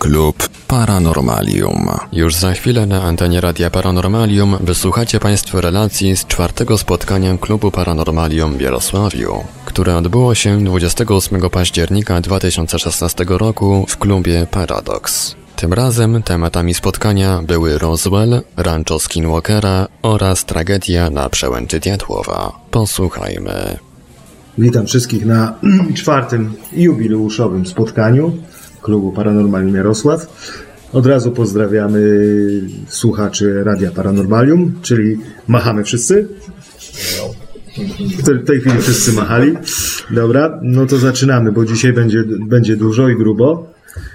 Klub Paranormalium. Już za chwilę na antenie Radia Paranormalium wysłuchacie Państwo relacji z 4. spotkania Klubu Paranormalium w Jarosławiu, które odbyło się 28 października 2016 roku w klubie Paradox. Tym razem tematami spotkania były Roswell, Rancho Skinwalkera oraz tragedia na przełęczy Diatłowa. Posłuchajmy. Witam wszystkich na 4. jubileuszowym spotkaniu Klubu Paranormalium Jarosław. Od razu pozdrawiamy słuchaczy Radia Paranormalium, czyli machamy wszyscy. W tej chwili wszyscy machali. Dobra, no to zaczynamy, bo dzisiaj będzie dużo i grubo.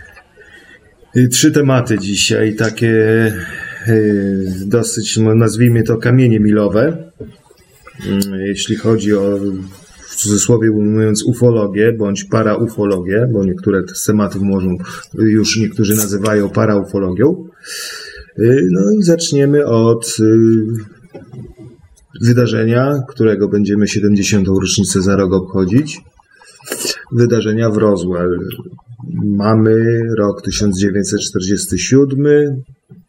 3 tematy dzisiaj, takie dosyć, nazwijmy to, kamienie milowe. Jeśli chodzi o, w cudzysłowie mówiąc, ufologię bądź paraufologię, bo niektóre z tematów już niektórzy nazywają paraufologią. No i zaczniemy od wydarzenia, którego będziemy 70. rocznicę za rok obchodzić. Wydarzenia w Roswell. Mamy rok 1947.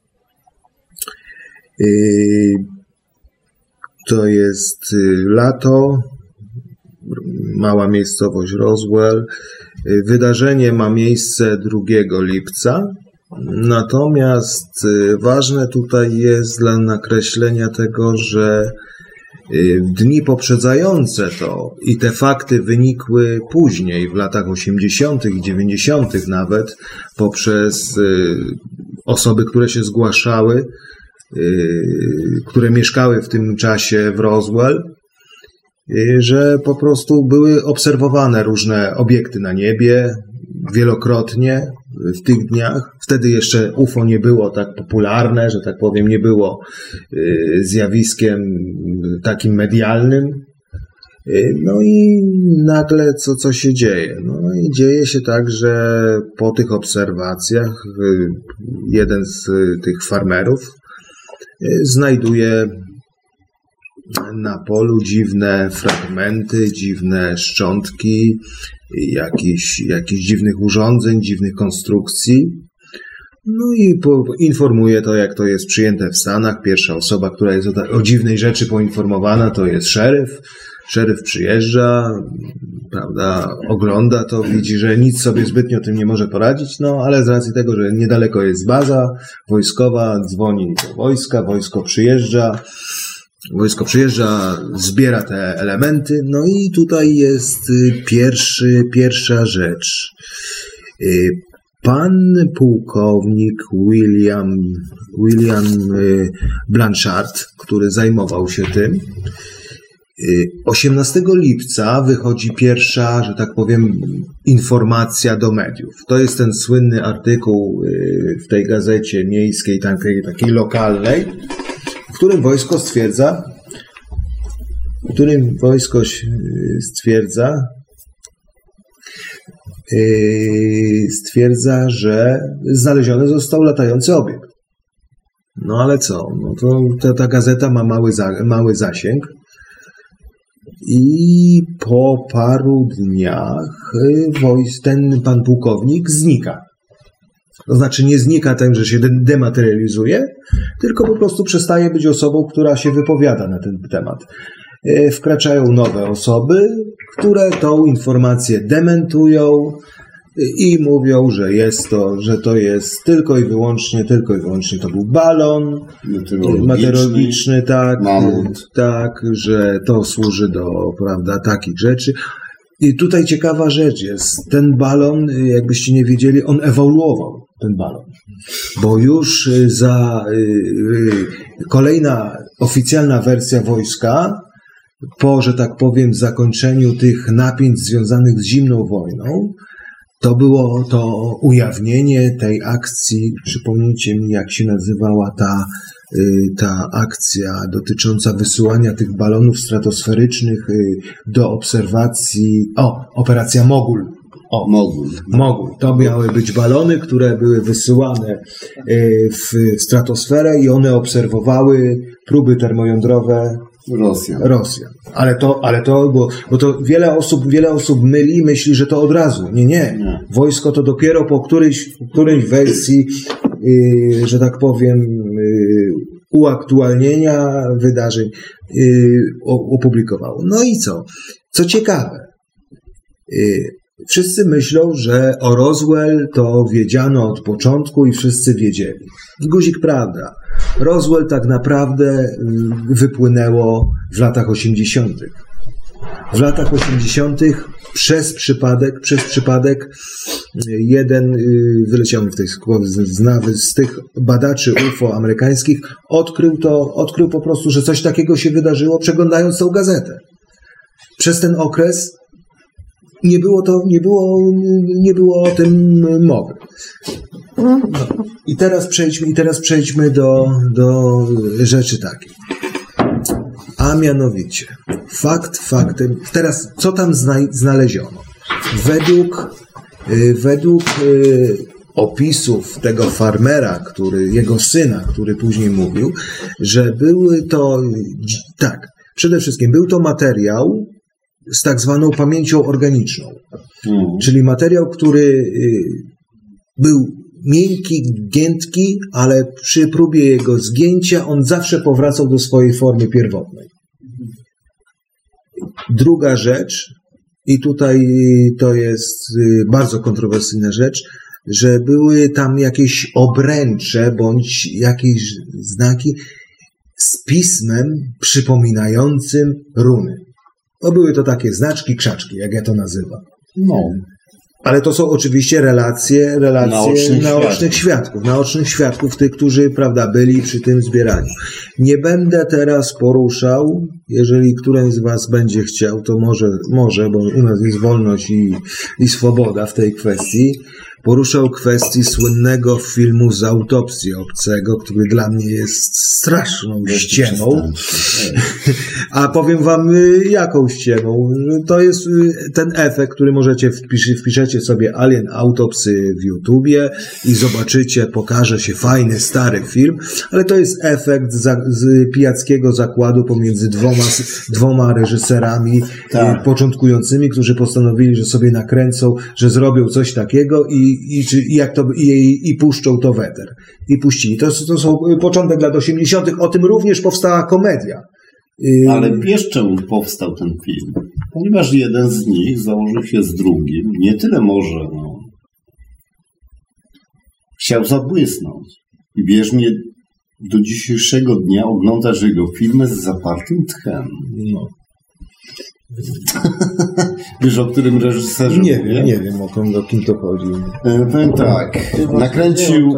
To jest lato, mała miejscowość Roswell. Wydarzenie ma miejsce 2 lipca. Natomiast ważne tutaj jest dla nakreślenia tego, że w dni poprzedzające to i te fakty wynikły później, w latach 80. i 90. nawet, poprzez osoby, które się zgłaszały, które mieszkały w tym czasie w Roswell, że po prostu były obserwowane różne obiekty na niebie wielokrotnie w tych dniach. Wtedy jeszcze UFO nie było tak popularne, że tak powiem, nie było zjawiskiem takim medialnym. No i nagle co się dzieje? No i dzieje się tak, że po tych obserwacjach jeden z tych farmerów znajduje na polu dziwne fragmenty, dziwne szczątki, jakichś dziwnych urządzeń, dziwnych konstrukcji. No i informuje to, jak to jest przyjęte w Stanach. Pierwsza osoba, która jest o dziwnej rzeczy poinformowana, to jest szeryf. Szeryf przyjeżdża, prawda, ogląda to, widzi, że nic sobie zbytnio tym nie może poradzić, no ale z racji tego, że niedaleko jest baza wojskowa, dzwoni do wojska, wojsko przyjeżdża, zbiera te elementy, no i tutaj jest pierwsza rzecz. Pan pułkownik William Blanchard, który zajmował się tym, 18 lipca wychodzi pierwsza, że tak powiem, informacja do mediów. To jest ten słynny artykuł w tej gazecie miejskiej, takiej lokalnej, w którym wojsko stwierdza, że znaleziony został latający obiekt. No ale co? No to ta gazeta ma mały zasięg i po paru dniach ten pan pułkownik znika. To znaczy nie znika tym, że się dematerializuje, tylko po prostu przestaje być osobą, która się wypowiada na ten temat. Wkraczają nowe osoby, które tą informację dementują i mówią, że to jest tylko i wyłącznie to był balon meteorologiczny, tak, że to służy do, prawda, takich rzeczy. I tutaj ciekawa rzecz jest, ten balon, jakbyście nie wiedzieli, on ewoluował, ten balon. Bo już kolejna oficjalna wersja wojska, po, że tak powiem, zakończeniu tych napięć związanych z zimną wojną, to było to ujawnienie tej akcji. Przypomnijcie mi, jak się nazywała ta akcja dotycząca wysyłania tych balonów stratosferycznych do obserwacji. Operacja Mogul. Mogul. To miały być balony, które były wysyłane w stratosferę i one obserwowały próby termojądrowe Rosjan. Ale to bo to wiele osób myśli, że to od razu. Nie. Wojsko to dopiero po którejś wersji, że tak powiem, uaktualnienia wydarzeń opublikowało. No i co? Co ciekawe, wszyscy myślą, że o Roswell to wiedziano od początku i wszyscy wiedzieli. Guzik, prawda. Roswell tak naprawdę wypłynęło w latach 80. W latach 80. przez przypadek jeden wyleciał mi w tej z tych badaczy UFO amerykańskich odkrył po prostu, że coś takiego się wydarzyło, przeglądając tą gazetę. Przez ten okres nie było o tym mowy. I teraz przejdźmy do rzeczy takiej. A mianowicie, faktem, teraz co tam znaleziono? Według opisów tego farmera, jego syna, który później mówił, że były to, tak, przede wszystkim był to materiał z tak zwaną pamięcią organiczną. Czyli materiał, który był miękki, giętki, ale przy próbie jego zgięcia on zawsze powracał do swojej formy pierwotnej. Druga rzecz, i tutaj to jest bardzo kontrowersyjna rzecz, że były tam jakieś obręcze bądź jakieś znaki z pismem przypominającym runy. No były to takie znaczki, krzaczki, jak ja to nazywam. No. Ale to są oczywiście relacje naocznych świadków, tych, którzy, prawda, byli przy tym zbieraniu. Nie będę teraz poruszał, jeżeli któryś z was będzie chciał, to może, bo u nas jest wolność i swoboda w tej kwestii, poruszał kwestię słynnego filmu z autopsji obcego, który dla mnie jest straszną ściemą. A powiem wam, jaką ściemą. To jest ten efekt, który możecie wpiszecie sobie Alien Autopsy w YouTubie i zobaczycie, pokaże się fajny, stary film, ale to jest efekt z pijackiego zakładu pomiędzy dwoma reżyserami początkującymi, którzy postanowili, że sobie nakręcą, że zrobią coś takiego i puszczą to w eter. I puścili. To są początek lat 80. O tym również powstała komedia. Ale wiesz, czemu powstał ten film? Ponieważ jeden z nich założył się z drugim. Nie tyle może, chciał zabłysnąć. I wierz mnie, do dzisiejszego dnia oglądasz jego filmy z zapartym tchem. No. Wiesz, o którym reżyserze mówię? Nie wiem, o kim to chodzi. Powiem tak, nakręcił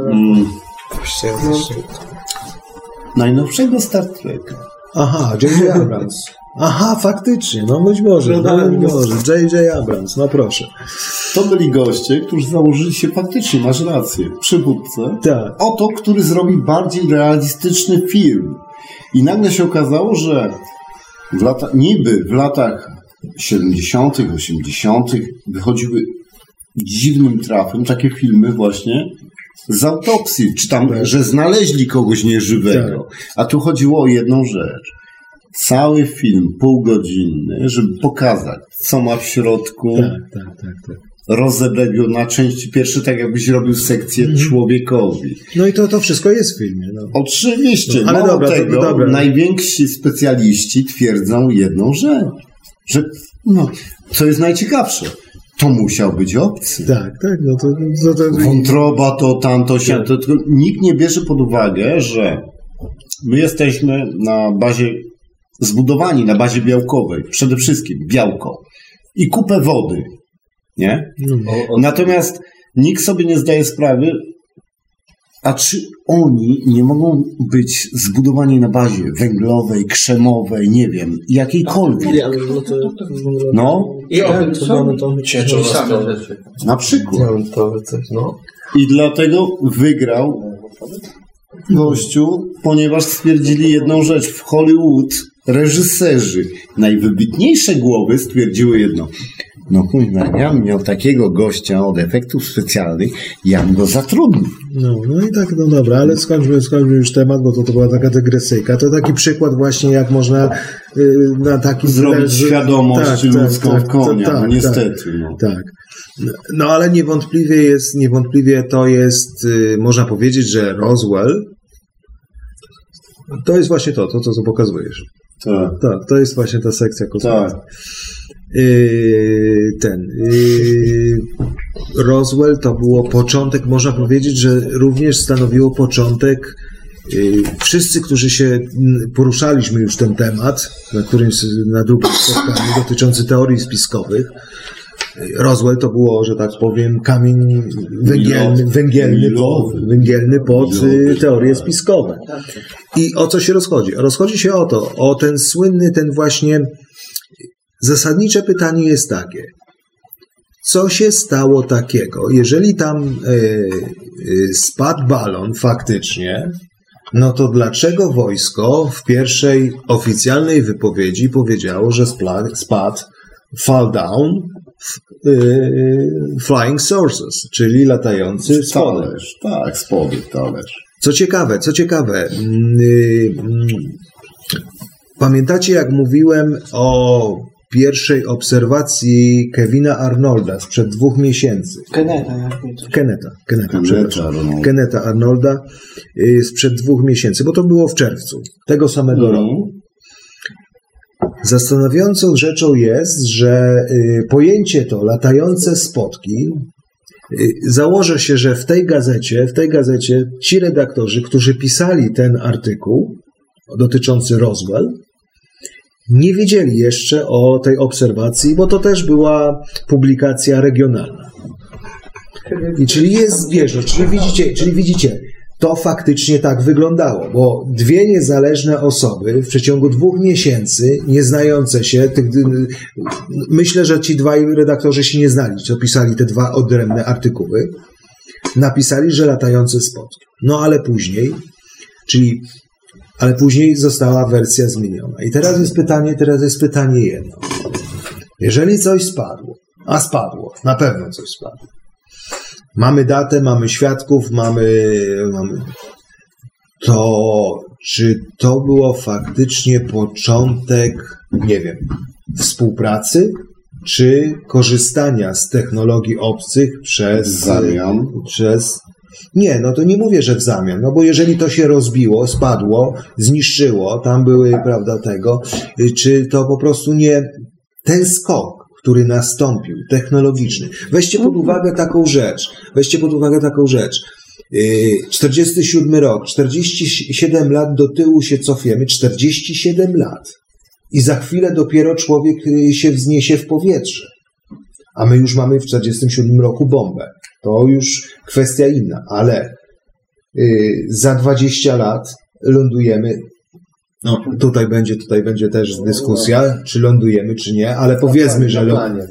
najnowszego Star Treka. Aha, J.J. Abrams. Aha, faktycznie, no być może. J.J. Abrams, no proszę. To byli goście, którzy założyli się faktycznie, masz rację, przywódcę. Tak. Oto, który zrobi bardziej realistyczny film. I nagle się okazało, że w latach 70., 80. wychodziły dziwnym trafem takie filmy właśnie z autopsji, czy tam, że znaleźli kogoś nieżywego. Tak. A tu chodziło o jedną rzecz. Cały film, półgodzinny, żeby pokazać, co ma w środku. Tak. Rozebrać go na części pierwsze, tak jakbyś robił sekcję człowiekowi. No i to wszystko jest w filmie. No. Oczywiście. No, ale dobra. Najwięksi specjaliści twierdzą jedną rzecz. Że, co jest najciekawsze, to musiał być obcy. Tak. No to wątroba, to tamto się. Tak. To nikt nie bierze pod uwagę, że my jesteśmy zbudowani na bazie białkowej. Przede wszystkim białko. I kupę wody. Nie? Natomiast nikt sobie nie zdaje sprawy, a czy oni nie mogą być zbudowani na bazie węglowej, krzemowej, nie wiem, jakiejkolwiek. Na przykład. I dlatego wygrał gościu, ponieważ stwierdzili jedną rzecz. W Hollywood reżyserzy, najwybitniejsze głowy stwierdziły jedno. No kurwa, ja bym miał takiego gościa od efektów specjalnych, ja bym go zatrudnił. No i tak, no dobra, ale skończmy już temat, bo to była taka dygresyjka. To taki przykład właśnie, jak można na takim... Zrobić świadomość ludzką w konia, no niestety. Tak. No ale niewątpliwie to jest, można powiedzieć, że Roswell to jest właśnie to co pokazujesz. Tak, to jest właśnie ta sekcja kosmiczna. Roswell to było początek, można powiedzieć, że również stanowiło początek. Wszyscy, którzy się poruszaliśmy już ten temat, na drugim spotkaniu dotyczący teorii spiskowych, Roswell to było, że tak powiem, kamień węgielny pod teorie spiskowe. I o co się rozchodzi? Rozchodzi się o to, o ten słynny, ten właśnie zasadnicze pytanie jest takie. Co się stało takiego, jeżeli tam spadł balon faktycznie, no to dlaczego wojsko w pierwszej oficjalnej wypowiedzi powiedziało, że spadł fall down flying sources, czyli latający spodek. Tak, spodek, talerz. Co ciekawe, pamiętacie, jak mówiłem o pierwszej obserwacji Kevina Arnolda sprzed 2 miesięcy? Kennetha Arnolda sprzed 2 miesięcy, bo to było w czerwcu tego samego roku. Zastanawiającą rzeczą jest, że pojęcie to latające spotki, założę się, że w tej gazecie ci redaktorzy, którzy pisali ten artykuł dotyczący Roswell, nie wiedzieli jeszcze o tej obserwacji, bo to też była publikacja regionalna. I czyli jest zbieżność, czyli widzicie, to faktycznie tak wyglądało, bo 2 niezależne osoby w przeciągu 2 miesięcy, nie znające się, myślę, że ci 2 redaktorzy się nie znali, co pisali te 2 odrębne artykuły, napisali, że latające spotki. No ale później została wersja zmieniona. I teraz jest pytanie jedno. Jeżeli coś spadło, a spadło, na pewno coś spadło, mamy datę, mamy świadków, mamy to, czy to było faktycznie początek, nie wiem, współpracy, czy korzystania z technologii obcych Nie, no to nie mówię, że w zamian, no bo jeżeli to się rozbiło, spadło, zniszczyło, tam były, prawda, czy to po prostu nie ten skok, który nastąpił, technologiczny. Weźcie pod uwagę taką rzecz. 47 rok, 47 lat do tyłu się cofiemy, 47 lat. I za chwilę dopiero człowiek się wzniesie w powietrze. A my już mamy w 47 roku bombę. To już kwestia inna, ale za 20 lat lądujemy. No, tutaj będzie też dyskusja, czy lądujemy, czy nie, ale powiedzmy, że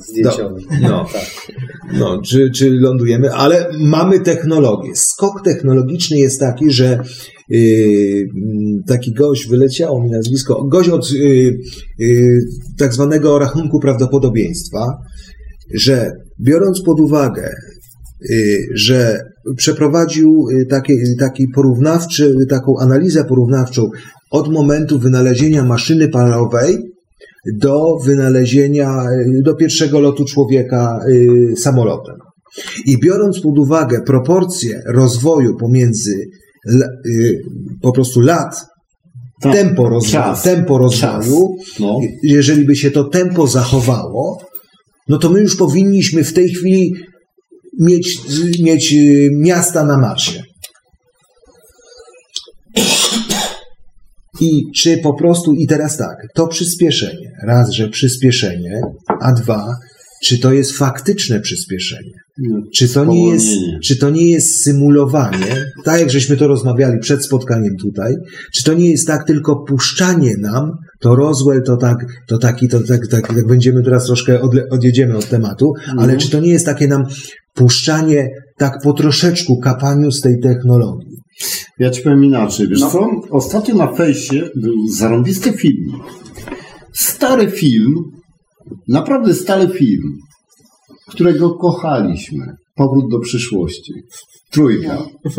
czy lądujemy, ale mamy technologię. Skok technologiczny jest taki, że taki gość, wyleciało mi nazwisko, gość od tak zwanego rachunku prawdopodobieństwa, że biorąc pod uwagę, że przeprowadził taką analizę porównawczą od momentu wynalezienia maszyny parowej do pierwszego lotu człowieka samolotem. I biorąc pod uwagę proporcje rozwoju pomiędzy po prostu lat, tempo rozwoju, jeżeli by się to tempo zachowało, no to my już powinniśmy w tej chwili mieć miasta na Marsie. I czy po prostu, i teraz tak, to przyspieszenie, raz, że przyspieszenie, a 2, czy to jest faktyczne przyspieszenie? Czy to nie jest symulowanie, tak jak żeśmy to rozmawiali przed spotkaniem tutaj, czy to nie jest tak tylko puszczanie nam, to Roswell to tak będziemy teraz troszkę odjedziemy od tematu, ale czy to nie jest takie nam puszczanie tak po troszeczku kapaniu z tej technologii? Ja ci powiem inaczej, wiesz co? Ostatnio na fejsie był zarąbisty film. Stary film, naprawdę stary film którego kochaliśmy. Powrót do przyszłości. Trójka.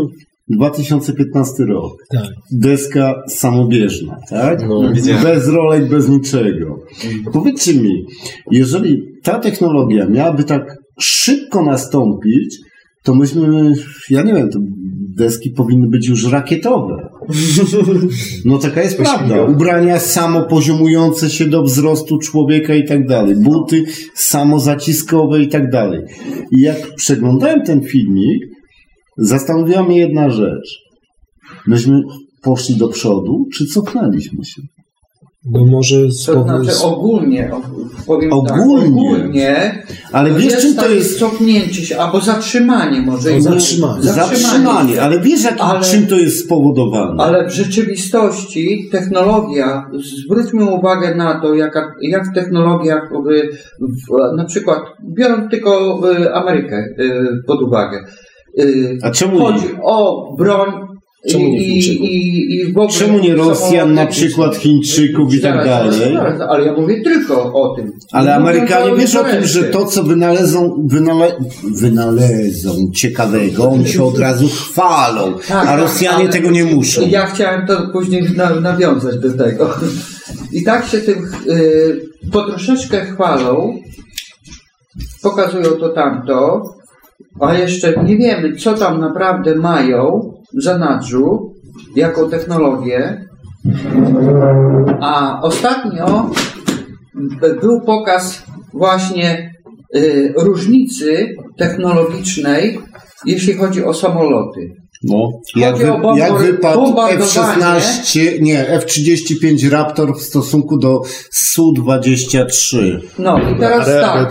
2015 rok. Tak. Deska samobieżna, tak? No, Bez rolek, bez niczego. Powiedzcie mi, jeżeli ta technologia miałaby tak szybko nastąpić, to myśmy, ja nie wiem, to deski powinny być już rakietowe. No taka jest prawda. Ubrania samopoziomujące się do wzrostu człowieka i tak dalej. Buty samozaciskowe i tak dalej. I jak przeglądałem ten filmik, zastanowiła mnie jedna rzecz. Myśmy poszli do przodu, czy cofnęliśmy się? No może To znaczy ogólnie, powiem ogólnie, ale wiesz, czym to jest cofnięcie się, albo zatrzymanie może. Zatrzymanie, ale wiesz, czym to jest spowodowane? Ale w rzeczywistości technologia, zwróćmy uwagę na to, jak w technologiach, na przykład, biorąc tylko Amerykę pod uwagę, a czemu chodzi o broń. Czemu nie Rosjan, na przykład Chińczyków i tak dalej? Ale ja mówię tylko o tym. Ale Amerykanie wiesz o tym, że to, co wynalezą ciekawego, oni się od razu chwalą, a Rosjanie tego nie muszą. Ja chciałem to później nawiązać do tego. I tak się tym po troszeczkę chwalą, pokazują to tamto, a jeszcze nie wiemy, co tam naprawdę mają w zanadrzu, jaką technologię. A ostatnio był pokaz właśnie różnicy technologicznej, jeśli chodzi o samoloty. No, jak wypadł F-16, nie, F-35 Raptor w stosunku do Su-23. No i teraz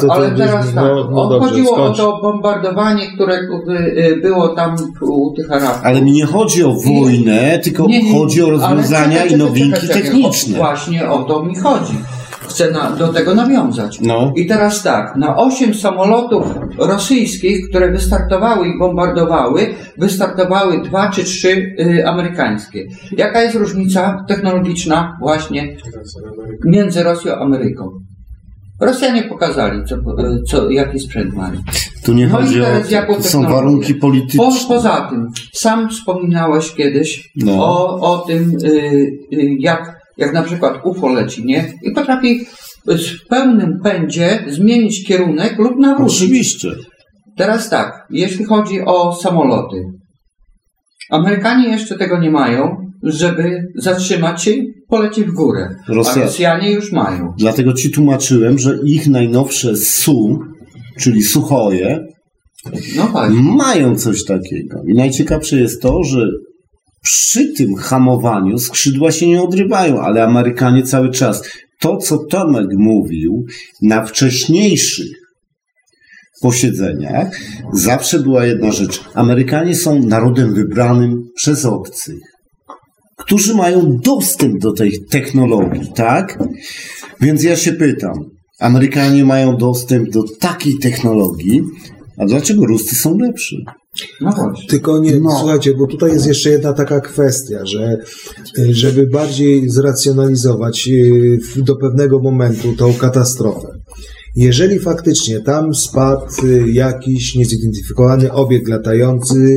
chodziło o to bombardowanie, które było tam u tych Arabów. Ale mi nie chodzi o wojnę, tylko chodzi o rozwiązania i nowinki techniczne. Właśnie o to mi chodzi. Chcę do tego nawiązać. No. I teraz tak, na 8 samolotów rosyjskich, które wystartowały i bombardowały, wystartowały 2 czy 3 amerykańskie. Jaka jest różnica technologiczna właśnie między Rosją a Ameryką? Rosjanie pokazali, jaki sprzęt mają. Tu nie chodzi o to są warunki polityczne. Poza tym, sam wspominałeś kiedyś o tym, jak na przykład UFO leci, nie? I potrafi w pełnym pędzie zmienić kierunek lub nawrócić. Oczywiście. Teraz tak, jeśli chodzi o samoloty. Amerykanie jeszcze tego nie mają, żeby zatrzymać się i polecieć w górę. A Rosjanie już mają. Dlatego ci tłumaczyłem, że ich najnowsze Su, czyli Suchoje, mają coś takiego. I najciekawsze jest to, że przy tym hamowaniu skrzydła się nie odrywają, ale Amerykanie cały czas. To, co Tomek mówił na wcześniejszych posiedzeniach, zawsze była jedna rzecz. Amerykanie są narodem wybranym przez obcych, którzy mają dostęp do tej technologii, tak? Więc ja się pytam, Amerykanie mają dostęp do takiej technologii, a dlaczego Ruscy są lepsi? No właśnie. Tylko nie, słuchajcie, bo tutaj jest jeszcze jedna taka kwestia, że żeby bardziej zracjonalizować do pewnego momentu tą katastrofę. Jeżeli faktycznie tam spadł jakiś niezidentyfikowany obiekt latający,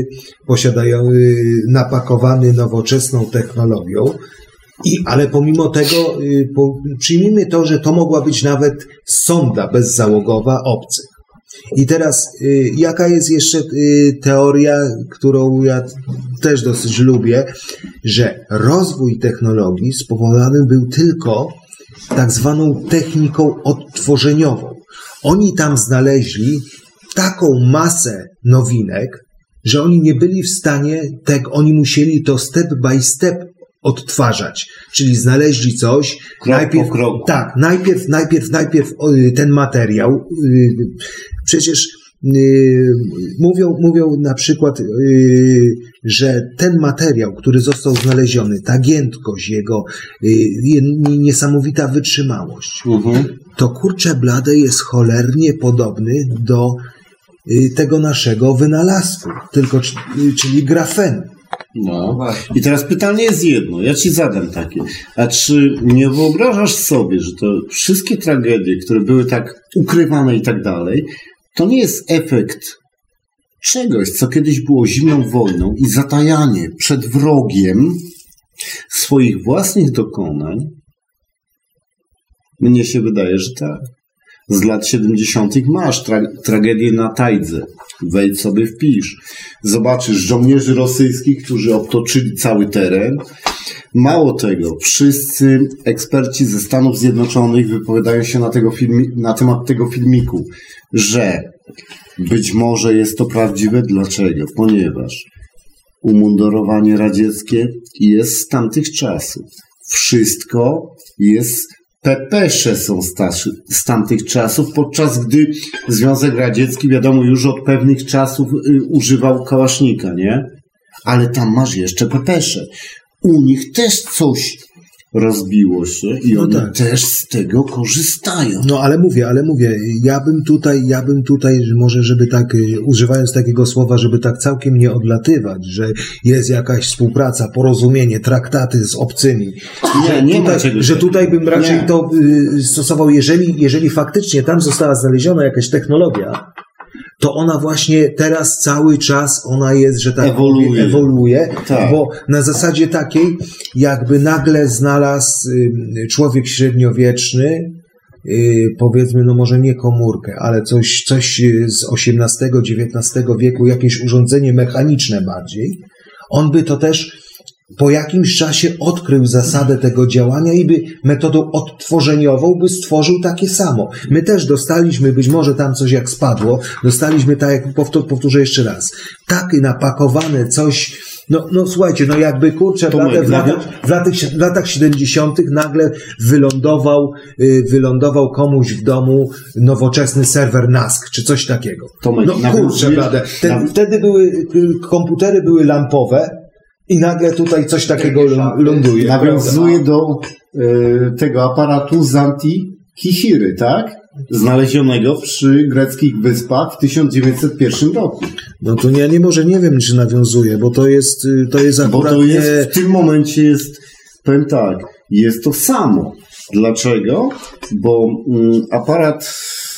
napakowany nowoczesną technologią, ale pomimo tego przyjmijmy to, że to mogła być nawet sonda bezzałogowa obcych. I teraz jaka jest jeszcze teoria, którą ja też dosyć lubię, że rozwój technologii spowodowany był tylko tak zwaną techniką odtworzeniową. Oni tam znaleźli taką masę nowinek, że oni nie byli w stanie oni musieli to step by step odtwarzać, czyli znaleźli coś, po kroku. Tak, najpierw ten materiał, przecież mówią na przykład, że ten materiał, który został znaleziony, ta giętkość, jego niesamowita wytrzymałość, to kurczę blade jest cholernie podobny do tego naszego wynalazku, czyli grafenu. No. I teraz pytanie jest jedno, ja ci zadam takie. A czy nie wyobrażasz sobie, że to wszystkie tragedie, które były tak ukrywane i tak dalej, to nie jest efekt czegoś, co kiedyś było zimną wojną i zatajanie przed wrogiem swoich własnych dokonań. Mnie się wydaje, że tak. Z lat 70. masz tragedię na Tajdze. Wejdź sobie, wpisz. Zobaczysz żołnierzy rosyjskich, którzy obtoczyli cały teren. Mało tego, wszyscy eksperci ze Stanów Zjednoczonych wypowiadają się na temat tego filmiku, że być może jest to prawdziwe. Dlaczego? Ponieważ umundurowanie radzieckie jest z tamtych czasów. Wszystko jest, pepesze są z tamtych czasów, podczas gdy Związek Radziecki, wiadomo, już od pewnych czasów używał kałasznika, nie? Ale tam masz jeszcze pepesze. U nich też coś rozbiło się i oni też z tego korzystają. No ale mówię, ja bym tutaj może, żeby tak, używając takiego słowa, żeby tak całkiem nie odlatywać, że jest jakaś współpraca, porozumienie, traktaty z obcymi. Nie ma czegoś. Że tutaj bym raczej to stosował, jeżeli faktycznie tam została znaleziona jakaś technologia, to ona właśnie teraz cały czas ona jest, że tak ewoluuje, tak. Bo na zasadzie takiej, jakby nagle znalazł człowiek średniowieczny, powiedzmy, no może nie komórkę, ale coś z XVIII-XIX wieku, jakieś urządzenie mechaniczne bardziej, on by to też po jakimś czasie odkrył zasadę tego działania i by metodą odtworzeniową by stworzył takie samo. My też dostaliśmy, być może tam coś jak spadło, dostaliśmy tak jak, powtórzę jeszcze raz, tak napakowane coś, no słuchajcie, no jakby kurczę, w latach 70. nagle wylądował komuś w domu nowoczesny serwer NASC, czy coś takiego. Tomek, no kurczę, wtedy komputery były lampowe, i nagle tutaj coś takiego ląduje. Nawiązuje do tego aparatu Zanti-Kihiry, tak? Znalezionego przy greckich wyspach w 1901 roku. No to ja nie wiem, czy nawiązuje, bo to jest akurat... Bo to jest, w tym momencie jest, powiem tak, jest to samo. Dlaczego? Bo aparat,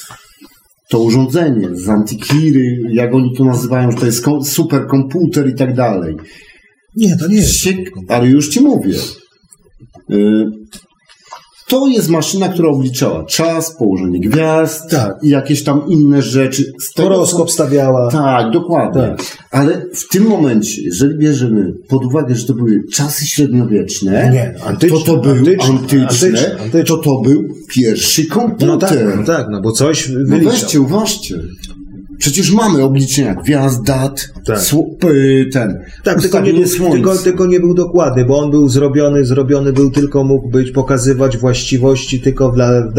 to urządzenie z Antikiry, jak oni to nazywają, że to jest superkomputer i tak dalej. Nie, to nie jest. Ale już ci mówię. To jest maszyna, która obliczała czas, położenie gwiazd i jakieś tam inne rzeczy. Horoskop stawiała. Tak, dokładnie. Tak. Ale w tym momencie, jeżeli bierzemy pod uwagę, że to były czasy średniowieczne, to był pierwszy komputer. No tak, bo coś wyliczał. No weźcie, uważcie. Przecież mamy obliczenia gwiazd, dat, tylko nie był dokładny, bo on był zrobiony był tylko, mógł być, pokazywać właściwości tylko dla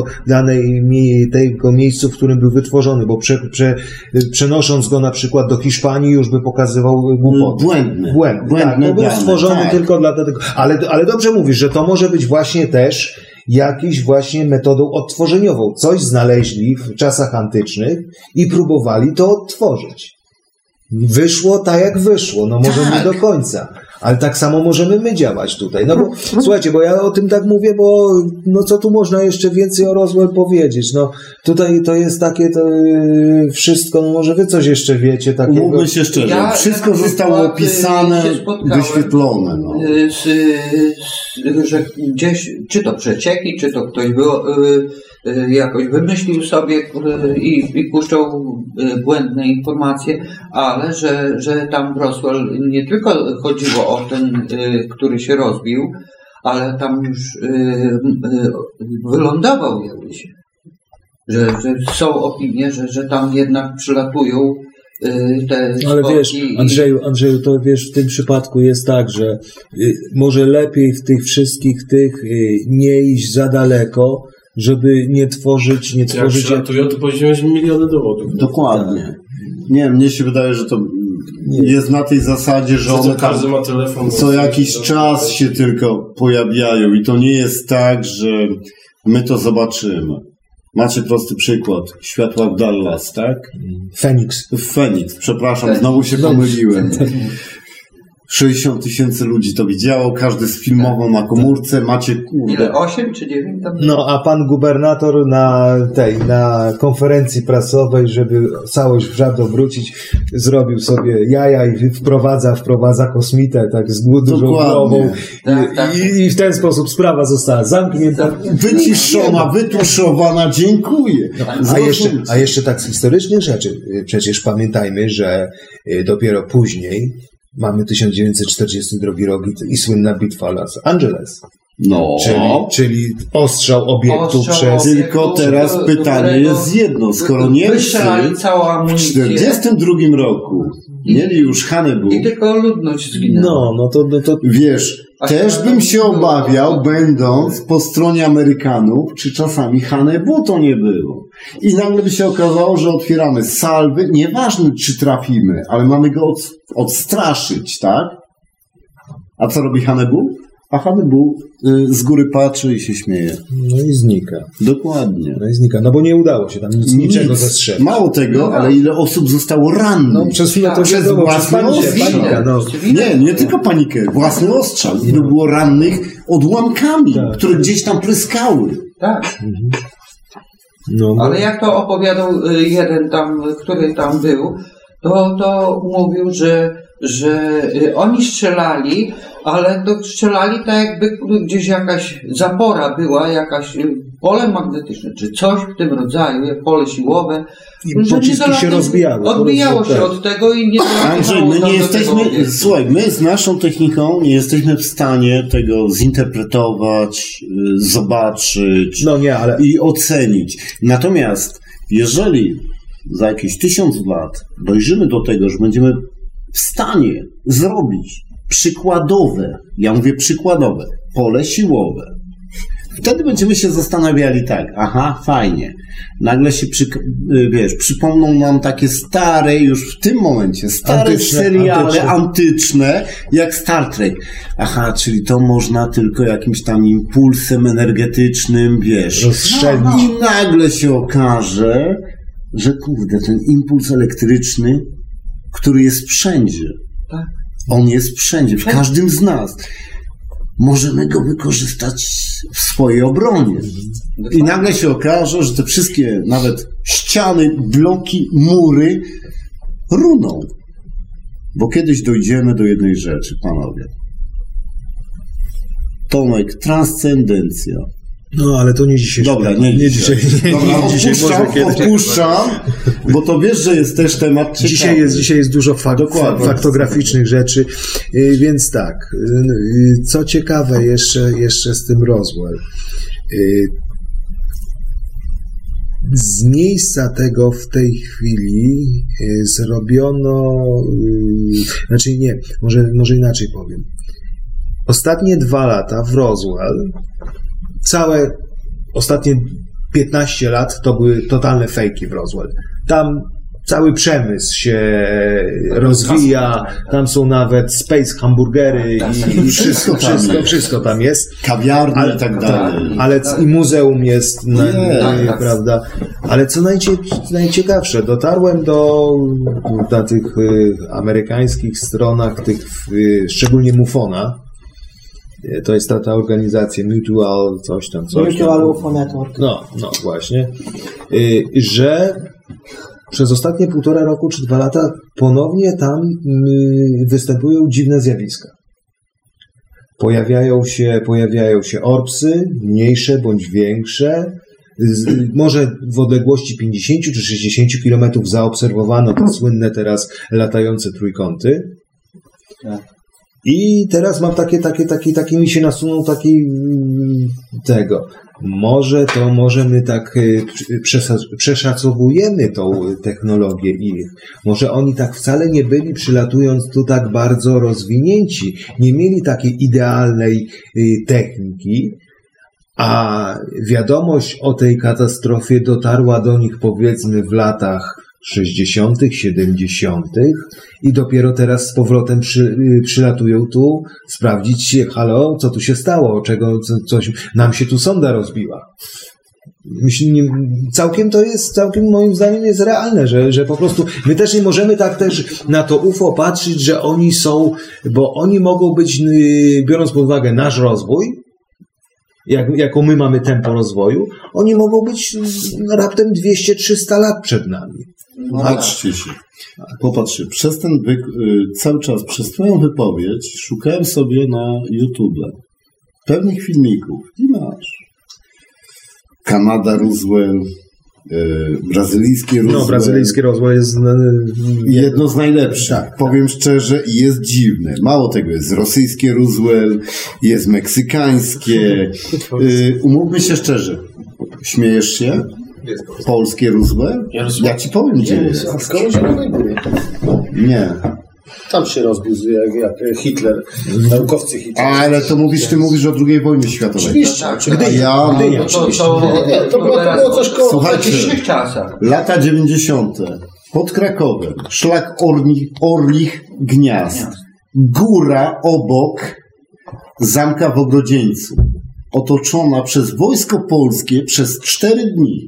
tego miejscu, w którym był wytworzony, bo przenosząc go na przykład do Hiszpanii już by pokazywał głupoty. Błędny. Tak, bo był stworzony tylko dla tego. Ale dobrze mówisz, że to może być właśnie też jakiś właśnie metodą odtworzeniową. Coś znaleźli w czasach antycznych i próbowali to odtworzyć. Wyszło tak, jak wyszło. No może nie do końca. Ale tak samo możemy my działać tutaj. No bo słuchajcie, bo ja o tym tak mówię, bo no co tu można jeszcze więcej o Roswell powiedzieć? No tutaj to jest takie to wszystko, no może wy coś jeszcze wiecie takiego. Mówmy się szczerze, wszystko zostało opisane, wyświetlone. No. Że gdzieś, czy to przecieki, czy to ktoś jakoś wymyślił sobie i puszczał błędne informacje, ale że tam w Roswell nie tylko chodziło o ten, który się rozbił, ale tam już wylądował jakiś. Że są opinie, że tam jednak przylatują te ale wiesz, Andrzeju, to wiesz, w tym przypadku jest tak, że może lepiej w tych wszystkich nie iść za daleko, żeby nie tworzyć... Jak przylatują, to powinniśmy mieć miliony dowodów. Dokładnie. Nie, mnie się wydaje, że to jest na tej zasadzie, że one każdy ma telefon, co jakiś czas się tylko pojawiają i to nie jest tak, że my to zobaczymy. Macie prosty przykład. Światła w Dallas, tak? Feniks, przepraszam, znowu się pomyliłem. 60 000 ludzi to widziało, każdy sfilmował na komórce, macie Ile? 8 czy 9 tam? No, a pan gubernator na konferencji prasowej, żeby całość w żart obrócić, zrobił sobie jaja i wprowadza kosmitę, tak z dużą głową. I w ten sposób sprawa została zamknięta. Wyciszona, wytuszowana, dziękuję. A jeszcze tak z historycznych rzeczy. Przecież pamiętajmy, że dopiero później mamy 1942 rok i słynna bitwa Los Angeles. No. Czyli ostrzał obiektu przez... Tylko teraz pytanie jest jedno. Skoro Niemcy w 1942 roku mieli już Hannibal... I tylko ludność zginęła. No to... Wiesz, też bym się obawiał, będąc po stronie Amerykanów, czy czasami Hannibal to nie było. I nagle by się okazało, że otwieramy salwy, nieważne czy trafimy, ale mamy go odstraszyć, tak? A co robi Hannibal? A Hannibal z góry patrzy i się śmieje. No i znika. Dokładnie. No bo nie udało się tam niczego zastrzelić. Mało tego, ale ile osób zostało rannych. No przez chwilę to przez własny ostrzał. Nie tylko panikę. Własny ostrzał. Ilu było rannych odłamkami, które gdzieś tam pryskały. Tak. Ale jak to opowiadał jeden tam, który tam był, to mówił, że oni strzelali, ale to strzelali tak jakby gdzieś jakaś zapora była, jakaś pole magnetyczne, czy coś w tym rodzaju, pole siłowe. I pociski się rozbijały. Odbijało się od tego i nie Andrzej, my nie jesteśmy, słuchaj, my z naszą techniką nie jesteśmy w stanie tego zinterpretować, zobaczyć i ocenić. Natomiast jeżeli za jakieś 1000 lat dojrzymy do tego, że będziemy w stanie zrobić przykładowe, ja mówię przykładowe, pole siłowe, wtedy będziemy się zastanawiali tak, fajnie, nagle się przypomną nam takie stare, już w tym momencie, seriale antyczne, jak Star Trek. Czyli to można tylko jakimś tam impulsem energetycznym, rozstrzelić. I nagle się okaże, że ten impuls elektryczny, który jest wszędzie. Tak. On jest wszędzie, w każdym z nas. Możemy go wykorzystać w swojej obronie. I nagle się okaże, że te wszystkie nawet ściany, bloki, mury runą. Bo kiedyś dojdziemy do jednej rzeczy, panowie. Tomek, transcendencja. No, ale to nie dzisiaj. Dobra, nie dzisiaj. Odpuszczam, bo to wiesz, że jest też temat ciekawy. Dzisiaj jest dużo faktograficznych rzeczy, więc tak. Co ciekawe jeszcze z tym Roswell. Z miejsca tego w tej chwili zrobiono, może inaczej powiem. Ostatnie 2 lata w Roswell, ostatnie 15 lat to były totalne fejki w Roswell. Tam cały przemysł się rozwija, tam są nawet space hamburgery i wszystko tam jest. Kawiarnie i tak dalej. Ale i muzeum jest, prawda? Ale co najciekawsze, dotarłem na tych amerykańskich stronach, szczególnie MUFON-a. To jest ta organizacja Mutual, coś tam. Mutual UFO Network. No właśnie. Że przez ostatnie 1,5 roku czy 2 lata ponownie tam występują dziwne zjawiska. Pojawiają się orbsy, mniejsze bądź większe. Może w odległości 50 czy 60 kilometrów zaobserwowano te słynne teraz latające trójkąty. Tak. I teraz mam takie mi się nasunął tego. Może my tak przeszacowujemy tą technologię ich. Może oni tak wcale nie byli, przylatując tu tak bardzo rozwinięci. Nie mieli takiej idealnej techniki, a wiadomość o tej katastrofie dotarła do nich powiedzmy w latach 60., 70. i dopiero teraz z powrotem przylatują tu sprawdzić, halo, co tu się stało, coś nam się tu sonda rozbiła. Całkiem moim zdaniem jest realne, że po prostu my też nie możemy tak też na to UFO patrzeć, że oni są, bo oni mogą być, biorąc pod uwagę nasz rozwój, jaką my mamy tempo rozwoju, oni mogą być raptem 200-300 lat przed nami. Patrzcie się. Popatrzcie, przez ten cały czas, przez twoją wypowiedź szukałem sobie na YouTube pewnych filmików i masz Kanada Roswell, brazylijskie Roswell. No, brazylijskie Roswell jest jedno z najlepszych. Tak, powiem szczerze, jest dziwne. Mało tego, jest rosyjskie Roswell, jest meksykańskie. Umówmy się szczerze. Śmiejesz się? Polskie Roswell? Ja ci powiem, gdzie jest. A w Szkole Zielonej Góry. Nie. Tam się rozbił jak Hitler, naukowcy Hitler. Ale to ty mówisz o II wojnie światowej. Oczywiście. Gdynia. To było coś koło. Słuchajcie, lata 90. pod Krakowem, szlak Orlich Gniazd, góra obok zamka w Ogrodzieńcu, otoczona przez wojsko polskie przez 4 dni.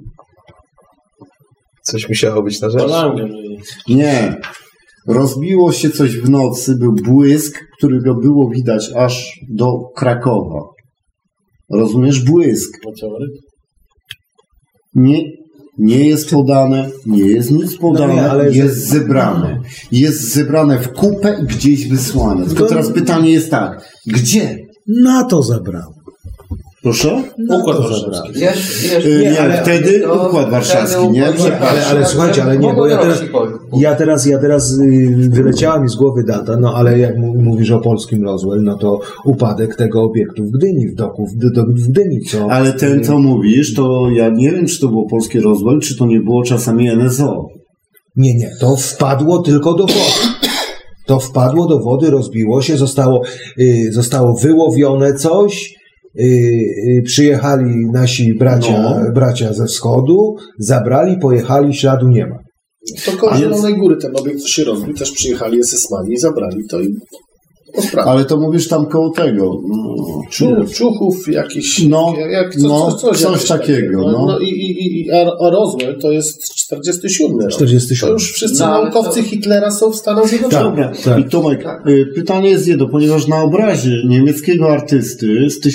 Coś musiało być na rzecz. Nie. Rozbiło się coś w nocy, był błysk, którego było widać aż do Krakowa. Rozumiesz? Błysk. Nie jest podane, nie jest nic podane, ale jest zebrane. Jest zebrane w kupę i gdzieś wysłane. Tylko teraz pytanie jest tak, gdzie? NATO zabrało. Proszę? Układ Warszawski. Ale wtedy Układ Warszawski, nie? Ale słuchajcie, ale nie, bo ja teraz wyleciała mi z głowy data, no ale jak mówisz o polskim Roswell, no to upadek tego obiektu w Gdyni, w doku w Gdyni. Ale ten, co mówisz, to ja nie wiem, czy to było polskie Roswell, czy to nie było czasami NSO. Nie, to wpadło tylko do wody. To wpadło do wody, rozbiło się, zostało wyłowione coś. Przyjechali nasi bracia ze wschodu, zabrali, pojechali, śladu nie ma. To koło Zielonej Góry, ten obiekt, co się rozbił, też przyjechali SS-mani i zabrali to i po sprawie. Ale to mówisz tam koło tego. Czuchów jakiś, coś takiego. A Roswell to jest 47 rok. 47. To już wszyscy naukowcy Hitlera są w Stanach Zjednoczonych. Tak. I Tomek, pytanie jest jedno, ponieważ na obrazie niemieckiego artysty z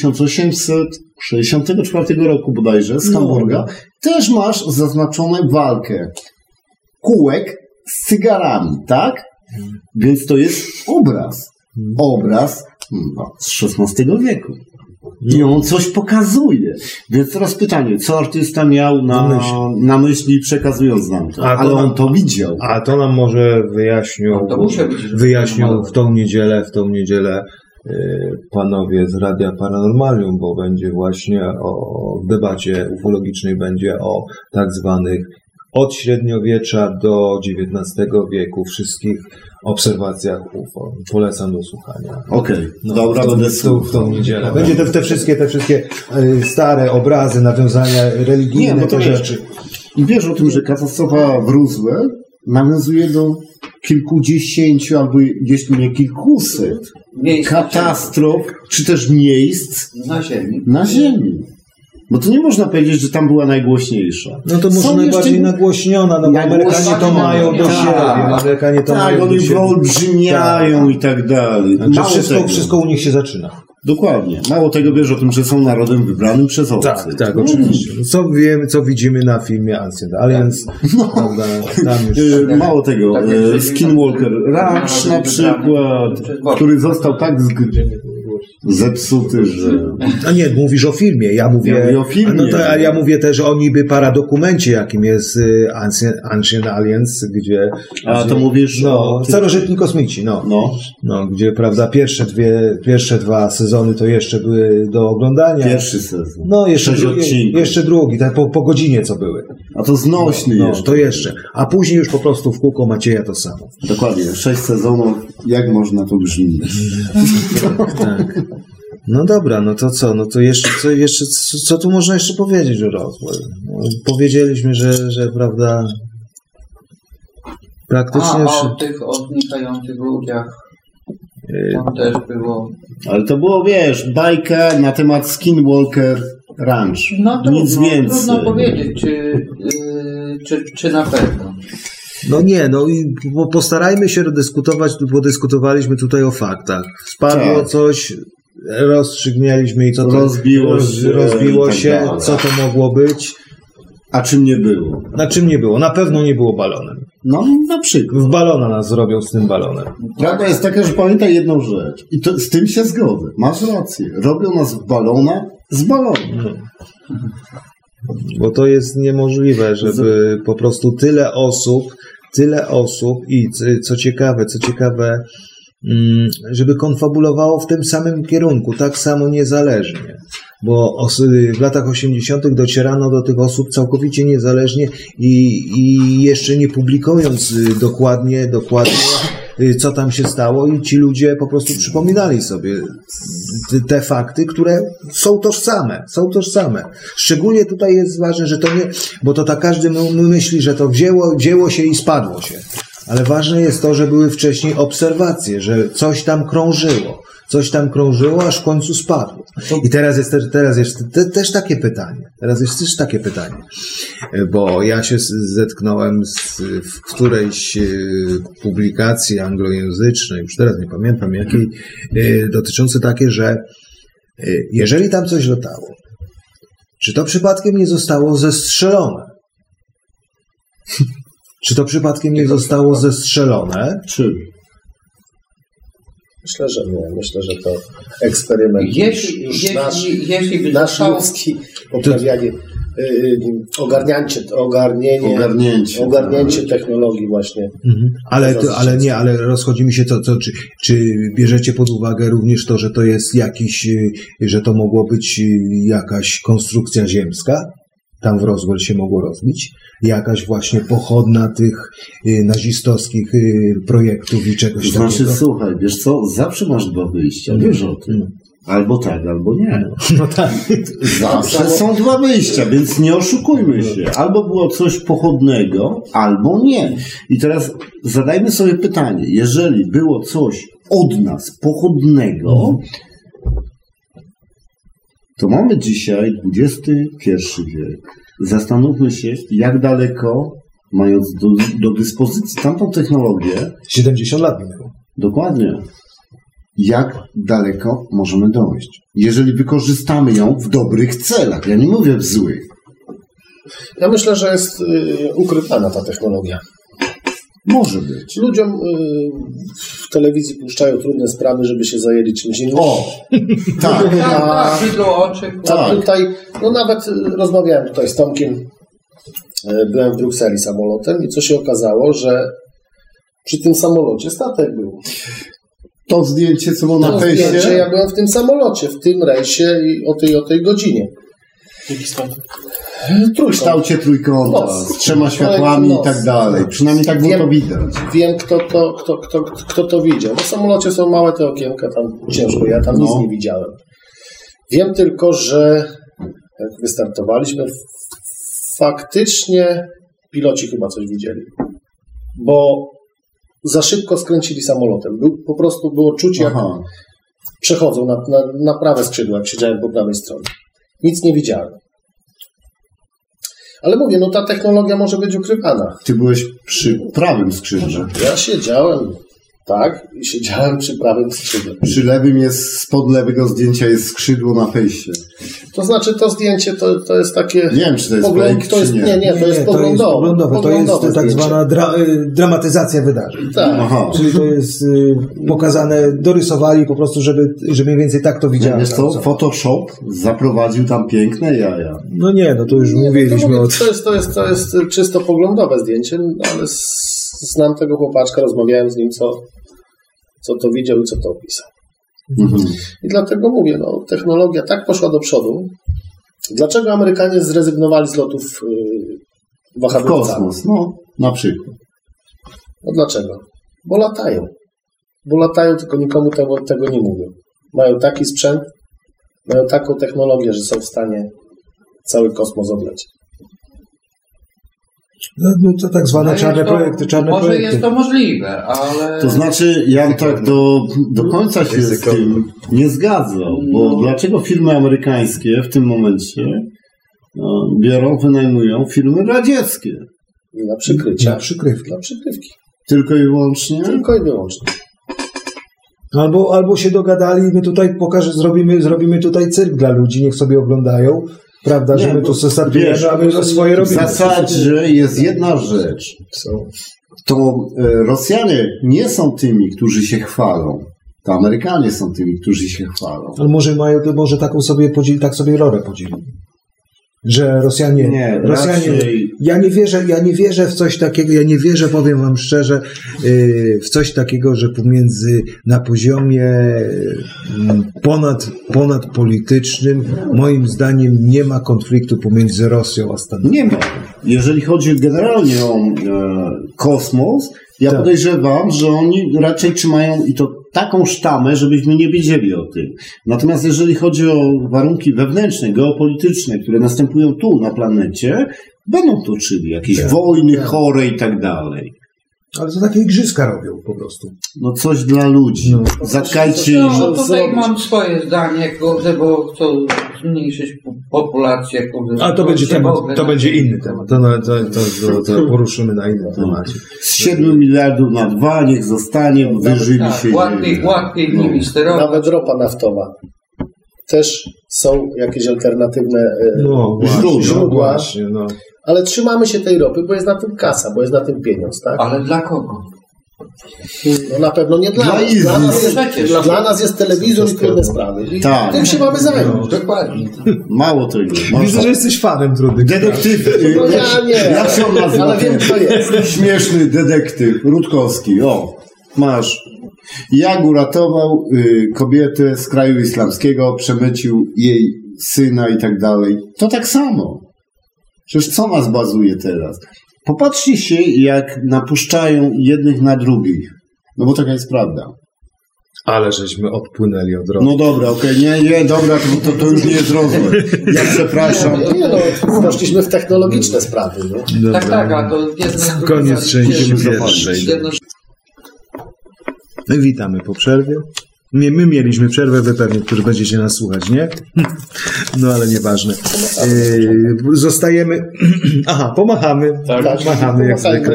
1864 roku bodajże, z Hamburga, też masz zaznaczoną walkę kółek z cygarami, tak? Więc to jest obraz z XVI wieku. I on coś pokazuje. Więc teraz pytanie, co artysta miał na myśli przekazując nam to? Ale on to widział. A to nam może wyjaśnią w tą niedzielę panowie z Radia Paranormalium, bo będzie właśnie w debacie ufologicznej będzie o tak zwanych od średniowiecza do XIX wieku wszystkich obserwacjach UFO. Polecam do słuchania. Okej, dobra, będę w tą niedzielę. Będzie te wszystkie stare obrazy, nawiązania religijne, te rzeczy. I wiesz o tym, że katastrofa w Roswell nawiązuje do kilkudziesięciu, albo jeśli nie kilkuset katastrof, czy też miejsc na Ziemi. Bo to nie można powiedzieć, że tam była najgłośniejsza. No to może najbardziej nagłośniona, bo Amerykanie to mają do siebie. Oni wyolbrzymiają i tak dalej. Wszystko u nich się zaczyna. Dokładnie. Mało tego, wiesz o tym, że są narodem wybranym przez obcych. Tak, oczywiście. Co widzimy na filmie Ancient Aliens. Mało tego. Skinwalker Ranch na przykład, który został tak zepsuty, że... A nie, mówisz o filmie. Ja mówię o filmie. No to, ja mówię też o niby paradokumencie, jakim jest Ancient Aliens, gdzie... to mówisz Starożytni kosmici, gdzie, prawda, pierwsze 2 sezony to jeszcze były do oglądania. Pierwszy sezon. No, jeszcze drugi, po godzinie co były. A to znośny jeszcze. To jeszcze. A później już po prostu w kółko Macieja to samo. Dokładnie. 6 sezonów. Jak można to brzmi? Tak. No dobra, no to co? No to co tu można jeszcze powiedzieć o Roswell? Powiedzieliśmy, że prawda, praktycznie... o tych znikających ludziach tam też było... Ale to było, wiesz, bajka na temat Skinwalker Ranch. No Nic więcej. trudno powiedzieć, czy na pewno. No nie, no i postarajmy się podyskutowaliśmy tutaj o faktach. Spadło Tak. coś, rozstrzygnęliśmy i co to rozbiło się, tak co to mogło być. A czym nie było? Na czym nie było? Na pewno nie było balonem. No, na przykład. W balona nas zrobią z tym balonem. Prawda jest taka, że pamiętaj jedną rzecz. I to, z tym się zgodzę. Masz rację. Robią nas w balona z balonu. Bo to jest niemożliwe, żeby po prostu tyle osób i co ciekawe, żeby konfabulowało w tym samym kierunku, tak samo niezależnie. Bo w latach 80. docierano do tych osób całkowicie niezależnie i jeszcze nie publikując dokładnie co tam się stało, i ci ludzie po prostu przypominali sobie te fakty, które są tożsame. Szczególnie tutaj jest ważne, że to nie, bo to tak każdy myśli, że to wzięło się i spadło się. Ale ważne jest to, że były wcześniej obserwacje, że coś tam krążyło, aż w końcu spadło. I teraz jest też takie pytanie. Bo ja się zetknąłem w którejś publikacji anglojęzycznej, już teraz nie pamiętam jakiej, dotyczące takie, że jeżeli tam coś latało, czy to przypadkiem nie zostało zestrzelone? Czy to przypadkiem nie zostało zestrzelone? Czym? Myślę, że nie. Myślę, że to eksperyment. Jeśli nasz ludzki poprawianie, ogarnięcie technologii właśnie. Ale rozchodzi mi się czy bierzecie pod uwagę również to, że to jest że to mogło być jakaś konstrukcja ziemska? Tam w Roswell się mogło rozbić? Jakaś właśnie pochodna tych nazistowskich projektów i czegoś takiego? Znaczy, słuchaj, wiesz co? Zawsze masz dwa wyjścia, wiesz o tym. Albo tak, albo nie. No tak. Zawsze są dwa wyjścia, więc nie oszukujmy się. Albo było coś pochodnego, albo nie. I teraz zadajmy sobie pytanie. Jeżeli było coś od nas pochodnego, to mamy dzisiaj XXI wiek. Zastanówmy się, jak daleko, mając do dyspozycji tamtą technologię, 70 lat minęło. dokładnie, jak daleko możemy dojść. Jeżeli wykorzystamy ją w dobrych celach, ja nie mówię w złych. Ja myślę, że jest ukrywana ta technologia. Może być. Ludziom w telewizji puszczają trudne sprawy, żeby się zajęli czymś innym. O! Tak. A tutaj, no nawet rozmawiałem tutaj z Tomkiem, byłem w Brukseli samolotem i co się okazało, że przy tym samolocie statek był. To zdjęcie, co było na fejsie. Ja byłem w tym samolocie, w tym rejsie i o tej godzinie. W kształcie trójkąta, z 3 światłami i tak dalej. Przynajmniej tak było to widać. Wiem, kto to widział. W samolocie są małe te okienka, tam ciężko, ja tam nic nie widziałem. Wiem tylko, że jak wystartowaliśmy, faktycznie piloci chyba coś widzieli. Bo za szybko skręcili samolotem. Po prostu było czuć, jak przechodzą na prawe skrzydło, jak siedziałem po prawej stronie. Nic nie widziałem. Ale mówię, no ta technologia może być ukrywana. Ty byłeś przy prawym skrzydle. Ja siedziałem, tak, i siedziałem przy prawym skrzydle. Przy lewym jest, spod lewego zdjęcia jest skrzydło na fejsie. To znaczy to zdjęcie to jest takie... Nie wiem, czy to jest fake, czy nie. Nie, to jest poglądowe. To jest tak zwana dramatyzacja wydarzeń. Tak. Czyli to jest pokazane, dorysowali po prostu, żeby mniej więcej tak to widziałem. Wiesz co, Photoshop zaprowadził tam piękne jaja. No nie, no to już mówiliśmy o... To jest czysto poglądowe zdjęcie, ale znam tego chłopaczka, rozmawiałem z nim, co to widział i co to opisał. I dlatego mówię, no, technologia tak poszła do przodu. Dlaczego Amerykanie zrezygnowali z lotów wahadłowcami? W kosmos, no, na przykład. No dlaczego? Bo latają, tylko nikomu tego nie mówią. Mają taki sprzęt, mają taką technologię, że są w stanie cały kosmos oblecieć. No to tak zwane czarne projekty. Może jest to możliwe, ale... To znaczy, ja tak do końca się z tym nie zgadzam, bo dlaczego firmy amerykańskie w tym momencie wynajmują firmy radzieckie? Na przykrycie. Na przykrywki. Dla przykrywki. Tylko i wyłącznie? Tylko i wyłącznie. Albo się dogadali, my tutaj zrobimy tutaj cyrk dla ludzi, niech sobie oglądają, prawda, że my tu startujemy, a my swoje robimy. W zasadzie jest jedna rzecz. To Rosjanie nie są tymi, którzy się chwalą. To Amerykanie są tymi, którzy się chwalą. Ale może taką sobie tak sobie rolę podzielili. Że Rosjanie, raczej... ja nie wierzę w coś takiego, powiem wam szczerze, w coś takiego, że na poziomie ponadpolitycznym, moim zdaniem nie ma konfliktu pomiędzy Rosją a Stanami. Nie ma. Jeżeli chodzi generalnie o kosmos, ja podejrzewam, że oni raczej trzymają i to taką sztamę, żebyśmy nie wiedzieli o tym. Natomiast jeżeli chodzi o warunki wewnętrzne, geopolityczne, które następują tu na planecie, będą toczyli jakieś wojny chore i tak dalej. Ale to takie igrzyska robią po prostu. No coś dla ludzi. Zatkajcie im. No tutaj mam swoje zdanie, kurde, bo chcą zmniejszyć populację. Kurde, a to będzie inny temat. To poruszymy na innym temacie. Z 7 miliardów na 2 niech zostanie, wyżywi się. Łatwiej nimi sterować. Nawet ropa naftowa. Też są jakieś alternatywne źródła. Właśnie. Ale trzymamy się tej ropy, bo jest na tym kasa, bo jest na tym pieniądz, tak? Ale dla kogo? No na pewno nie dla nas. Dla nas jest telewizor i trudne sprawy. I tym się mamy zająć. Dokładnie. Mało tego. Widzę, że jesteś fanem trudnych. Detektyw. No ja nie. Jak się on nazywa? Ale wiem, kto jest. Śmieszny detektyw. Rutkowski. O, masz. Jak uratował kobietę z kraju islamskiego, przemycił jej syna i tak dalej. To tak samo. Przecież co nas bazuje teraz? Popatrzcie się, jak napuszczają jednych na drugich. No bo taka jest prawda. Ale żeśmy odpłynęli od drogi. No dobra, okej, nie, dobra, to już nie jest rozwój. Ja przepraszam. Poszliśmy w technologiczne sprawy. No. Tak, a to jest... Koniec części pierwszej. Witamy po przerwie. My mieliśmy przerwę, wy pewnie, którzy będziecie nas słuchać, nie? No ale nieważne. Zostajemy... Aha, pomachamy. Tak, machamy jak zwykle.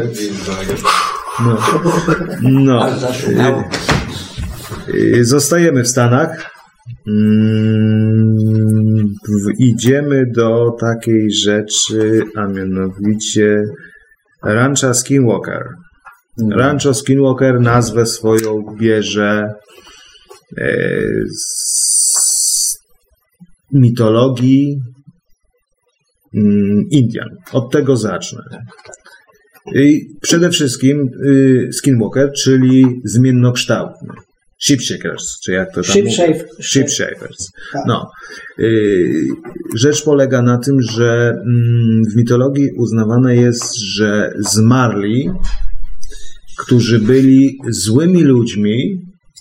No. Zostajemy w Stanach. Idziemy do takiej rzeczy, a mianowicie Rancha Skinwalker. Rancho Skinwalker nazwę swoją bierze z mitologii Indian. Od tego zacznę. I przede wszystkim Skinwalker, czyli zmiennokształtny. Sheepshakers, czy jak to tam Sheepshakers. No. Rzecz polega na tym, że w mitologii uznawane jest, że zmarli, którzy byli złymi ludźmi,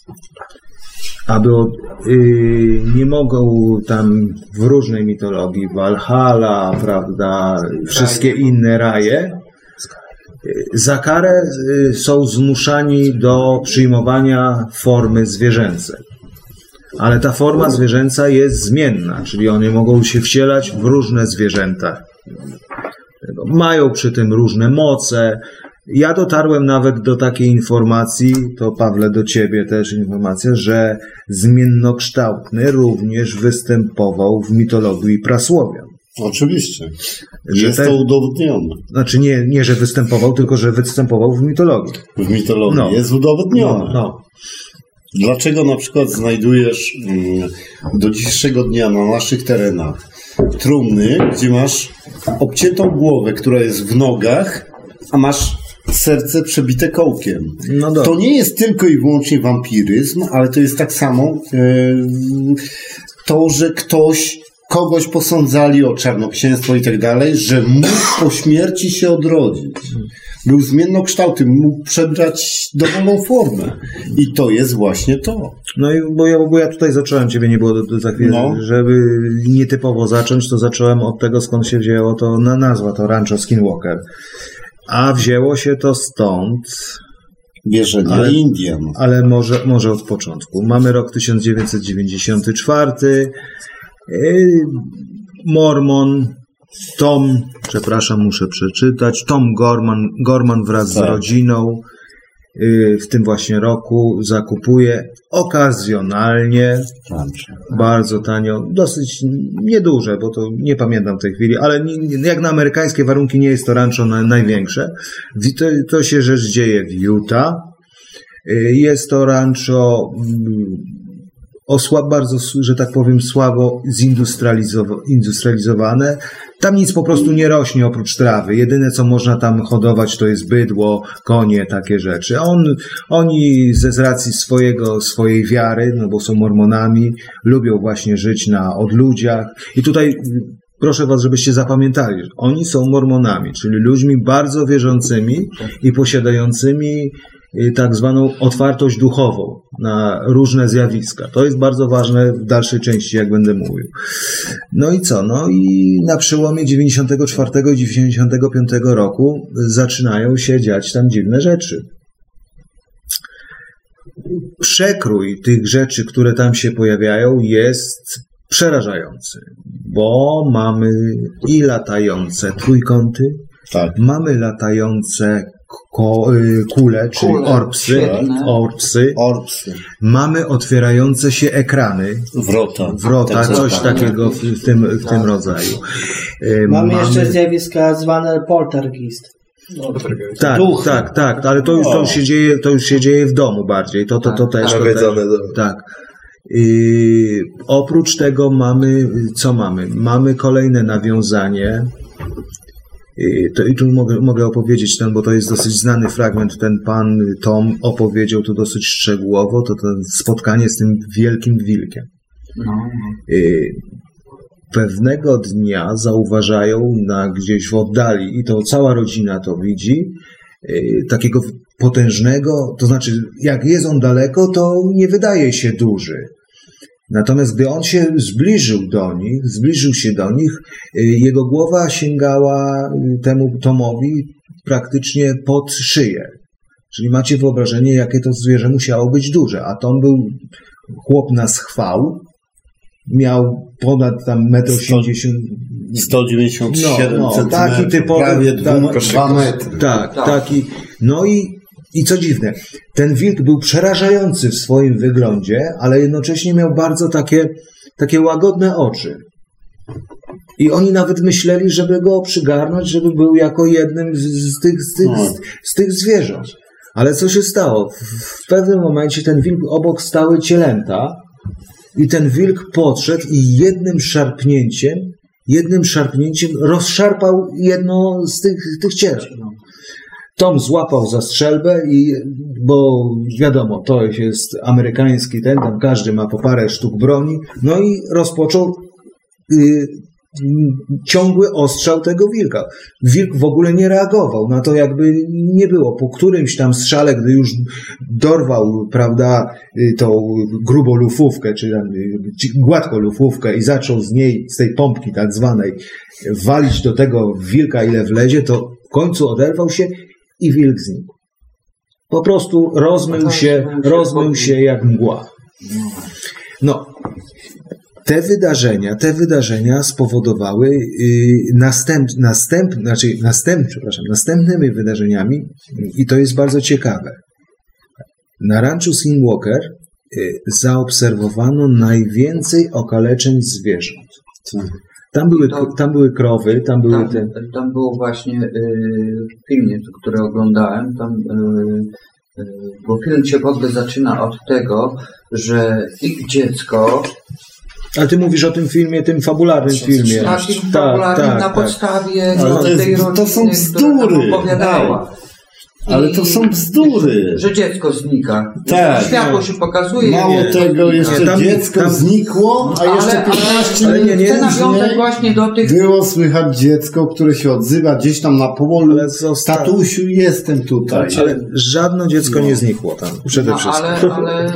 nie mogą tam w różnej mitologii, Walhalla, prawda, wszystkie inne raje, za karę są zmuszani do przyjmowania formy zwierzęcej. Ale ta forma zwierzęca jest zmienna, czyli one mogą się wcielać w różne zwierzęta. Mają przy tym różne moce. Ja dotarłem nawet do takiej informacji, to Pawle do ciebie też informacja, że zmiennokształtny również występował w mitologii prasłowian. Oczywiście. Jest to udowodnione. Znaczy nie, że występował, tylko że występował w mitologii. W mitologii jest udowodnione. No. Dlaczego na przykład znajdujesz do dzisiejszego dnia na naszych terenach trumny, gdzie masz obciętą głowę, która jest w nogach, a masz serce przebite kołkiem. To nie jest tylko i wyłącznie wampiryzm, ale to jest tak samo to, że kogoś posądzali o czarnoksięstwo i tak dalej, że mógł po śmierci się odrodzić. Był zmiennokształtym, mógł przebrać dowolną formę. I to jest właśnie to. No i bo ja tutaj zacząłem, ciebie nie było za chwilę, żeby nietypowo zacząć, to zacząłem od tego, skąd się wzięło to nazwa, to Rancho Skinwalker. A wzięło się to stąd... Wierzenia Indian. Ale może od początku. Mamy rok 1994. Mormon Tom, muszę przeczytać, Tom Gorman wraz z rodziną w tym właśnie roku zakupuje okazjonalnie, bardzo tanio, dosyć nieduże, bo to nie pamiętam w tej chwili, ale jak na amerykańskie warunki nie jest to rancho największe. To się rzecz dzieje w Utah. Jest to rancho bardzo, że tak powiem, słabo zindustrializowane. Tam nic po prostu nie rośnie oprócz trawy. Jedyne, co można tam hodować, to jest bydło, konie, takie rzeczy. Oni z racji swojej wiary, no bo są mormonami, lubią właśnie żyć na odludziach. I tutaj proszę was, żebyście zapamiętali, że oni są mormonami, czyli ludźmi bardzo wierzącymi i posiadającymi tak zwaną otwartość duchową na różne zjawiska. To jest bardzo ważne w dalszej części, jak będę mówił. No i co? No i na przełomie 94 i 95 roku zaczynają się dziać tam dziwne rzeczy. Przekrój tych rzeczy, które tam się pojawiają, jest przerażający, bo mamy i latające trójkąty, mamy latające kule, czyli orbsy. Mamy otwierające się ekrany. Wrota, coś takiego w tym rodzaju. Mamy jeszcze zjawiska zwane poltergeist. Tak, ale to już się dzieje w domu bardziej. To też. Tak. Oprócz tego mamy kolejne nawiązanie. I tu mogę opowiedzieć bo to jest dosyć znany fragment. Ten pan Tom opowiedział to dosyć szczegółowo, to spotkanie z tym wielkim wilkiem. Pewnego dnia zauważają gdzieś w oddali, i to cała rodzina to widzi, takiego potężnego, to znaczy jak jest on daleko, to nie wydaje się duży. Natomiast gdy on się zbliżył się do nich, jego głowa sięgała temu Tomowi praktycznie pod szyję. Czyli macie wyobrażenie, jakie to zwierzę musiało być duże. A Tom był chłop na schwał, miał ponad tam 1,80 m. 197 cm. Taki typowy. Prawie 2 metry. Tak, taki. No i co dziwne, ten wilk był przerażający w swoim wyglądzie, ale jednocześnie miał bardzo takie łagodne oczy. I oni nawet myśleli, żeby go przygarnąć, żeby był jako jednym z tych zwierząt. Ale co się stało? W pewnym momencie ten wilk obok stały cielęta i ten wilk podszedł i jednym szarpnięciem rozszarpał jedno z tych cielęt. Tom złapał za strzelbę bo wiadomo, to jest amerykański tam każdy ma po parę sztuk broni, no i rozpoczął ciągły ostrzał tego wilka. Wilk w ogóle nie reagował na to, jakby nie było. Po którymś tam strzale, gdy już dorwał, prawda, tą grubą lufówkę, czy gładką lufówkę i zaczął z tej pompki tak zwanej walić do tego wilka, ile wlezie, to w końcu oderwał się i wilk znikł. Po prostu rozmył się jak mgła. No, te wydarzenia spowodowały następnymi wydarzeniami, i to jest bardzo ciekawe. Na Ranchu Skinwalker zaobserwowano najwięcej okaleczeń zwierząt. Tam były krowy, tam było właśnie w filmie, który oglądałem, bo film się w ogóle zaczyna od tego, że ich dziecko... Ale ty mówisz o tym filmie, tym fabularnym filmie. Takim fabularnym na podstawie tej rodziny, to są bzdury. Opowiadała. Ale to są bzdury. Że dziecko znika. Tak. Światło się pokazuje. Mało tego, jeszcze dziecko znikło, a jeszcze 15 minut chcę nawiązać właśnie do tych... było słychać dziecko, które się odzywa gdzieś tam na polu. Tatusiu, jestem tutaj. Ale żadne dziecko nie znikło tam, przede wszystkim. Ale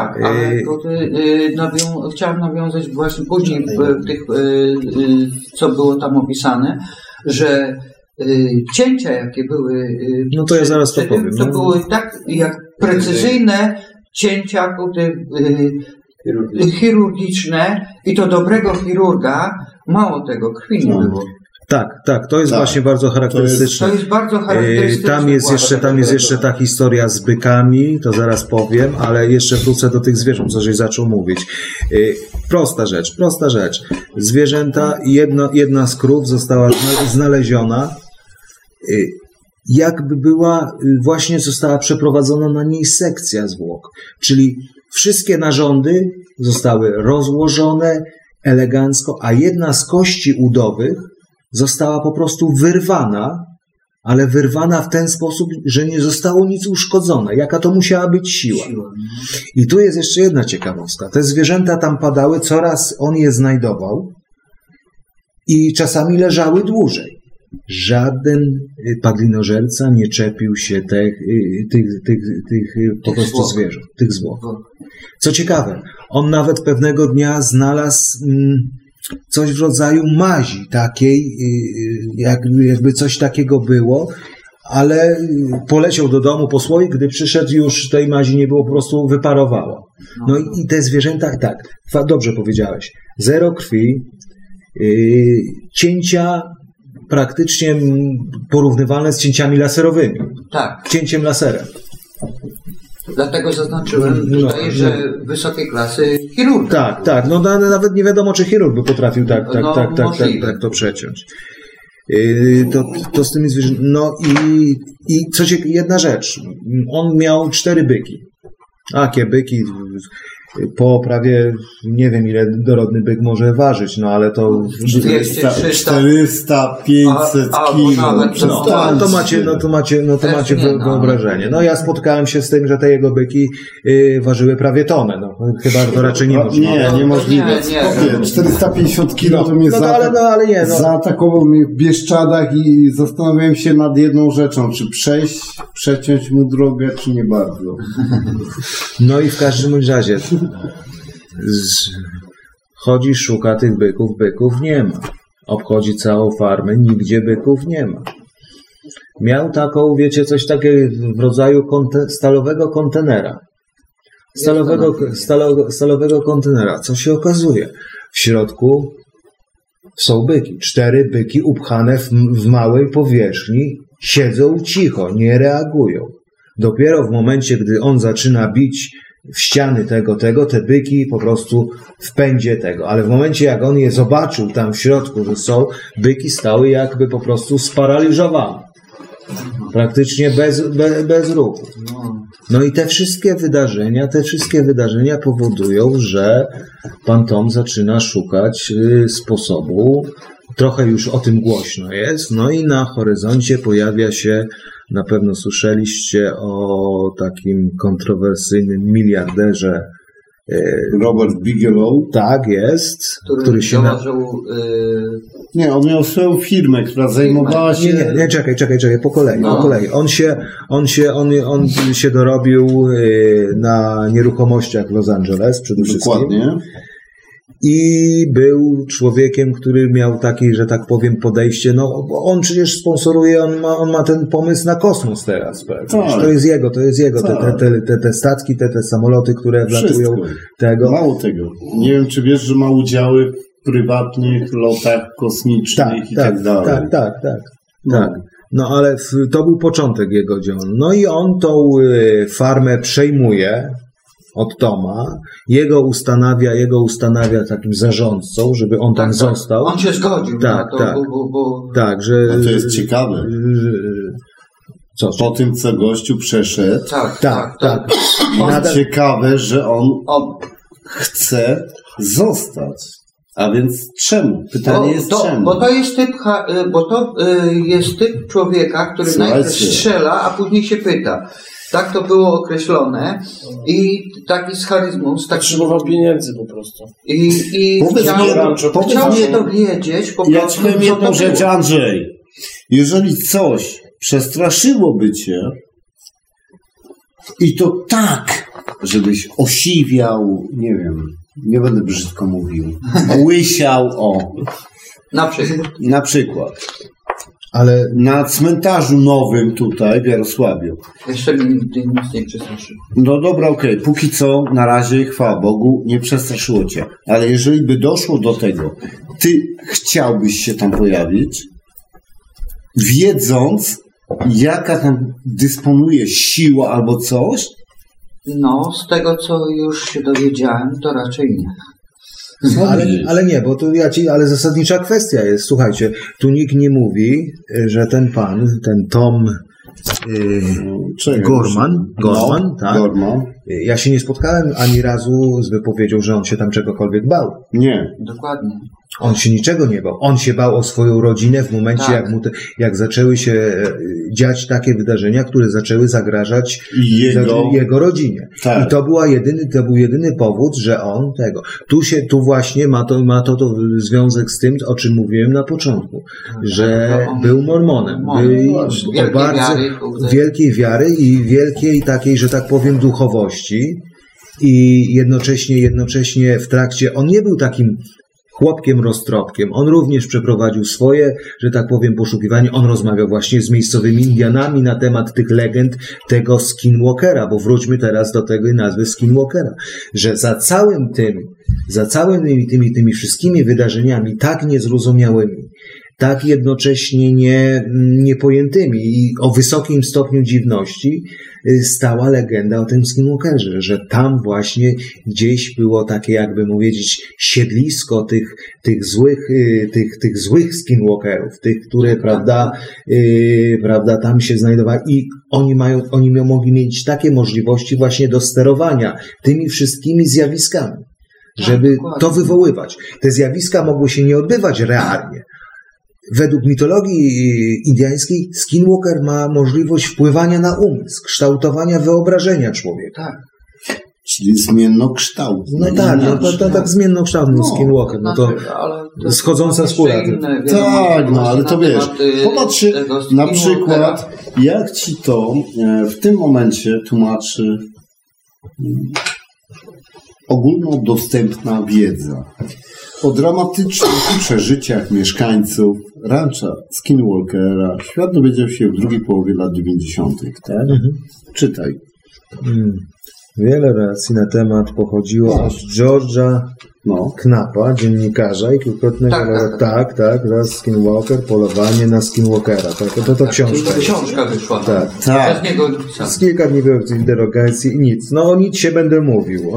chciałem nawiązać właśnie później w tych, co było tam opisane, że cięcia, jakie były... No to ja zaraz to powiem. To były tak jak precyzyjne cięcia chirurgiczne i to dobrego chirurga, mało tego, krwi nie było. Tak, to jest właśnie bardzo charakterystyczne. To jest bardzo charakterystyczne. Tam jest jeszcze ta historia z bykami, to zaraz powiem, ale jeszcze wrócę do tych zwierząt, co żeś zaczął mówić. Prosta rzecz. Zwierzęta, jedna z krów została znaleziona, jakby właśnie została przeprowadzona na niej sekcja zwłok. Czyli wszystkie narządy zostały rozłożone elegancko, a jedna z kości udowych została po prostu wyrwana, ale wyrwana w ten sposób, że nie zostało nic uszkodzone. Jaka to musiała być siła. I tu jest jeszcze jedna ciekawostka. Te zwierzęta tam padały, coraz on je znajdował i czasami leżały dłużej. Żaden padlinożerca nie czepił się tych po prostu zwierząt, tych zwłok. Co ciekawe, on nawet pewnego dnia znalazł coś w rodzaju mazi takiej, jakby coś takiego było, ale poleciał do domu po słoik, gdy przyszedł, już tej mazi nie było, po prostu wyparowała. No i te zwierzęta, tak, dobrze powiedziałeś, zero krwi, cięcia praktycznie porównywalne z cięciami laserowymi. Tak. Cięciem laserem. Dlatego zaznaczyłem tutaj, że wysokiej klasy chirurg. Tak. No nawet nie wiadomo, czy chirurg by potrafił tak to przeciąć. To z tymi zwierzętami. No i jedna rzecz. On miał 4 byki. Jakie byki? Po nie wiem ile dorodny byk może ważyć, no ale to 200, 400, 500 kilo. To macie wyobrażenie. No ja spotkałem się z tym, że te jego byki ważyły prawie tonę. No, chyba to raczej niemożliwe. Niemożliwe. 450 kilo to mnie zaatakował mnie w Bieszczadach i zastanawiałem się nad jedną rzeczą, czy przeciąć mu drogę, czy nie bardzo. No i w każdym razie chodzi, szuka tych byków nie ma. Obchodzi całą farmę, nigdzie byków nie ma. Miał taką, wiecie, coś takiego w rodzaju stalowego kontenera. Stalowego kontenera. Co się okazuje? W środku są byki. 4 byki upchane w małej powierzchni, siedzą cicho, nie reagują. Dopiero w momencie, gdy on zaczyna bić w ściany te byki po prostu w pędzie tego. Ale w momencie, jak on je zobaczył tam w środku, że są, byki stały jakby po prostu sparaliżowane. Praktycznie bez ruchu. No i te wszystkie wydarzenia powodują, że pan Tom zaczyna szukać sposobu. Trochę już o tym głośno jest. No i na horyzoncie pojawia się, na pewno słyszeliście o takim kontrowersyjnym miliarderze. Robert Bigelow. Tak, jest. Który się Nie, on miał swoją firmę, która zajmowała się... Nie, czekaj, po kolei. On się dorobił na nieruchomościach w Los Angeles przede wszystkim. Dokładnie. I był człowiekiem, który miał takie, że tak powiem, podejście, no bo on przecież sponsoruje, on ma ten pomysł na kosmos teraz. Tak. To jest jego, tak. te statki, te samoloty, które wlatują tego. Mało tego. Nie wiem, czy wiesz, że ma udziały w prywatnych lotach kosmicznych i tak dalej. Tak. No ale to był początek jego działalności. No i on tą farmę przejmuje od Toma, jego ustanawia takim zarządcą, żeby on tam został. On się zgodził. Tak, że... No to jest ciekawe. Po tym, co gościu przeszedł. Tak. Ciekawe, że on chce zostać. A więc czemu? Pytanie jest czemu? Bo to jest typ człowieka, który najpierw strzela, a później się pyta. Tak to było określone i taki z charyzmą. Potrzebował pieniędzy po prostu. I chciał się dowiedzieć. Ja ci powiem jedną rzecz, Andrzej. Jeżeli coś przestraszyłoby cię i to tak, żebyś osiwiał, nie wiem, nie będę brzydko mówił, łysiał, na przykład. Ale na cmentarzu nowym tutaj w Jarosławiu. Jeszcze mnie nigdy nic nie przestraszyło. No dobra, okej. Póki co, na razie, chwała Bogu, nie przestraszyło cię. Ale jeżeli by doszło do tego, ty chciałbyś się tam pojawić, wiedząc, jaka tam dysponuje siła albo coś? No, z tego co już się dowiedziałem, to raczej nie. Ale nie, bo tu ale zasadnicza kwestia jest, słuchajcie, tu nikt nie mówi, że ten pan, ten Tom Gorman, tak? Gorman. Ja się nie spotkałem ani razu z wypowiedzią, że on się tam czegokolwiek bał. Nie. Dokładnie. On się niczego nie bał. On się bał o swoją rodzinę w momencie, jak zaczęły się dziać takie wydarzenia, które zaczęły zagrażać jego rodzinie. Tak. I to był jedyny powód, że on tego. Tu właśnie ma to związek z tym, o czym mówiłem na początku, że był mormonem. Był o bardzo wielkiej wiary i wielkiej takiej, że tak powiem, duchowości. I jednocześnie w trakcie, on nie był takim chłopkiem roztropkiem. On również przeprowadził swoje, że tak powiem, poszukiwanie. On rozmawiał właśnie z miejscowymi Indianami na temat tych legend tego Skinwalkera, bo wróćmy teraz do tego nazwy Skinwalkera, że za całymi tymi wszystkimi wydarzeniami tak niezrozumiałymi, tak jednocześnie niepojętymi i o wysokim stopniu dziwności stała legenda o tym Skinwalkerze, że tam właśnie gdzieś było takie, jakby powiedzieć, siedlisko tych złych Skinwalkerów, tych, które, prawda, tam się znajdowały i oni mogli mieć takie możliwości właśnie do sterowania tymi wszystkimi zjawiskami, żeby to wywoływać. Te zjawiska mogły się nie odbywać realnie. Według mitologii indiańskiej Skinwalker ma możliwość wpływania na umysł, kształtowania wyobrażenia człowieka. Tak. Czyli zmiennokształtny. No tak, tak zmiennokształtny Skinwalker. No to schodząca skóra. Tak, ale to wiesz, popatrzcie na przykład, jak ci to w tym momencie tłumaczy ogólnodostępna wiedza o dramatycznych przeżyciach mieszkańców rancza Skinwalkera. Świat dowiedział się w drugiej połowie lat 90., tak? Czytaj. Wiele relacji na temat pochodziło od George'a Knappa, dziennikarza i kilkukrotnego raz Skinwalker, polowanie na Skinwalkera. To książka. Książka wyszła. Tak. Z kilka dni było interrogacji i nic. O nic się będzie mówił.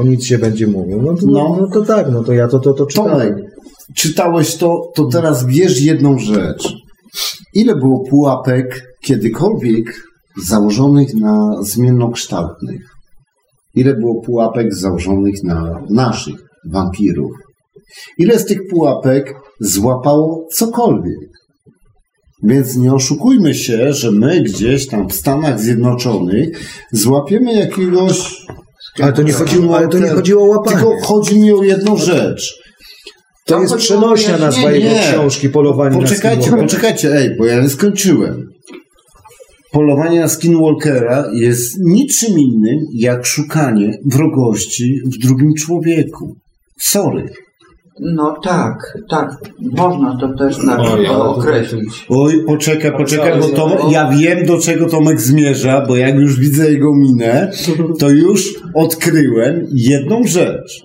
To ja to czytałem. Tomek, czytałeś to teraz wiesz jedną rzecz. Ile było pułapek kiedykolwiek założonych na zmiennokształtnych? Ile było pułapek założonych na naszych wampirów? Ile z tych pułapek złapało cokolwiek? Więc nie oszukujmy się, że my gdzieś tam w Stanach Zjednoczonych złapiemy jakiegoś... Ale to nie chodziło o łapanie. Tylko chodzi mi o jedną rzecz. To jest przenośnia nazwa jego książki Polowanie na Skinwalkera. Poczekajcie, bo ja nie skończyłem. Polowanie na Skinwalkera jest niczym innym jak szukanie wrogości w drugim człowieku. Sorry. No tak. Można to też określić. Oj, poczekaj, bo ja wiem, do czego Tomek zmierza, bo jak już widzę jego minę, to już odkryłem jedną rzecz.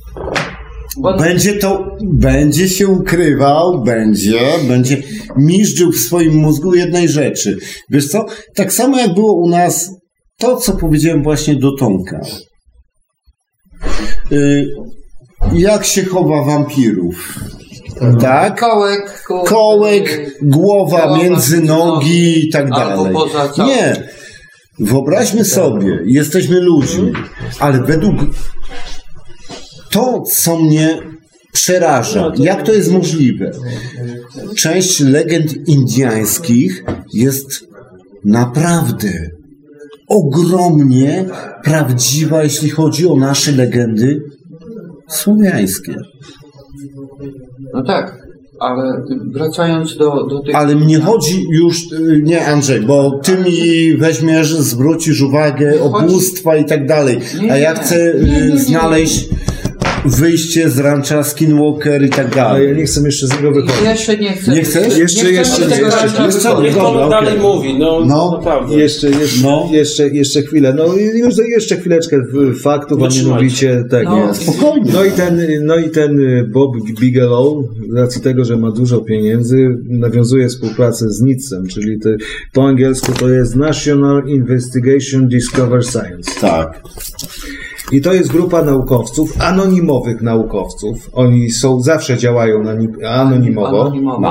Będzie się ukrywał, będzie miżdżył w swoim mózgu jednej rzeczy. Wiesz co? Tak samo jak było u nas to, co powiedziałem właśnie do Tomka. Jak się chowa wampirów? Tak? Kołek, głowa między nogi i tak dalej. Nie. Wyobraźmy sobie, jesteśmy ludźmi, ale według to, co mnie przeraża. Jak to jest możliwe? Część legend indyjskich jest naprawdę ogromnie prawdziwa, jeśli chodzi o nasze legendy słowiańskie. No tak, ale wracając do tych... Ale mnie chodzi już, nie Andrzej, bo ty mi weźmiesz, zwrócisz uwagę obóstwa i tak dalej, a ja chcę znaleźć wyjście z rancha Skinwalker i tak dalej. Ale ja nie chcę jeszcze z niego wychodzić. Jeszcze nie chcę. Nie chcesz? Niech dalej mówi, naprawdę. Jeszcze chwilę. No jeszcze chwileczkę faktów, a mianowicie tego. Spokojnie. No i ten Bob Bigelow, z racji tego, że ma dużo pieniędzy, nawiązuje współpracę z NICEM, czyli po angielsku to jest National Investigation Discover Science. Tak. I to jest grupa naukowców, anonimowych naukowców. Oni zawsze działają anonimowo.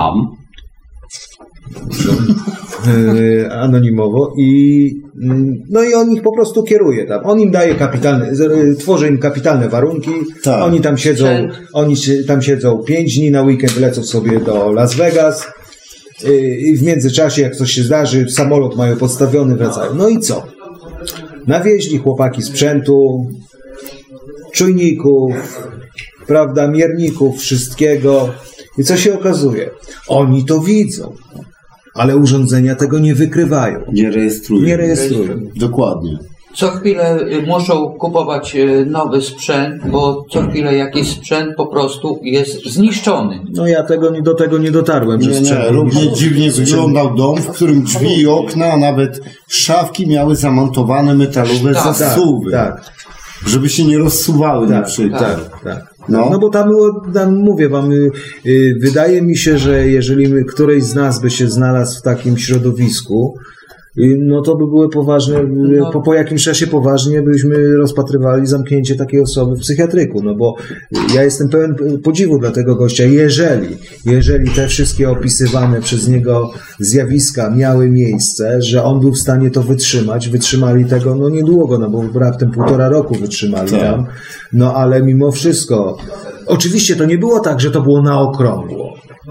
Anonimowo i on ich po prostu kieruje tam. On im daje tworzy im kapitalne warunki. Tak. Oni tam siedzą 5 dni, na weekend lecą sobie do Las Vegas i w międzyczasie, jak coś się zdarzy, samolot mają podstawiony, wracają. No i co? Nawieźli chłopaki sprzętu, czujników, prawda, mierników, wszystkiego. I co się okazuje? Oni to widzą, ale urządzenia tego nie wykrywają. Nie rejestrują. Dokładnie. Co chwilę muszą kupować nowy sprzęt, bo co chwilę jakiś sprzęt po prostu jest zniszczony. No ja do tego nie dotarłem. Równie dziwnie wyglądał dom, w którym drzwi i okna, a nawet szafki miały zamontowane metalowe zasuwy. Tak. Żeby się nie rozsuwały na przykład. Tak. No bo tam mówię wam, wydaje mi się, że jeżeli któryś z nas by się znalazł w takim środowisku, no to by były poważne, po jakimś czasie poważnie byśmy rozpatrywali zamknięcie takiej osoby w psychiatryku, no bo ja jestem pełen podziwu dla tego gościa, jeżeli te wszystkie opisywane przez niego zjawiska miały miejsce, że on był w stanie to wytrzymali tego, niedługo, bo raptem 1,5 roku wytrzymali tam, ale mimo wszystko, oczywiście to nie było tak, że to było na okrągło.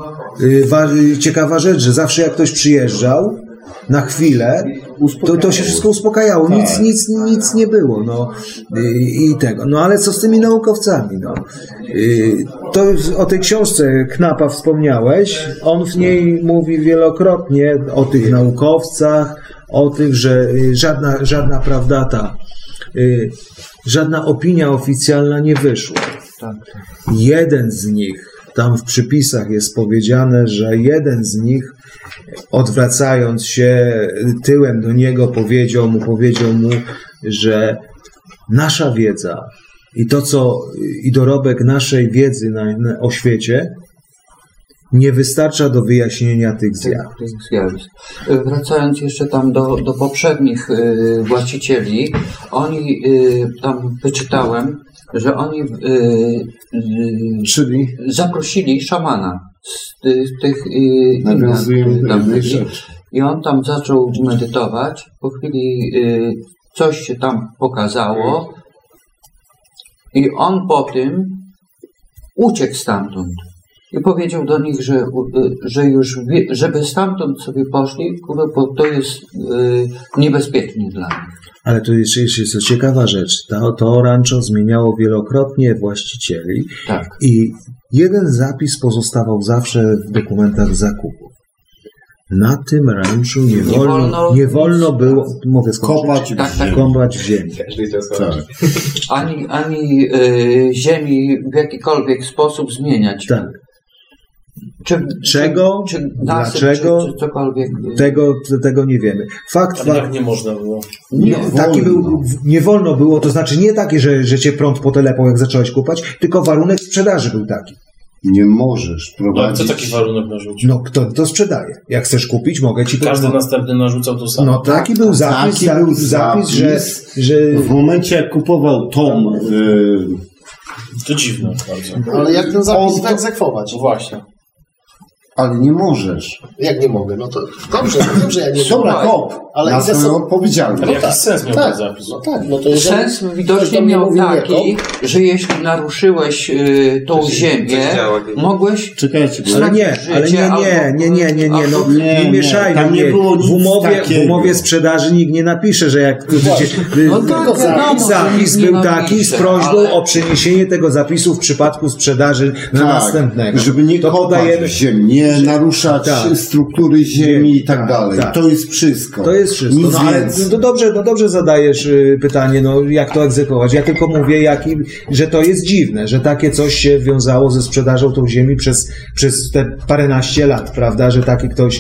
Ciekawa rzecz, że zawsze jak ktoś przyjeżdżał na chwilę, to się wszystko uspokajało, nic nie było, i tego. Ale co z tymi naukowcami, to o tej książce Knapa wspomniałeś, on w niej mówi wielokrotnie o tych naukowcach, o tych, że żadna prawda żadna opinia oficjalna nie wyszła. Jeden z nich, tam w przypisach jest powiedziane, że jeden z nich, odwracając się tyłem do niego, powiedział mu, że nasza wiedza i dorobek naszej wiedzy o świecie nie wystarcza do wyjaśnienia tych zjawisk. Wracając jeszcze tam do poprzednich właścicieli, oni tam wyczytałem, że oni zaprosili szamana z tych i on tam zaczął medytować. Po chwili coś się tam pokazało i on po tym uciekł stamtąd i powiedział do nich, że już żeby stamtąd sobie poszli, bo to jest niebezpiecznie dla nich. Ale to jeszcze jest ciekawa rzecz. To rancho zmieniało wielokrotnie właścicieli i jeden zapis pozostawał zawsze w dokumentach zakupu. Na tym ranczu nie wolno było kopać w ziemi. Ani ziemi w jakikolwiek sposób zmieniać. Tak. Dlaczego? Czy cokolwiek? Tego nie wiemy. Fakt. Nie można było. Nie wolno było, to znaczy nie takie, że cię prąd potelepał, jak zacząłeś kupać, tylko warunek sprzedaży był taki. Nie możesz prowadzić. Co taki warunek narzucił? Kto to sprzedaje? Jak chcesz kupić, mogę ci... Każdy następny narzucał to samo. Taki był zapis, że... W momencie, jak kupował tom... To dziwne bardzo. Ale jak ten zapis wyegzekwować? No właśnie. Ale nie możesz. Jak nie mogę? No to dobrze, ja nie Dobra, kop. Ale na swoją odpowiedzialność. Ale jaki sens miał ten zapis? No tak, no to Sens widocznie miał taki, że jeśli naruszyłeś tą ziemię, mogłeś... Czekajcie, Ale nie, no nie mieszajmy. Tam nie było nic w umowie sprzedaży nikt nie napisze, że jak zapis był taki z prośbą o przeniesienie tego zapisu w przypadku sprzedaży na następnego. Żeby nie kopać ziemi, nie naruszać struktury ziemi i tak dalej. To jest wszystko. To jest wszystko. No, ale dobrze zadajesz pytanie, no jak to egzekwować. Ja tylko mówię, że to jest dziwne, że takie coś się wiązało ze sprzedażą tą ziemi przez te paręnaście lat, prawda, że taki ktoś...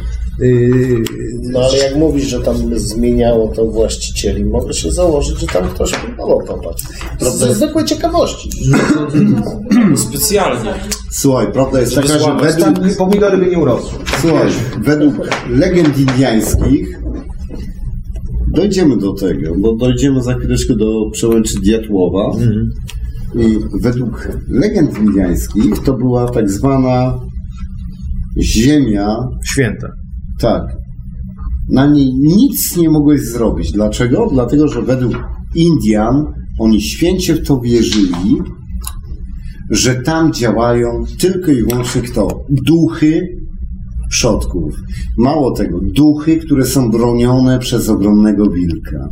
No ale jak mówisz, że tam zmieniało to właścicieli, mogę się założyć, że tam ktoś próbował kopać. Ze zwykłej ciekawości. Specjalnie. Słuchaj, prawda jest taka, że według... Pomidory by nie urosły. Słuchaj, według legend indiańskich dojdziemy do tego, bo dojdziemy za chwileczkę do przełęczy Diatłowa. I według legend indiańskich to była tak zwana ziemia święta. Tak. Na niej nic nie mogłeś zrobić. Dlaczego? Dlatego, że według Indian oni święcie w to wierzyli, że tam działają tylko i wyłącznie kto? Duchy przodków. Mało tego, duchy, które są bronione przez ogromnego wilka.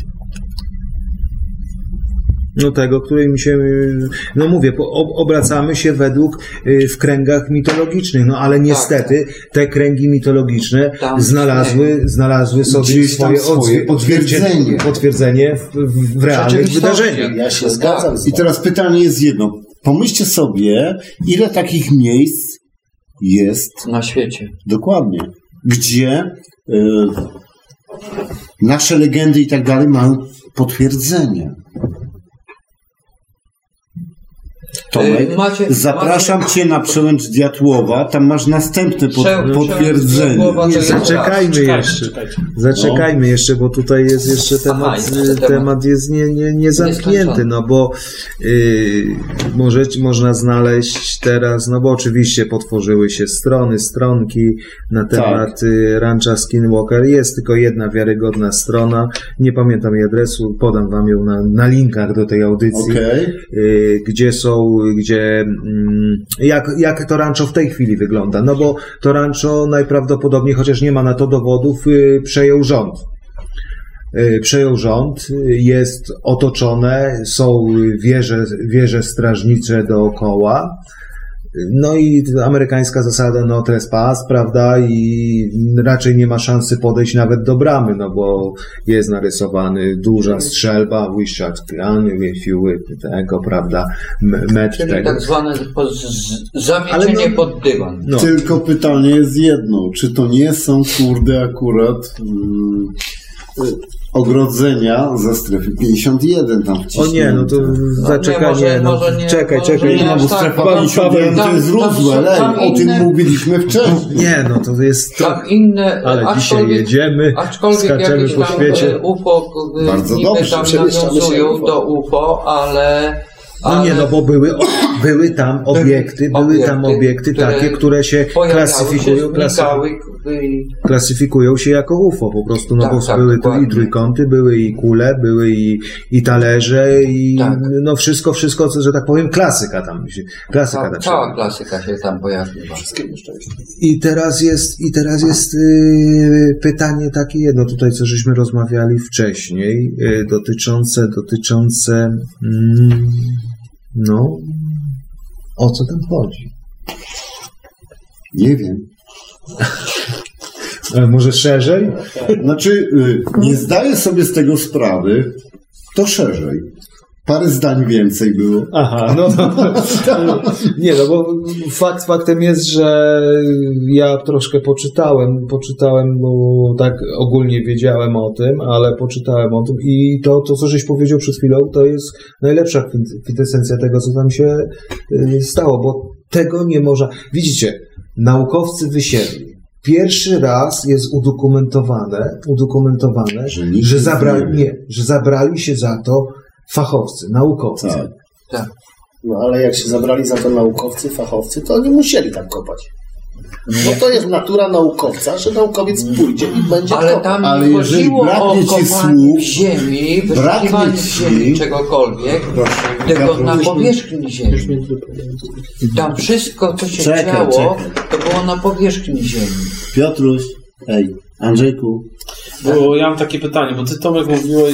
No tego, którym się, no mówię, obracamy się w kręgach mitologicznych, no ale niestety te kręgi mitologiczne znalazły sobie swoje potwierdzenie w realnych wydarzeniach. Ja się zgadzam. I teraz pytanie jest jedno. Pomyślcie sobie, ile takich miejsc jest na świecie. Dokładnie. Gdzie nasze legendy i tak dalej mają potwierdzenie. Tomek, zapraszam Cię na przełęcz Diatłowa, tam masz następne potwierdzenie. Zaczekajmy jeszcze, bo tutaj jest jeszcze temat jest nie zamknięty, no bo można znaleźć teraz, no bo oczywiście potworzyły się stronki na temat Rancha Skinwalker. Jest tylko jedna wiarygodna strona, nie pamiętam jej adresu, podam Wam ją na linkach do tej audycji, jak to rancho w tej chwili wygląda. No bo to rancho najprawdopodobniej, chociaż nie ma na to dowodów, przejął rząd, jest otoczone, są wieże strażnicze dookoła. No i amerykańska zasada no trespass, prawda, i raczej nie ma szansy podejść nawet do bramy, no bo jest narysowany duża strzelba, we shot gun, if you tego, prawda, metr czyli tego. Tak zwane zamiecienie pod dywan. No. Tylko pytanie jest jedno, czy to nie są akurat ogrodzenia ze strefy 51 tam wciśnięte. O nie, no to zaczekaj, czekaj. Bo strefa 51 to jest Roswell, o tym mówiliśmy wcześniej. Nie, no to jest tam inne, ale dzisiaj jedziemy, skaczemy po świecie. UFO bardzo dobrze tam nawiązują do UFO, ale nie, no bo były tam obiekty takie, które się klasyfikują się jako UFO po prostu, no bo były tu i trójkąty, były i kule, były i talerze i no wszystko, że tak powiem, klasyka tam się. Cała klasyka się tam pojawiła. I teraz jest pytanie takie jedno tutaj, co żeśmy rozmawiali wcześniej, dotyczące no, o co tam chodzi? Nie wiem. Ale może szerzej? Znaczy, nie zdaję sobie z tego sprawy, to szerzej. Parę zdań więcej było. Aha, no. Nie, no bo faktem jest, że ja troszkę poczytałem, bo tak ogólnie wiedziałem o tym, ale poczytałem o tym i to co żeś powiedział przed chwilą, to jest najlepsza kwintesencja tego, co tam się stało, bo tego nie można... Widzicie, naukowcy wysiedli. Pierwszy raz jest udokumentowane, że zabrali się za to fachowcy, naukowcy. Tak. No ale jak się zabrali za to naukowcy, fachowcy, to oni musieli tak kopać. No to jest natura naukowca, że naukowiec pójdzie i będzie ale tam nie chodziło o kopanie w ziemi, wyszukiwanie w ziemi czegokolwiek, tylko na powierzchni ziemi. Tam wszystko, co się działo, to było na powierzchni ziemi. Piotruś, Andrzejku. Bo ja mam takie pytanie, bo ty, Tomek, mówiłeś,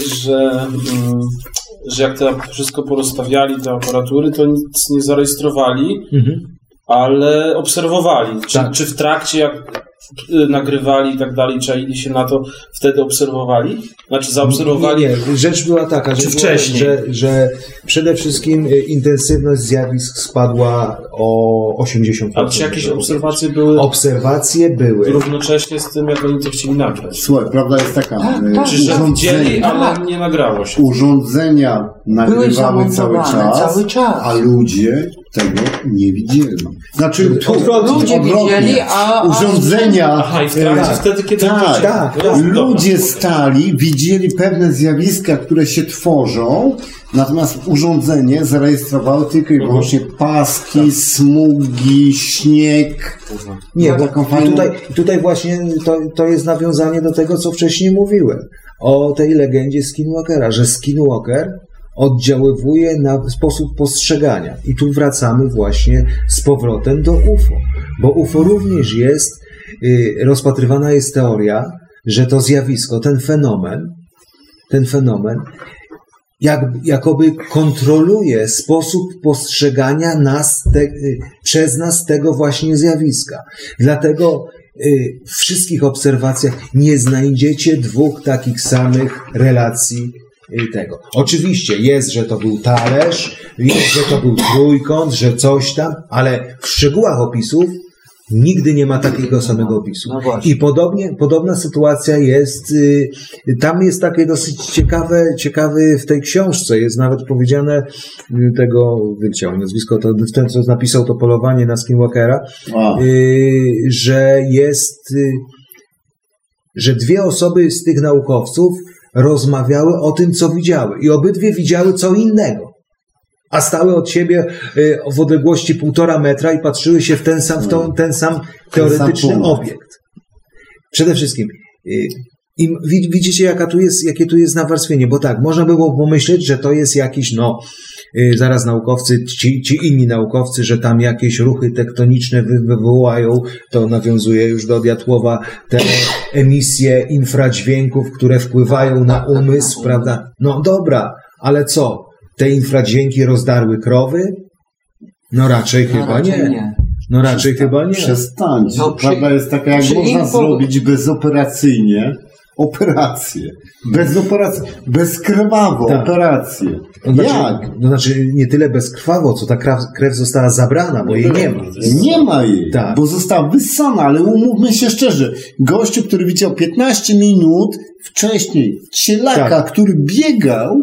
że jak to wszystko porozstawiali, te aparatury, to nic nie zarejestrowali, ale obserwowali. Czy w trakcie, jak nagrywali i tak dalej, czaili się na to, wtedy obserwowali? Znaczy zaobserwowali? Nie, rzecz była taka, że przede wszystkim intensywność zjawisk spadła o 80%. A czy jakieś obserwacje były? Obserwacje były. Równocześnie z tym, jak oni to chcieli nagrać. Słuchaj, prawda jest taka. Czy że widzieli, ale nie nagrało się. Urządzenia nagrywały cały czas, a ludzie tego nie widzieli. Znaczy, ludzie widzieli, a urządzenia. Aha, i w trakcie wtedy, kiedy ludzie stali, widzieli pewne zjawiska, które się tworzą, natomiast urządzenie zarejestrowało tylko i wyłącznie paski, smugi, śnieg. Nie, bo tutaj właśnie to jest nawiązanie do tego, co wcześniej mówiłem. O tej legendzie Skinwalkera, że Skinwalker oddziaływuje na sposób postrzegania. I tu wracamy właśnie z powrotem do UFO. Bo UFO również jest, rozpatrywana jest teoria, że to zjawisko, ten fenomen jakoby kontroluje sposób postrzegania przez nas tego właśnie zjawiska. Dlatego w wszystkich obserwacjach nie znajdziecie dwóch takich samych relacji tego. Oczywiście jest, że to był talerz, jest, że to był trójkąt, że coś tam, ale w szczegółach opisów nigdy nie ma takiego samego opisu. No I podobna sytuacja jest, tam jest takie dosyć ciekawe w tej książce, jest nawet powiedziane tego, wyciąłem nazwisko, to ten, co napisał to Polowanie na Skinwalkera, że dwie osoby z tych naukowców rozmawiały o tym, co widziały i obydwie widziały co innego. A stały od siebie w odległości 1,5 metra i patrzyły się w ten sam teoretyczny obiekt. Przede wszystkim widzicie, jakie tu jest nawarstwienie, bo tak, można było pomyśleć, że to jest jakiś, zaraz naukowcy, ci inni naukowcy, że tam jakieś ruchy tektoniczne wywołają, to nawiązuje już do Diatłowa, te emisje infradźwięków, które wpływają na umysł, prawda? No dobra, ale co? Te infradźwięki rozdarły krowy? No raczej chyba nie. No raczej chyba nie. Przestańcie. Prawda jest taka, jak można zrobić bezoperacyjnie operację. Bezkrwawo operację. Jak? To znaczy nie tyle bezkrwawo, co ta krew została zabrana, bo jej nie ma. Nie ma jej, bo została wyssana, ale umówmy się szczerze. Gościu, który widział 15 minut wcześniej cielaka, który biegał,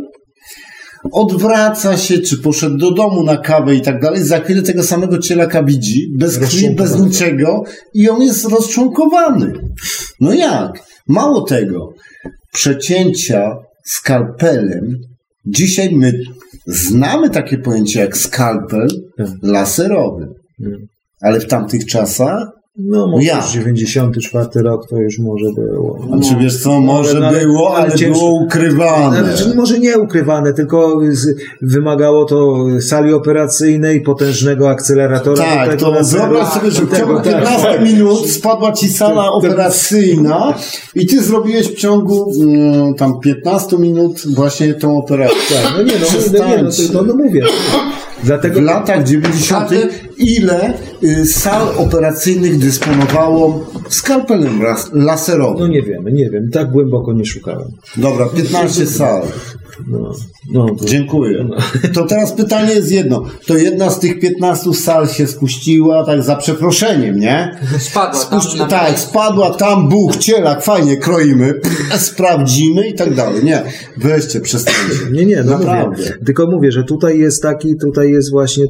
odwraca się, czy poszedł do domu na kawę i tak dalej, za chwilę tego samego cielaka widzi, bez krwi, bez niczego i on jest rozczłonkowany. No jak? Mało tego, przecięcia skalpelem, dzisiaj my znamy takie pojęcie jak skalpel laserowy, ale w tamtych czasach no może 94 rok to już może było. Znaczy wiesz co, może było, ale było ukrywane. Znaczy, może nie ukrywane, tylko wymagało to sali operacyjnej, potężnego akceleratora. Tak, to wyobraź sobie, że w ciągu 15 minut spadła ci sala operacyjna i ty zrobiłeś w ciągu tam 15 minut właśnie tą operację. Tak, no mówię. Dlatego w latach 90. ile sal operacyjnych dysponowało skalpelem laserowym? No nie wiem. Tak głęboko nie szukałem. Dobra, 15 sal. Dziękuję. To teraz pytanie jest jedno. To jedna z tych 15 sal się spuściła, tak za przeproszeniem, nie? Spadła tam, Bóg, cielak, fajnie, kroimy, sprawdzimy i tak dalej. Nie, weźcie, przestańcie. Nie, naprawdę. Mówię. Tylko mówię, że tutaj jest właśnie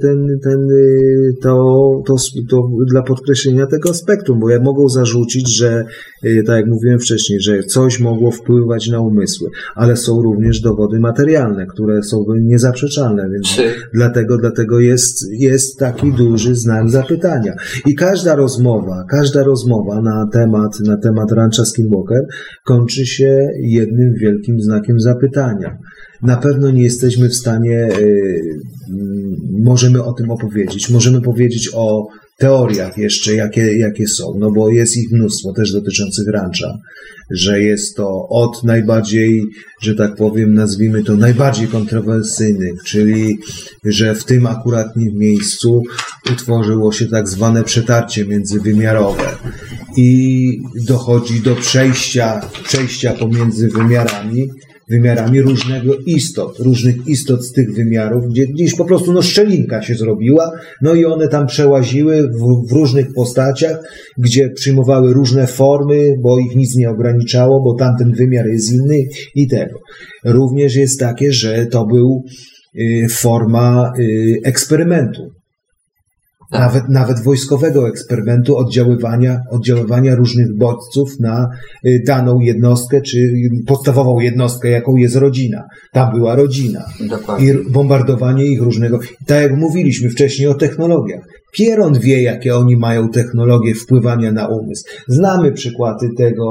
to dla podkreślenia tego aspektu, bo ja mogą zarzucić, że tak jak mówiłem wcześniej, że coś mogło wpływać na umysły, ale są również dowody materialne, które są niezaprzeczalne, więc dlatego jest taki duży znak zapytania. I każda rozmowa na temat Rancha Skinwalker kończy się jednym wielkim znakiem zapytania. Na pewno nie jesteśmy w stanie, możemy o tym opowiedzieć, możemy powiedzieć o teoriach jeszcze, jakie są, no bo jest ich mnóstwo też dotyczących rancha, że jest to od najbardziej, że tak powiem, nazwijmy to najbardziej kontrowersyjnych, czyli że w tym akuratnym miejscu utworzyło się tak zwane przetarcie międzywymiarowe i dochodzi do przejścia pomiędzy wymiarami różnych istot z tych wymiarów, gdzie gdzieś po prostu szczelinka się zrobiła, no i one tam przełaziły w różnych postaciach, gdzie przyjmowały różne formy, bo ich nic nie ograniczało, bo tamten wymiar jest inny i tego. Również jest takie, że to był forma eksperymentu. Nawet wojskowego eksperymentu oddziaływania różnych bodźców na daną jednostkę, czy podstawową jednostkę, jaką jest rodzina. Tam była rodzina. Dokładnie. I bombardowanie ich różnego. Tak jak mówiliśmy wcześniej o technologiach. Pieron wie, jakie oni mają technologie wpływania na umysł. Znamy przykłady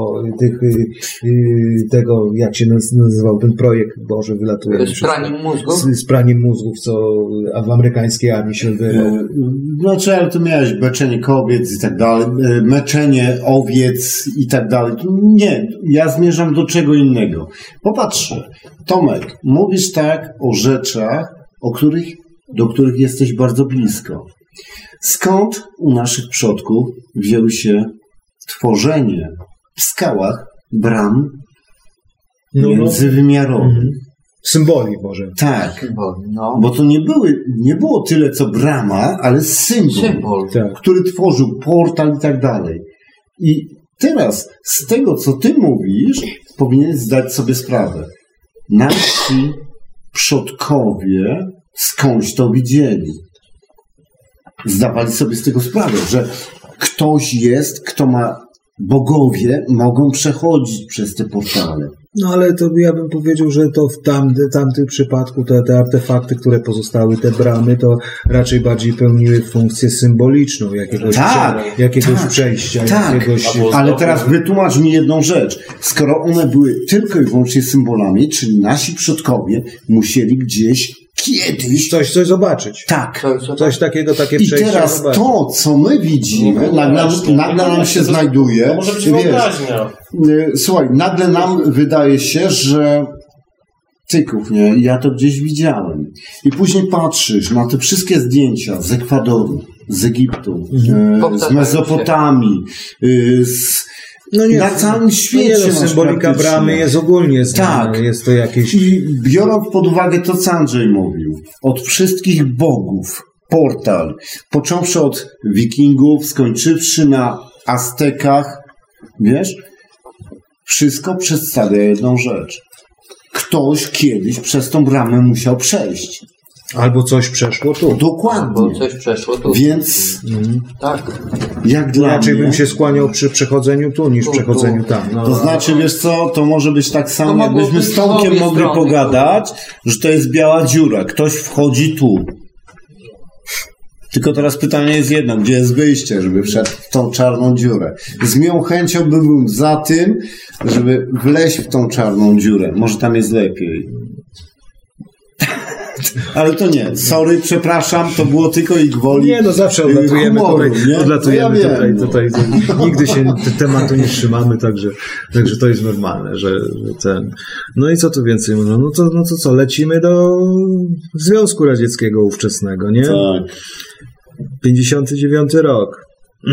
tego, jak się nazywał ten projekt, Boże, wylatuje. Z praniem mózgów? Z praniem mózgów, co w amerykańskiej armii się wydało. Znaczy, ale tu miałeś beczenie kobiet i tak dalej, meczenie owiec i tak dalej. Nie, ja zmierzam do czego innego. Popatrz, Tomek, mówisz tak o rzeczach, do których jesteś bardzo blisko. Skąd u naszych przodków wzięło się tworzenie w skałach bram międzywymiarowych? Symboli może. Tak, bo to nie było tyle co brama, ale symbol. Który tworzył portal i tak dalej. I teraz z tego, co ty mówisz, powinieneś zdać sobie sprawę. Nasi przodkowie skądś to widzieli. Zdawali sobie z tego sprawę, że ktoś jest, kto ma, bogowie mogą przechodzić przez te portale. No ale to ja bym powiedział, że to w tamtym przypadku te artefakty, które pozostały, te bramy, to raczej bardziej pełniły funkcję symboliczną jakiegoś przejścia. Ale teraz wytłumacz mi jedną rzecz. Skoro one były tylko i wyłącznie symbolami, czyli nasi przodkowie musieli gdzieś kiedyś coś zobaczyć. Tak. Coś takiego, takie przejście. I teraz zobaczyć. To, co my widzimy, nagle nam się znajduje. To może być wyobraźnia. Słuchaj, nagle nam wydaje się, że tyków, nie? Ja to gdzieś widziałem. I później patrzysz na te wszystkie zdjęcia z Ekwadoru, z Egiptu, z Mezopotamii, na całym świecie. Symbolika bramy jest ogólnie znana. Tak. Jest to jakieś... I biorąc pod uwagę to, co Andrzej mówił, od wszystkich bogów, portal, począwszy od wikingów, skończywszy na Aztekach, wiesz, wszystko przedstawia jedną rzecz. Ktoś kiedyś przez tą bramę musiał przejść. Albo coś przeszło tu. Dokładnie. Albo coś przeszło tu. Więc tak. Jak dla raczej mnie, bym się skłaniał przy przechodzeniu tu niż przechodzeniu tam. To znaczy, wiesz co, to może być tak samo, jakbyśmy z Tomkiem mogli pogadać, że to jest biała dziura. Ktoś wchodzi tu. Tylko teraz pytanie jest jedno, gdzie jest wyjście, żeby wszedł w tą czarną dziurę. Z miłą chęcią bym za tym, żeby wleźć w tą czarną dziurę. Może tam jest lepiej. Ale to nie. Sorry, przepraszam, to było tylko i gwoli. Nie, no zawsze odlatujemy humoru, tutaj. Nigdy się tematu nie trzymamy, także to jest normalne, że ten... No i co tu więcej mówią? No to co, lecimy do Związku Radzieckiego ówczesnego, nie? Tak. 59 rok.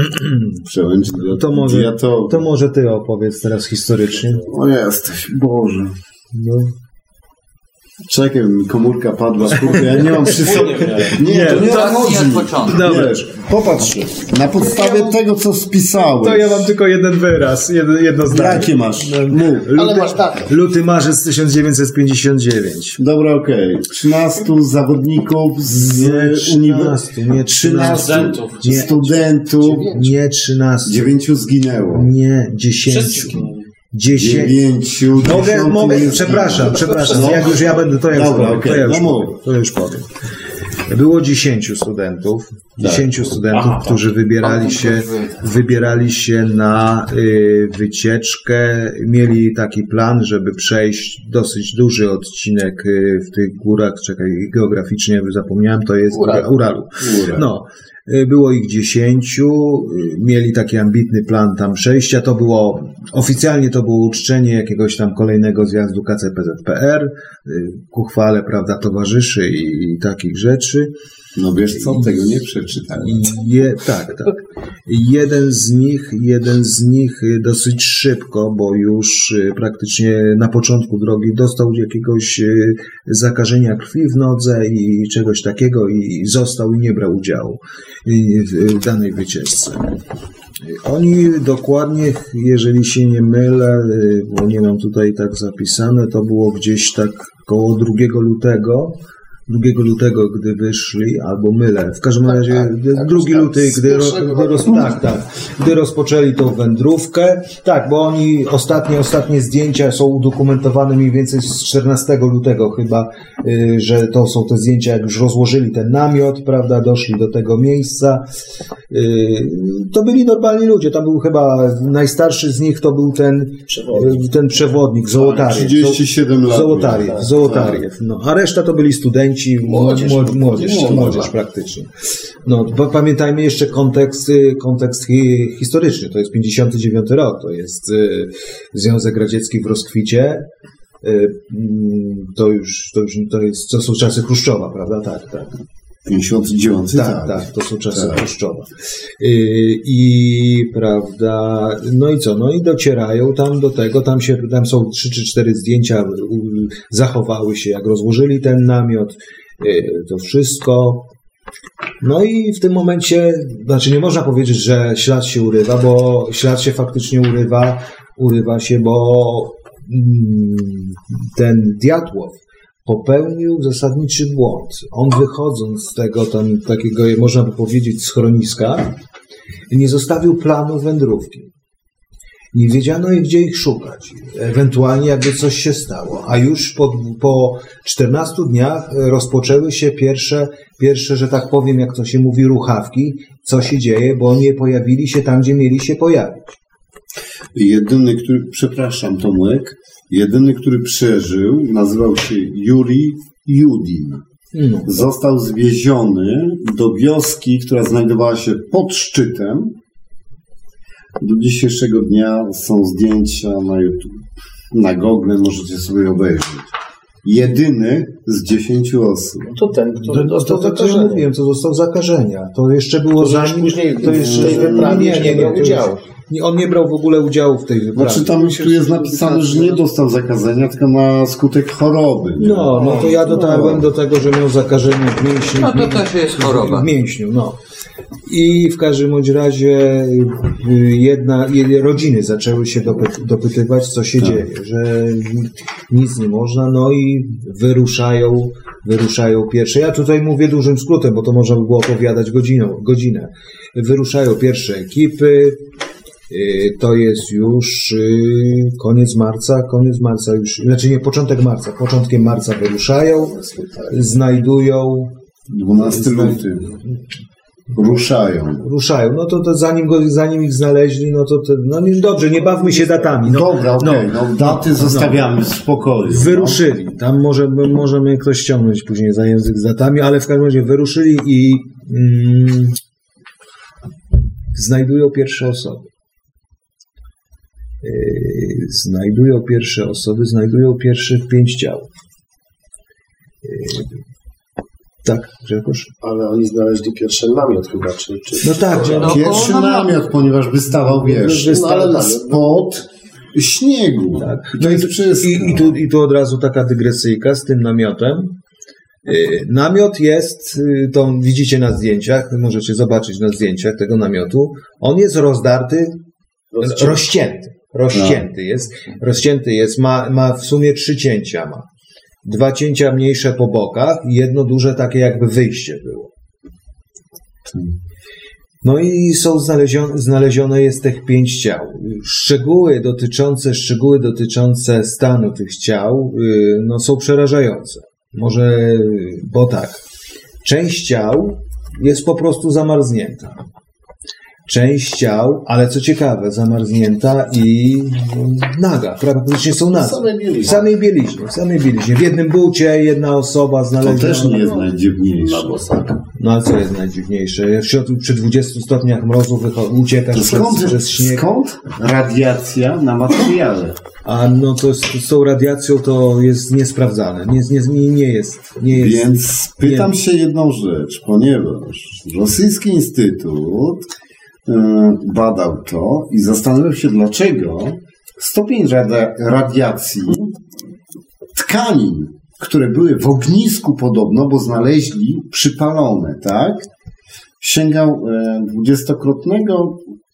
To może ty opowiedz teraz historycznie. O jesteś, Boże. No. Czekaj, mi komórka padła, kurde, ja nie mam przy sobie. Nie, to nie chodzi. Popatrz, na podstawie tego, co spisałeś. To ja mam tylko jeden wyraz, jedno zdanie. Jakie masz? Ale masz tak. Luty, marzec 1959. Dobra, okej. 13 zawodników z nie 13 studentów. Nie 13. 9 zginęło. Nie, 10. 9. Mogę, przepraszam. Jak już ja będę, to ja już powiem. Było 10 studentów, którzy wybierali się na wycieczkę. Mieli taki plan, żeby przejść dosyć duży odcinek w tych górach, geograficznie zapomniałem, to jest Uralu. No. Było ich 10, mieli taki ambitny plan tam przejścia. Oficjalnie to było uczczenie jakiegoś tam kolejnego zjazdu KCPZPR, ku chwale, prawda, towarzyszy i takich rzeczy. No wiesz co, tego nie przeczytałem. Tak. Jeden z nich dosyć szybko, bo już praktycznie na początku drogi dostał jakiegoś zakażenia krwi w nodze i czegoś takiego i został i nie brał udziału w danej wycieczce. Oni dokładnie, jeżeli się nie mylę, bo nie mam tutaj tak zapisane, to było gdzieś tak koło 2 lutego, gdy wyszli, albo mylę. W każdym razie 2 luty, gdy rozpoczęli tą wędrówkę. Tak, bo oni ostatnie zdjęcia są udokumentowane mniej więcej z 14 lutego chyba, że to są te zdjęcia, jak już rozłożyli ten namiot, prawda, doszli do tego miejsca. To byli normalni ludzie. Tam był chyba najstarszy z nich, to był ten przewodnik, Zołotariew. 37 lat. Zołotariew. No, a reszta to byli studenci, młodzież praktycznie. No, pamiętajmy jeszcze kontekst historyczny. To jest 59 rok, to jest Związek Radziecki w rozkwicie. To są czasy Chruszczowa, prawda? Tak. 59. Tak, to są czasy Chruszczowa. I prawda, no i co? No i docierają tam do tego, tam są 3 czy 4 zdjęcia, zachowały się, jak rozłożyli ten namiot, to wszystko. No i w tym momencie, nie można powiedzieć, że ślad się urywa, bo ślad się faktycznie urywa się, bo ten Diatłow popełnił zasadniczy błąd. On, wychodząc z tego tam takiego, można by powiedzieć, schroniska, nie zostawił planu wędrówki. Nie wiedziano, gdzie ich szukać. Ewentualnie jakby coś się stało. A już po 14 dniach rozpoczęły się pierwsze, że tak powiem, jak to się mówi, ruchawki, co się dzieje, bo nie pojawili się tam, gdzie mieli się pojawić. Jedyny, który przeżył, nazywał się Juri Judin. Został zwieziony do wioski, która znajdowała się pod szczytem. Do dzisiejszego dnia są zdjęcia na YouTube, na Google, możecie sobie obejrzeć. Jedyny z 10 osób. To ten, który dostał zakażenia. Mówiłem, co dostał zakażenia. To jeszcze było zanim... To jeszcze w tej wyprawie nie brał udziału. On nie brał w ogóle udziału w tej wyprawie. Znaczy tam tu jest napisane, że nie dostał zakażenia, tylko na skutek choroby. Nie? No to ja dotarłem do tego, że miał zakażenie w mięśniu. No to też jest choroba. W mięśniu, no. I w każdym bądź razie rodziny zaczęły się dopytywać, co się dzieje, że nic nie można, no i wyruszają pierwsze. Ja tutaj mówię dużym skrótem, bo to można by było opowiadać godzinę. Wyruszają pierwsze ekipy. To jest już koniec marca już, znaczy nie, początkiem marca wyruszają, znajdują 12 luty. Ruszają. No to zanim ich znaleźli, dobrze, nie bawmy się datami. Dobra, okej, daty zostawiamy w spokoju. Wyruszyli. Tam możemy ktoś ściągnąć później za język z datami, ale w każdym razie wyruszyli i znajdują pierwsze osoby. Znajdują pierwszych 5 ciał. Tak, Grzegorz? Ale oni znaleźli pierwszy namiot chyba, czy... No tak, pierwszy namiot, ponieważ wystawał, spod śniegu. Tak. No i tu od razu taka dygresyjka z tym namiotem. Namiot jest, to widzicie na zdjęciach, możecie zobaczyć na zdjęciach tego namiotu, on jest rozdarty, rozcięty jest, ma w sumie 3 cięcia ma. 2 cięcia mniejsze po bokach i jedno duże takie jakby wyjście było. No i są znalezione jest tych 5 ciał. Szczegóły dotyczące stanu tych ciał no, są przerażające. Może, bo tak, część ciał jest po prostu zamarznięta. Część ciał, ale co ciekawe, zamarznięta i naga, praktycznie są naga. W samej bieliźnie. W jednym bucie jedna osoba znaleziona. To też nie jest najdziwniejsze. No a co jest najdziwniejsze? Przy 20 stopniach mrozu uciekasz przez śnieg. Skąd radiacja na materiale? A no to z tą radiacją to jest niesprawdzane. Nie jest. Więc pytam się jedną rzecz, ponieważ rosyjski instytut badał to i zastanawiał się, dlaczego stopień radiacji tkanin, które były w ognisku podobno, bo znaleźli przypalone, tak? Sięgał 20-krotnego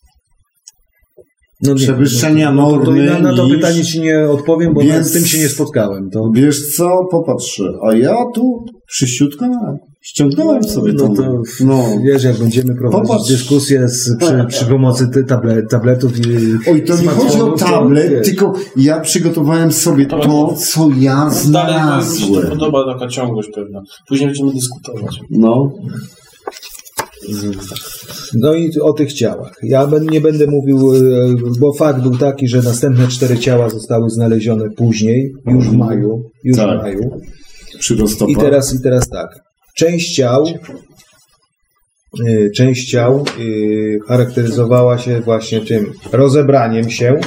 przewyższenia normy. Na to pytanie ci nie odpowiem, bo z tym się nie spotkałem. To... Wiesz co, popatrz, a ja tu przysiutko ściągnąłem sobie to. Wiesz, jak będziemy prowadzić dyskusję przy pomocy tabletów i oj, to nie chodzi o tablet, tylko ja przygotowałem sobie to, co ja znalazłem. Mi się podoba taka ciągłość pewna. Później będziemy dyskutować. No i o tych ciałach. Ja nie będę mówił, bo fakt był taki, że następne 4 ciała zostały znalezione później, już w maju. Przy I teraz tak. Część ciał charakteryzowała się właśnie tym rozebraniem się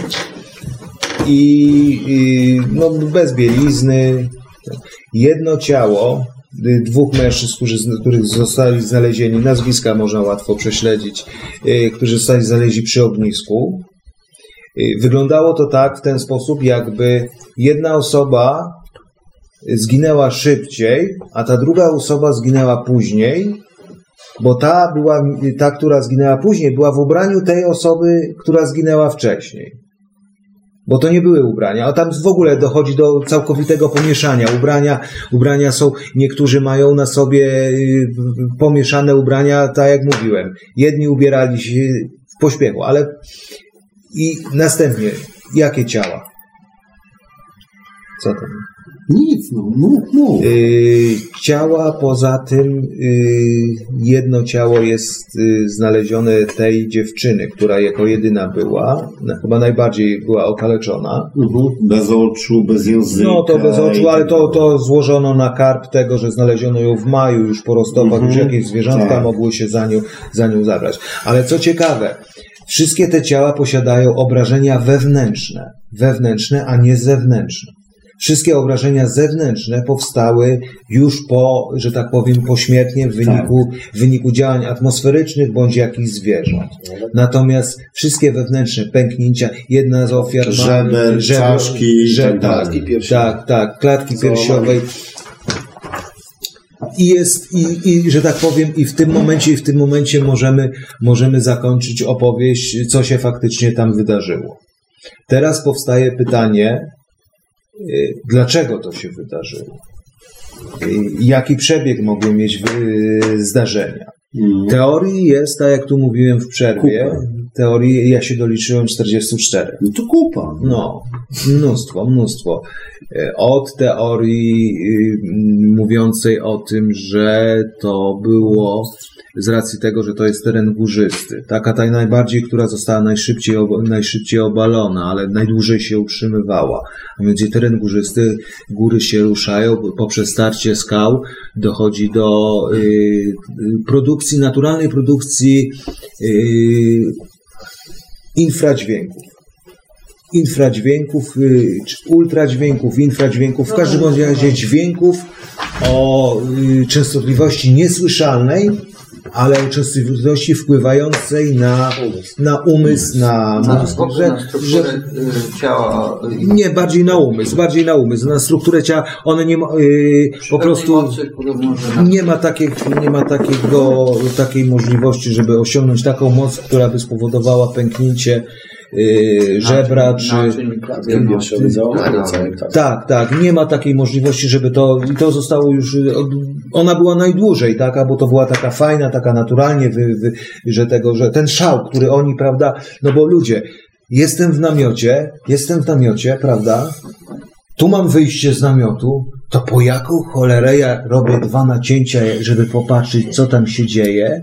i no, bez bielizny. Jedno ciało 2 mężczyzn, których zostali znalezieni, nazwiska można łatwo prześledzić, którzy zostali znalezieni przy ognisku. Wyglądało to tak w ten sposób, jakby jedna osoba zginęła szybciej, a ta druga osoba zginęła później, bo ta, która zginęła później, była w ubraniu tej osoby, która zginęła wcześniej. Bo to nie były ubrania, a tam w ogóle dochodzi do całkowitego pomieszania. Ubrania są, niektórzy mają na sobie pomieszane ubrania, tak jak mówiłem. Jedni ubierali się w pośpiechu, ale i następnie, jakie ciała? Co tam? Nic, no. Ciała, poza tym jedno ciało jest znalezione tej dziewczyny, która jako jedyna była, chyba najbardziej była okaleczona. Bez oczu, bez języka. No to bez oczu, ale to złożono na karb tego, że znaleziono ją w maju, już po roztopach, już jakieś zwierzątka mogły się za nią zabrać. Ale co ciekawe, wszystkie te ciała posiadają obrażenia wewnętrzne, a nie zewnętrzne. Wszystkie obrażenia zewnętrzne powstały już po, że tak powiem, pośmiertnie w wyniku działań atmosferycznych bądź jakichś zwierząt. Natomiast wszystkie wewnętrzne pęknięcia, jedna z ofiar żeber, czaszki, klatki piersiowej. I że tak powiem, i w tym momencie możemy zakończyć opowieść, co się faktycznie tam wydarzyło. Teraz powstaje pytanie, dlaczego to się wydarzyło? Jaki przebieg mogły mieć zdarzenia? Teorii jest, tak jak tu mówiłem w przerwie, teorii ja się doliczyłem 44. No to kupa. No, mnóstwo. Od teorii mówiącej o tym, że to było z racji tego, że to jest teren górzysty. Taka najbardziej, która została najszybciej obalona, ale najdłużej się utrzymywała. A więc teren górzysty, góry się ruszają, poprzez starcie skał dochodzi do naturalnej produkcji infradźwięków, ultradźwięków, w każdym razie dźwięków o częstotliwości niesłyszalnej, ale częstotliwości wpływającej na umysł, na strukturę ciała. Nie, bardziej na umysł, na strukturę ciała. One nie ma, po prostu nie ma takiej możliwości, żeby osiągnąć taką moc, która by spowodowała pęknięcie żebra, tak, nie ma takiej możliwości, żeby to zostało już, ona była najdłużej, taka, bo to była taka fajna, taka naturalnie, że ten szał, który oni, prawda, no bo ludzie, jestem w namiocie, prawda, tu mam wyjście z namiotu, to po jaką cholerę ja robię 2 nacięcia, żeby popatrzeć, co tam się dzieje,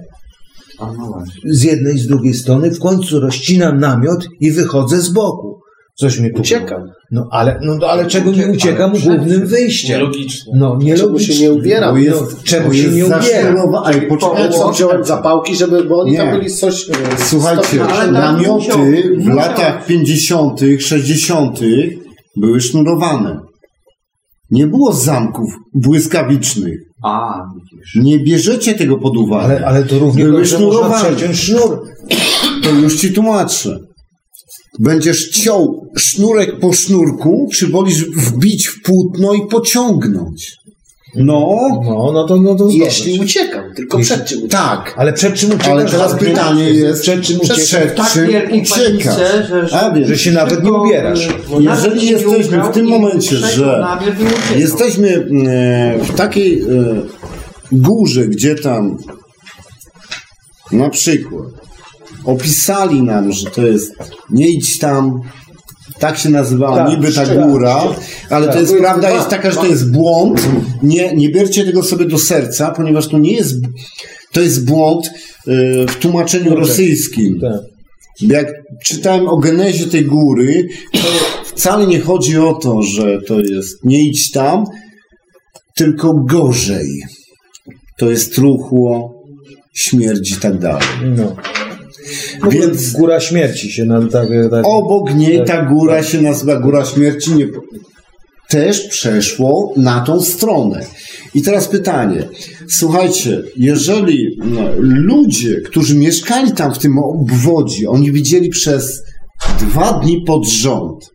z jednej, z drugiej strony, w końcu rozcinam namiot i wychodzę z boku. Coś mnie tu uciekam. No ale czego nie uciekam? Głównym wyjściem. Nielogicznie. No nielogicznie. Czemu się nie ubieram? Czemu się nie ubieram? Ale poczekajcie, wziąłem zapałki, bo oni tam byli coś... Słuchajcie, namioty w latach 50., 60. były sznurowane. Nie było zamków błyskawicznych. Widzisz. Nie bierzecie tego pod uwagę. Ale to równie dobrze można przeciąć sznur. To już ci tłumaczę. Będziesz ciął sznurek po sznurku, czy wolisz wbić w płótno i pociągnąć? No to jeśli uciekam, tylko przed czym uciekam. Tak. Ale przed czym uciekasz? Ale teraz pytanie jest, przed czym uciekasz? Że się nawet nie ubierasz. Jeżeli jesteśmy w tym momencie, że jesteśmy w takiej górze, gdzie tam na przykład opisali nam, że to jest nie idź tam, tak się nazywała niby ta góra, ale to jest prawda jest taka, że to jest błąd. Nie bierzcie tego sobie do serca, ponieważ to jest błąd w tłumaczeniu rosyjskim. Jak czytałem o genezie tej góry, to wcale nie chodzi o to, że to jest nie idź tam, tylko gorzej. To jest truchło, śmierć i tak dalej. Więc góra śmierci się nazywa. Obok niej ta góra się nazywa Góra Śmierci. Też przeszło na tą stronę. I teraz pytanie. Słuchajcie, jeżeli ludzie, którzy mieszkali tam w tym obwodzie, oni widzieli przez 2 dni pod rząd.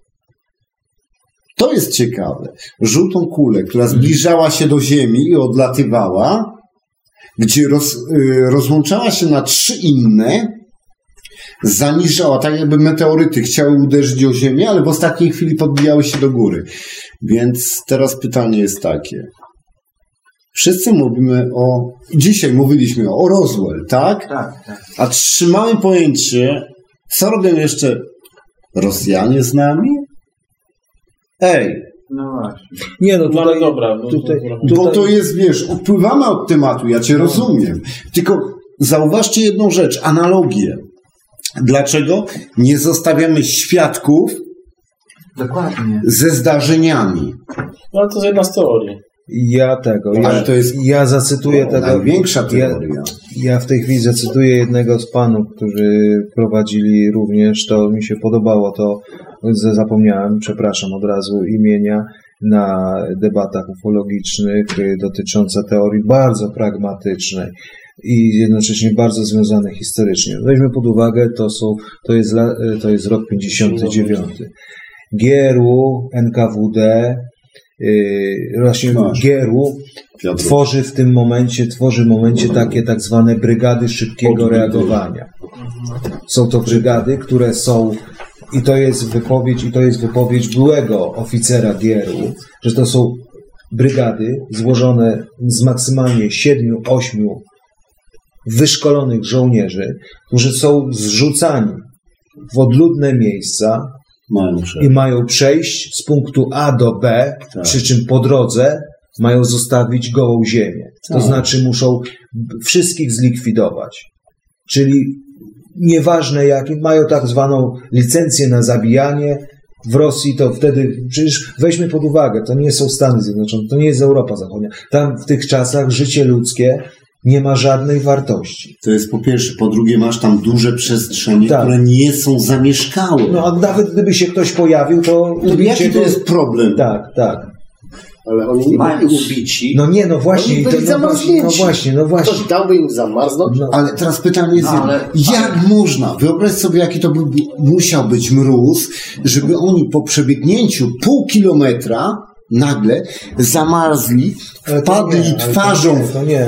To jest ciekawe. Żółtą kulę, która zbliżała się do Ziemi i odlatywała, gdzie rozłączała się na 3 inne, zaniżała, tak jakby meteoryty chciały uderzyć o Ziemię, ale w ostatniej chwili podbijały się do góry. Więc teraz pytanie jest takie. Wszyscy dzisiaj mówiliśmy o Roswell, tak? Tak. A trzymamy pojęcie, co robią jeszcze Rosjanie z nami? No właśnie. Nie, tutaj, dobra. Bo to jest, wiesz, odpływamy od tematu, ja cię rozumiem. Tylko zauważcie jedną rzecz, analogię. Dlaczego nie zostawiamy świadków ze zdarzeniami? No ale to jest jedna z teorii. Ja zacytuję tego. Największa teoria. Ja w tej chwili zacytuję jednego z panów, którzy prowadzili również, to mi się podobało, to zapomniałem, przepraszam od razu imienia, na debatach ufologicznych dotyczące teorii bardzo pragmatycznej i jednocześnie bardzo związane historycznie. Weźmy pod uwagę, to jest rok 59. GRU, NKWD, właśnie GRU tworzy w momencie takie tak zwane brygady szybkiego reagowania. Są to brygady, które są, i to jest wypowiedź byłego oficera GRU, że to są brygady złożone z maksymalnie 7-8 wyszkolonych żołnierzy, którzy są zrzucani w odludne miejsca i mają przejść z punktu A do B, przy czym po drodze mają zostawić gołą ziemię. To znaczy muszą wszystkich zlikwidować. Czyli nieważne jakie, mają tak zwaną licencję na zabijanie. W Rosji to wtedy, przecież weźmy pod uwagę, to nie są Stany Zjednoczone, to nie jest Europa Zachodnia. Tam w tych czasach życie ludzkie nie ma żadnej wartości. To jest po pierwsze. Po drugie, masz tam duże przestrzenie, które nie są zamieszkałe. No a nawet gdyby się ktoś pojawił, to jaki to jest problem? Tak. Ale oni nie byli ubici. No nie, no właśnie. Oni byli zamarznięci. No właśnie. Ktoś dałby im zamarznąć? No. Ale teraz pytanie jest, jak można? Wyobraź sobie, jaki to musiał być mróz, żeby oni po przebiegnięciu pół kilometra nagle zamarzli, wpadli twarzą.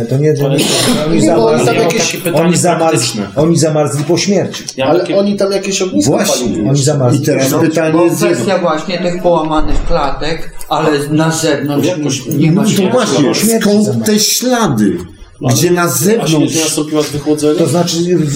Oni zamarzli po śmierci. Ale oni tam jakieś ognisko palili. Oni zamarzli. I teraz pytanie jest kwestia właśnie tych połamanych klatek, ale na zewnątrz nie ma śladu. Właśnie, skąd te ślady? Gdzie na zewnątrz nastąpiła wychłodzenie? To znaczy w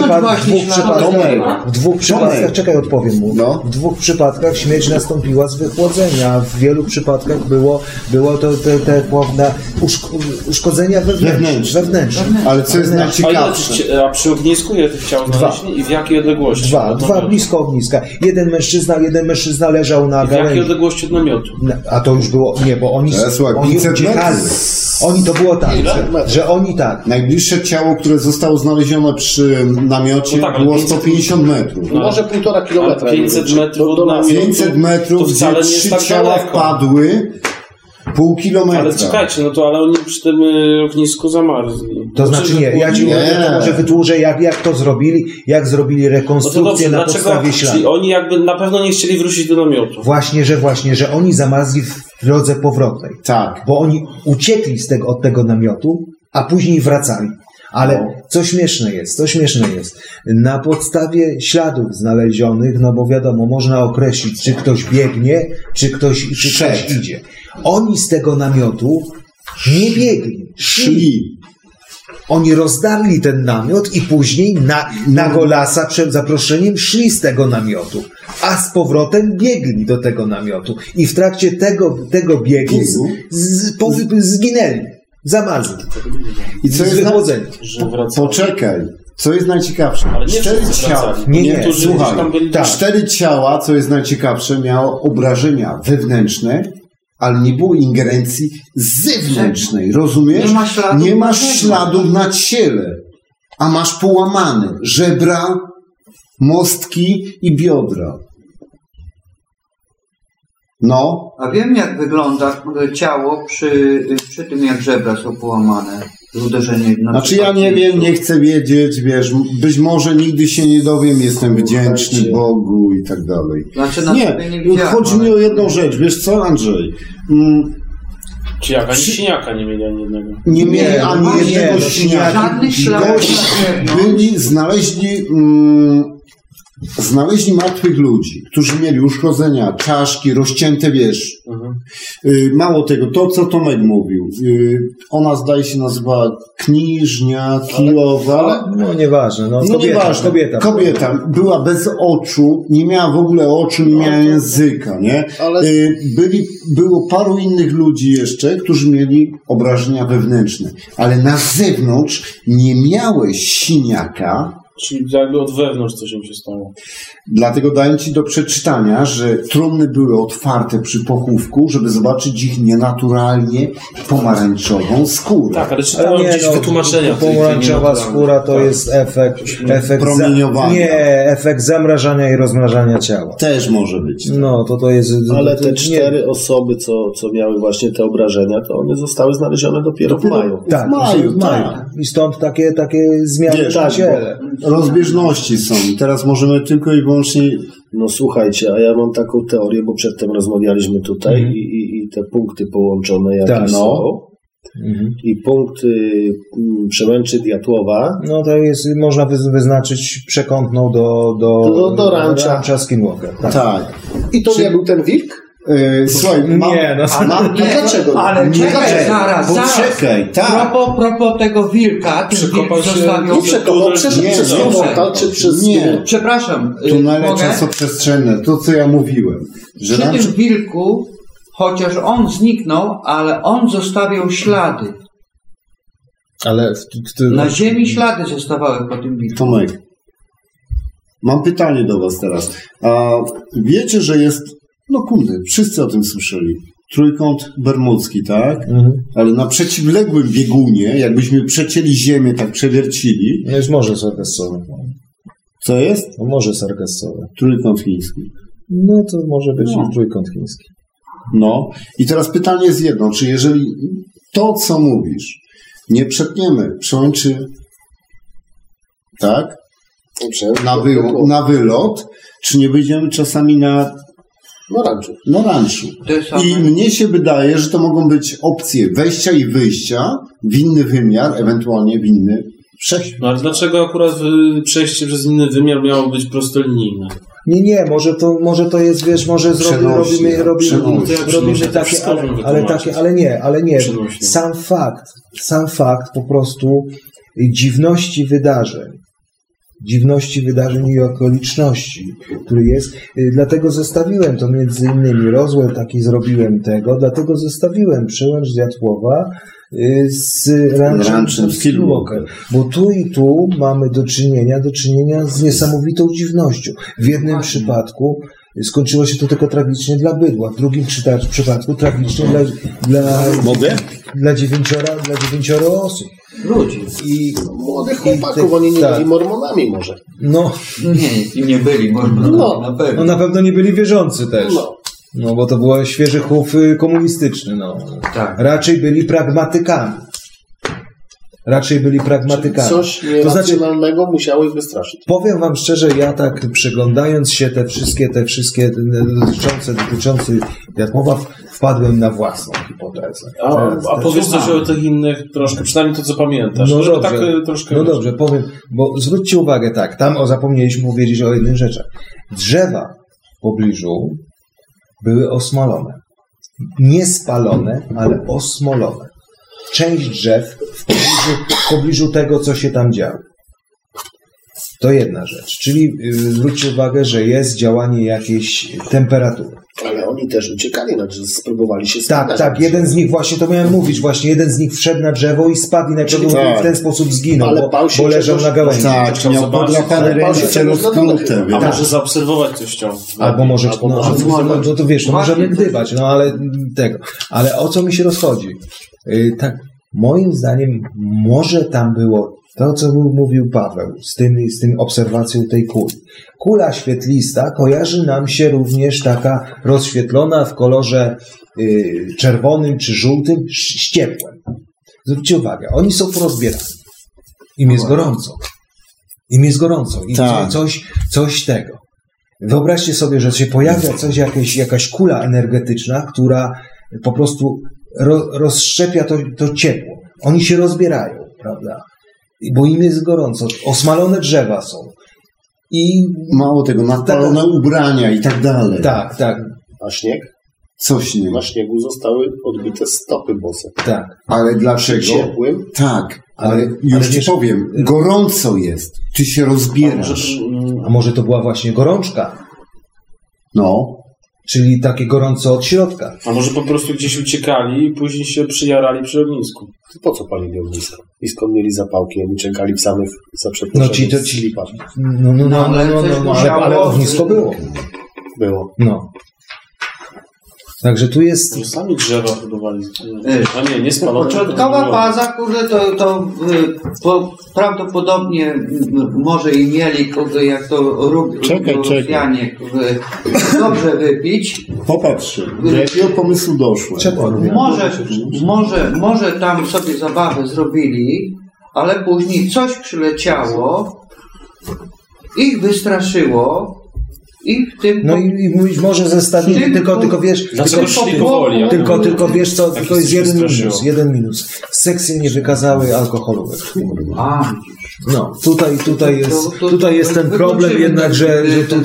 dwóch przypadkach, czekaj, odpowiem mu. No. W dwóch przypadkach śmierć nastąpiła z wychłodzenia, a w wielu przypadkach było to te pławne uszkodzenia wewnętrzne. Ale co jest najciekawsze? A przy ognisku ile tych ciał znaleźli i w jakiej odległości? Dwa blisko ogniska. Jeden mężczyzna leżał na gałęzi. W jakiej odległości od namiotu? A to już było, nie, bo oni uciekali. Oni to było tak, że oni tak. Najbliższe ciało, które zostało znalezione przy namiocie, było 150 metrów. Może 1,5 kilometra. 500 metrów od namiotu. 500 metrów, gdzie 3 ciała wpadły, pół kilometra. Ale czekajcie, ale oni przy tym ognisku zamarzli. To znaczy nie, ja ci może wytłumaczę, jak to zrobili, jak zrobili rekonstrukcję na podstawie śladu. Czyli oni jakby na pewno nie chcieli wrócić do namiotu. Właśnie, że oni zamarzli w drodze powrotnej. Tak. Bo oni uciekli od tego namiotu, a później wracali. Ale co śmieszne jest, na podstawie śladów znalezionych, no bo wiadomo, można określić, czy ktoś biegnie, czy ktoś idzie. Oni z tego namiotu nie biegli, szli. Oni rozdarli ten namiot i później na Golasa przed zaproszeniem szli z tego namiotu, a z powrotem biegli do tego namiotu. I w trakcie tego biegu zginęli. Zamarzli. I co jest poczekaj. Co jest najciekawsze? Ale 4 ciała. Słuchaj, 4 ciała, co jest najciekawsze, miało obrażenia wewnętrzne, ale nie było ingerencji zewnętrznej. Rozumiesz? Nie masz śladów na ciele, a masz połamane żebra, mostki i biodra. No. A wiem, jak wygląda ciało przy tym, jak żebra są połamane. Uderzenie znaczy ja nie wiem, nie chcę wiedzieć, wiesz, być może nigdy się nie dowiem, jestem wdzięczny Bogu i tak dalej. Nie, chodzi mi o jedną rzecz, wiesz co, Andrzej? Czy jak? Ani siniaka nie mieli ani jednego? Nie mieli ani jednego siniaka. Żadnych śladów. Znaleźli martwych ludzi, którzy mieli uszkodzenia, czaszki, rozcięte, wiesz. Mało tego, to co Tomek mówił. Ona zdaje się nazywa Kniżnia Kijowa. No nieważne. Kobieta była bez oczu, nie miała w ogóle oczu, nie miała języka, nie? Było paru innych ludzi jeszcze, którzy mieli obrażenia wewnętrzne. Ale na zewnątrz nie miałeś siniaka. Czyli jakby od wewnątrz coś im się stało. Dlatego daję ci do przeczytania, że trumny były otwarte przy pochówku, żeby zobaczyć ich nienaturalnie pomarańczową skórę. Tak, ale czytałem gdzieś wytłumaczenia. Pomarańczowa skóra to jest efekt promieniowania. Efekt zamrażania i rozmrażania ciała. Też może być. No, to jest... Ale te 4 osoby, co miały właśnie te obrażenia, to one zostały znalezione dopiero w maju. Tak, w maju. I stąd takie zmiany w ciele. Rozbieżności są. Teraz możemy tylko i wyłącznie... No słuchajcie, a ja mam taką teorię, bo przedtem rozmawialiśmy tutaj i te punkty połączone jakie są. I punkt Przełęczy Diatłowa. No to jest, można wyznaczyć przekątną do rancza Skinwalker. Tak. I to nie był ten wilk? Słuchaj, dlaczego? Ale czekaj, zaraz. Poczekaj, tak. Propos tego wilka, Nie przekopał przez portal, czy przez... Nie. Przepraszam. Tunele czasoprzestrzenne, to co ja mówiłem. Przy tym wilku, chociaż on zniknął, ale on zostawiał ślady. Ale na ziemi ślady zostawały po tym wilku. Tomek, mam pytanie do was teraz. A wiecie, że jest... No kurde, wszyscy o tym słyszeli. Trójkąt bermudzki, tak? Ale na przeciwległym biegunie, jakbyśmy przecięli ziemię, tak przewiercili... No jest Morze Sargassowe. Co jest? No Morze Sargassowe. Trójkąt chiński. No to może być i trójkąt chiński. No i teraz pytanie jest jedno, czy jeżeli to, co mówisz, nie przetniemy przełęczy, tak, na wylot, czy nie wyjdziemy czasami na ranczu. I mnie się wydaje, że to mogą być opcje wejścia i wyjścia w inny wymiar, ewentualnie w inny wszechświat. No ale dlaczego akurat przejście przez inny wymiar miało być prostolinijne? Nie, może to jest, wiesz, może robimy takie, ale nie. Sam fakt po prostu dziwności i okoliczności, który jest. Dlatego zostawiłem to między innymi Roswell, taki zrobiłem tego, dlatego zostawiłem przełęcz z Jatłowa z Ranczem Skywalker, bo tu i tu mamy do czynienia z niesamowitą dziwnością. W jednym przypadku skończyło się to tylko tragicznie dla bydła, w drugim przypadku tragicznie dla dziewięcioro osób. Ludzi. Młodych chłopaków, oni nie byli mormonami może. Nie byli mormonami, na pewno. Na pewno nie byli wierzący też. No bo to był świeży chów komunistyczny. Tak. Raczej byli pragmatykami. Coś nieracjonalnego musiało ich wystraszyć. Powiem wam szczerze, ja tak przeglądając się te wszystkie dotyczące Jatłowa, wpadłem na własną hipotezę. A powiesz coś o tych innych troszkę, przynajmniej to, co pamiętasz. Dobrze, powiem, bo zwróćcie uwagę, tak, tam zapomnieliśmy powiedzieć o jednych rzeczach. Drzewa w pobliżu były osmolone. Nie spalone, ale osmolone. Część drzew w pobliżu tego, co się tam działo. To jedna rzecz. Czyli zwróćcie uwagę, że jest działanie jakiejś temperatury. Ale oni też uciekali, spróbowali się spadać. Tak, jeden z nich, właśnie to miałem mówić, jeden z nich wszedł na drzewo i spadł i najprawdopodobniej w ten sposób zginął, bo leżał na gałęzi. Tak, miał podrapane ręce rozknute. A może zaobserwować coś chciał. Albo może, to wiesz, możemy gdybać, ale tego. Ale o co mi się rozchodzi? Tak, moim zdaniem może tam było to, co mówił Paweł z tym obserwacją tej kuli. Kula świetlista kojarzy nam się również taka rozświetlona w kolorze czerwonym czy żółtym z ciepłem. Zwróćcie uwagę, oni są porozbierani. Im jest gorąco. I tak. coś tego. Wyobraźcie sobie, że się pojawia jakaś kula energetyczna, która po prostu rozszczepia to ciepło. Oni się rozbierają, prawda? Bo im jest gorąco. Osmalone drzewa są. I mało tego, napalone ubrania i tak dalej. Tak. A śnieg? Co śnieg? Na śniegu zostały odbite stopy bose. Tak. Ale dlaczego? Ciepłym? Tak. Ale już ci powiem, gorąco jest. Ty się rozbierasz. A może to była właśnie gorączka? No. Czyli takie gorąco od środka. A może po prostu gdzieś uciekali i później się przyjarali przy ognisku. Po co palili ognisko? I skąd mieli zapałki? Oni czekali w samych, za przeproszeniem, slipach. Ale ognisko było. No. Także tu jest... Sami drzewa hodowali. A nie spalone. Początkowa faza, to prawdopodobnie może i mieli, jak to robią Rosjanie, dobrze wypić. Popatrz, do jakiego pomysłu doszło? Może tam sobie zabawę zrobili, ale później coś przyleciało, ich wystraszyło. No i może zestawili, tylko wiesz, tylko wiesz co, tylko jest jeden minus. Seksy nie wykazały alkoholu we krwi. No, tutaj jest ten problem jednak, że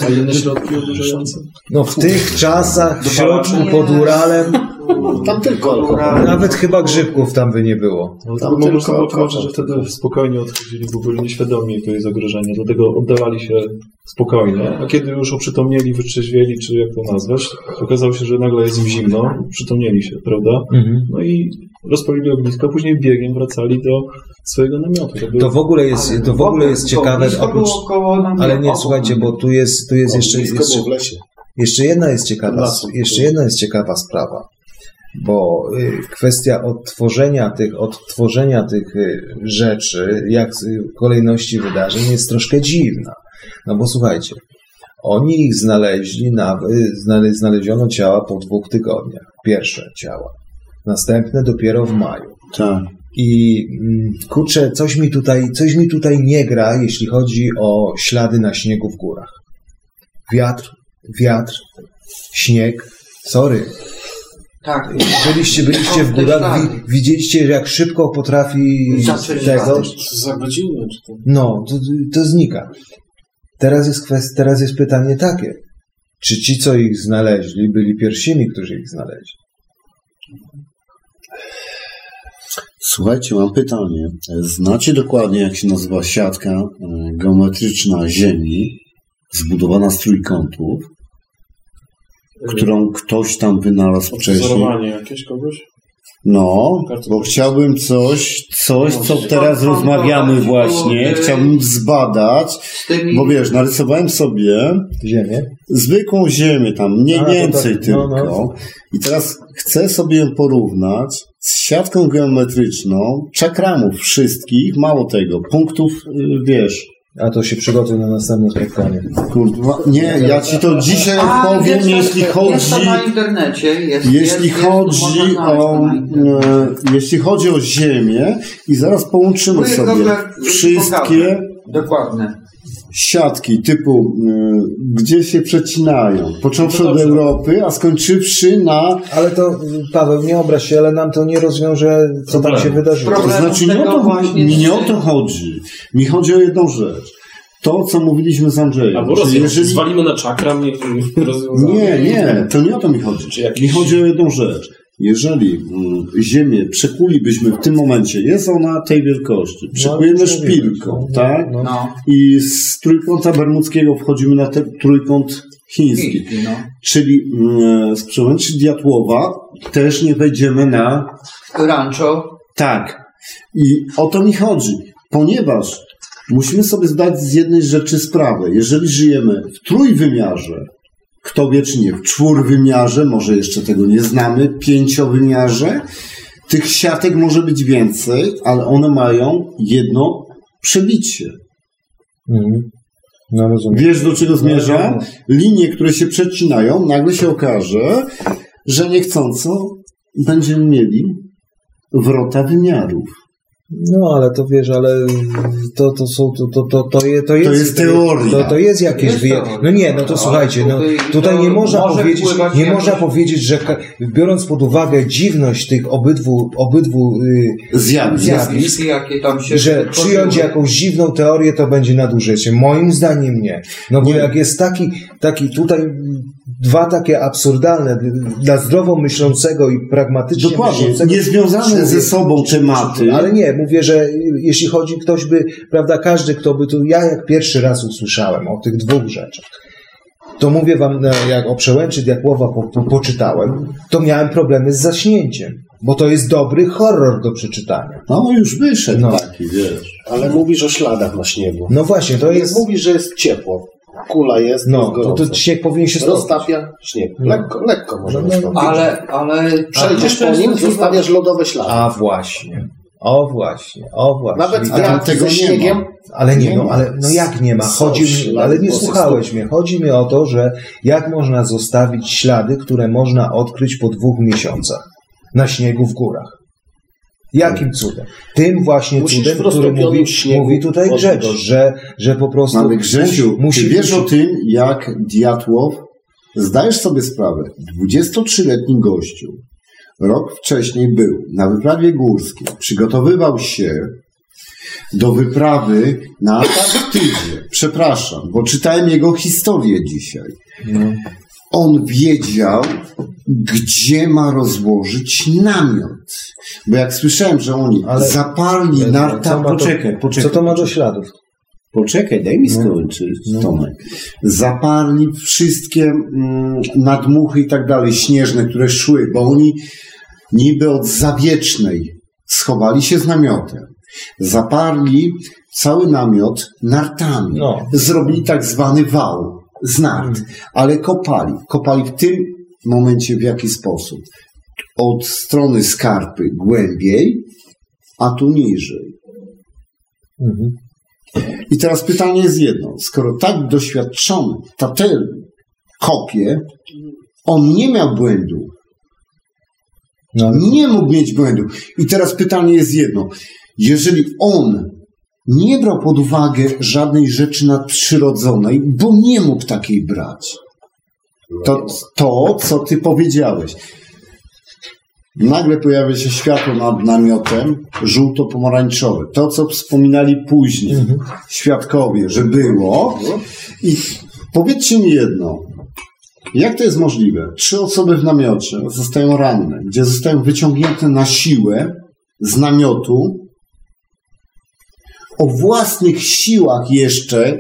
no w tych czasach w środku pod Uralem tam tylko alkohol. Nawet chyba grzybków tam by nie było. Tam można było tłumaczyć, że wtedy spokojnie odchodzili, bo byli nieświadomi jakiegoś zagrożenia, dlatego oddawali się spokojnie, a kiedy już oprzytomnieli, wytrzeźwieli, czy jak to nazwać, okazało się, że nagle jest im zimno, przytomnieli się, prawda? No i rozpalili ognisko, a później biegiem wracali do swojego namiotu. To w ogóle jest ciekawe, ale nie, słuchajcie, bo tu jest jeszcze jedna jest ciekawa sprawa. Bo kwestia odtworzenia tych rzeczy, jak kolejności wydarzeń jest troszkę dziwna. No bo słuchajcie, Oni ich znaleziono ciała po 2 tygodniach. Pierwsze ciała. Następne dopiero w maju. Tak. I kurczę, coś mi tutaj nie gra, jeśli chodzi o ślady na śniegu w górach. Wiatr, śnieg. Sorry. Tak. Byliście w górach, widzieliście, jak szybko potrafi tego. Za godzinę czy to? No, to znika. Teraz jest pytanie takie. Czy ci, co ich znaleźli, byli pierwszymi, którzy ich znaleźli? Słuchajcie, mam pytanie. Znacie dokładnie, jak się nazywa siatka geometryczna Ziemi, zbudowana z trójkątów, którą ktoś tam wynalazł wcześniej? Wzorowanie jakieś kogoś? No, bo chciałbym coś, co teraz rozmawiamy właśnie, chciałbym zbadać, bo wiesz, narysowałem sobie Ziemię, zwykłą ziemię tam, mniej więcej tylko. No. I teraz chcę sobie ją porównać z siatką geometryczną czakramów wszystkich, mało tego, punktów, wiesz. A to się przygotuj na następne spotkanie. Kurwa, nie, ja ci to dzisiaj powiem, jeśli chodzi... Jest to na internecie. Jeśli chodzi o Ziemię i zaraz połączymy sobie wszystkie siatki typu, gdzie się przecinają, począwszy od Europy, a skończywszy na... Ale to, Paweł, nie obraź się, ale nam to nie rozwiąże, co tam się wydarzyło. To znaczy, nie o to chodzi. Mi chodzi o jedną rzecz. To, co mówiliśmy z Andrzejem. Albo zwalimy na czakram i rozwiązamy. Nie, to nie o to mi chodzi. Mi chodzi o jedną rzecz. Jeżeli Ziemię przekulibyśmy w tym momencie, jest ona tej wielkości, przekujemy szpilką, tak? I z trójkąta bermudzkiego wchodzimy na ten trójkąt chiński. Czyli z przełęczy Diatłowa też nie wejdziemy na... Rancho. Tak. I o to mi chodzi. Ponieważ musimy sobie zdać z jednej rzeczy sprawę. Jeżeli żyjemy w trójwymiarze, kto wie czy nie, w czwórwymiarze, może jeszcze tego nie znamy, 5-wymiarze, tych siatek może być więcej, ale one mają jedno przebicie. No, rozumiem. Wiesz, do czego zmierzam? Linie, które się przecinają, nagle się okaże, że niechcąco będziemy mieli wrota wymiarów. No, ale to wiesz, ale to jest teoria. To jest jakieś No nie, no to słuchajcie, no tutaj nie można powiedzieć, że biorąc pod uwagę dziwność tych obydwu zjawisk, że przyjąć jakąś dziwną teorię to będzie nadużycie. Moim zdaniem nie. No bo jak jest taki tutaj dwa takie absurdalne dla zdrowo myślącego i pragmatycznie myślącego, niezwiązane ze sobą tematy. Ale nie, mówię, że jeśli chodzi ktoś by, prawda, każdy, kto by tu, ja jak pierwszy raz usłyszałem o tych dwóch rzeczach, to mówię wam, jak o przełęczy Diatłowa poczytałem, to miałem problemy z zaśnięciem, bo to jest dobry horror do przeczytania. No już wyszedł taki, wiesz. Ale mówisz o śladach na śniegu. No właśnie, to jest... Mówisz, że jest ciepło. Kula jest, to śnieg powinien się roztapia śnieg. Lekko może roztapić. Ale przejdziesz po nim, zostawiasz lodowe ślady. A właśnie. Nawet tego śniegiem. Ale nie, jak nie ma? Ale nie słuchałeś mnie. Chodzi mi o to, że jak można zostawić ślady, które można odkryć po 2 miesiącach na śniegu w górach. Jakim cudem? Tym właśnie cudem, który mówi tutaj Grzegorz, że po prostu... Ale Grzesiu, ty wiesz o tym, jak Diatłow, zdajesz sobie sprawę, 23-letni gościu, rok wcześniej był na wyprawie górskiej, przygotowywał się do wyprawy na Antarktydzie. Przepraszam, bo czytałem jego historię dzisiaj. On wiedział, gdzie ma rozłożyć namiot. Bo jak słyszałem, że oni zaparli Poczekaj. Co to ma do śladów? Poczekaj, daj mi skończyć, Tomek. Zaparli wszystkie nadmuchy i tak dalej, śnieżne, które szły, bo oni niby od Zawiecznej schowali się z namiotem. Zaparli cały namiot nartami. Zrobili tak zwany wał z nart, ale kopali w tym momencie w jaki sposób? Od strony skarpy głębiej, a tu niżej. I teraz pytanie jest jedno. Skoro tak doświadczony Tatel kopie, on nie miał błędu. Nie mógł mieć błędu. I teraz pytanie jest jedno. Jeżeli on nie brał pod uwagę żadnej rzeczy nadprzyrodzonej, bo nie mógł takiej brać, to co ty powiedziałeś. Nagle pojawia się światło nad namiotem, żółto-pomarańczowe. To, co wspominali później świadkowie, że było. I powiedzcie mi jedno. Jak to jest możliwe? 3 osoby w namiocie zostają ranne, gdzie zostają wyciągnięte na siłę z namiotu, o własnych siłach jeszcze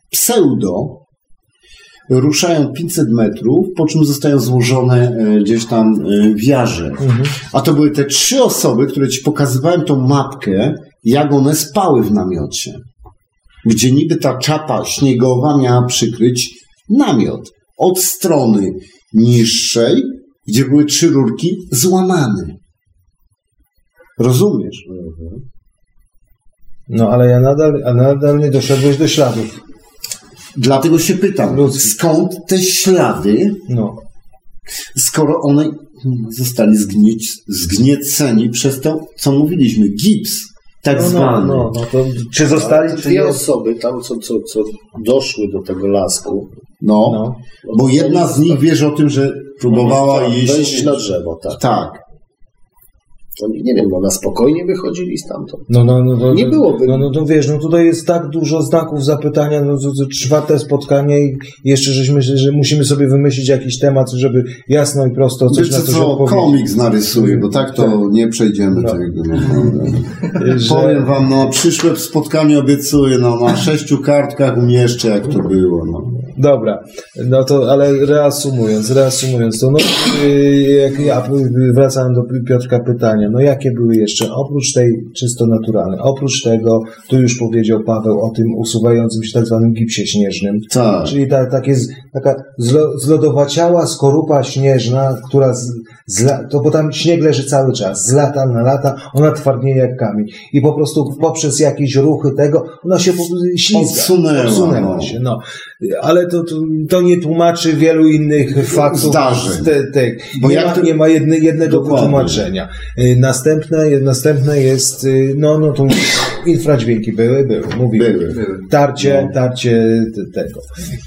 ruszają 500 metrów, po czym zostają złożone gdzieś tam w jarze. A to były te 3 osoby, które ci pokazywałem tą mapkę, jak one spały w namiocie. Gdzie niby ta czapa śniegowa miała przykryć namiot. Od strony niższej, gdzie były 3 rurki, złamane. Rozumiesz? No ale ja nadal nie doszedłeś do śladów. Dlatego się pytam, skąd te ślady, skoro one zostali zgnieceni przez to, co mówiliśmy, gips tak zwany. To czy zostali, czy dwie osoby tam, co doszły do tego lasku. Bo jedna z nich wiesz o tym, że próbowała wejść na drzewo, tak. Tak. Nie wiem, na spokojnie wychodzili stamtąd. Nie byłoby. Wiesz, tutaj jest tak dużo znaków zapytania, trwa te spotkanie i jeszcze że musimy sobie wymyślić jakiś temat, żeby jasno i prosto coś na coś odpowiedzieć. Komiks narysuję, bo tak to nie przejdziemy tego. Powiem wam, przyszłe spotkanie obiecuję, na 6 kartkach umieszczę, jak to było. Dobra, ale reasumując to, jak ja wracałem do Piotrka pytania, jakie były jeszcze, oprócz tej czysto naturalnej, oprócz tego, tu już powiedział Paweł o tym usuwającym się tak zwanym gipsie śnieżnym, czyli taka zlodowaciała skorupa śnieżna, która bo tam śnieg leży cały czas, z lata na lata, ona twardnieje jak kamień i po prostu poprzez jakieś ruchy tego, ona się ślizga, odsunęła się, ale to nie tłumaczy wielu innych faktów, zdarzeń. Bo nie ma jednego wytłumaczenia. Następne jest, to infradźwięki były, mówiłem. Tarcie tego.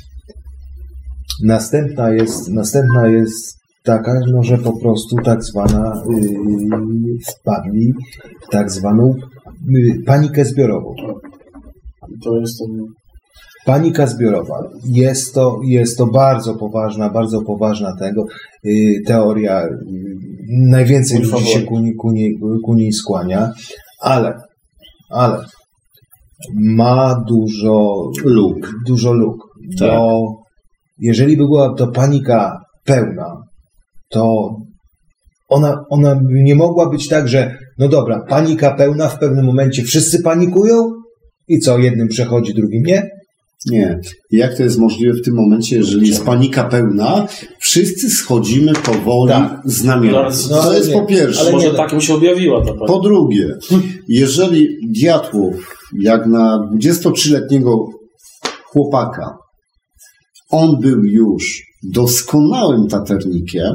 Następna jest taka, że po prostu tak zwana wpadli w tak zwaną panikę zbiorową. To jest panika zbiorowa. Jest to bardzo poważna teoria. Najwięcej ludzi się ku niej skłania, ale ma dużo luk. Tak. Bo jeżeli by była to panika pełna, to ona nie mogła być tak, że panika pełna, w pewnym momencie wszyscy panikują i co, jednym przechodzi, drugim nie? Nie. Jak to jest możliwe w tym momencie, jeżeli jest panika pełna, wszyscy schodzimy powoli z namiotu. To jest po pierwsze. Ale może tak mi się objawiła ta panika. Po drugie, jeżeli Diatłow, jak na 23-letniego chłopaka, on był już doskonałym taternikiem,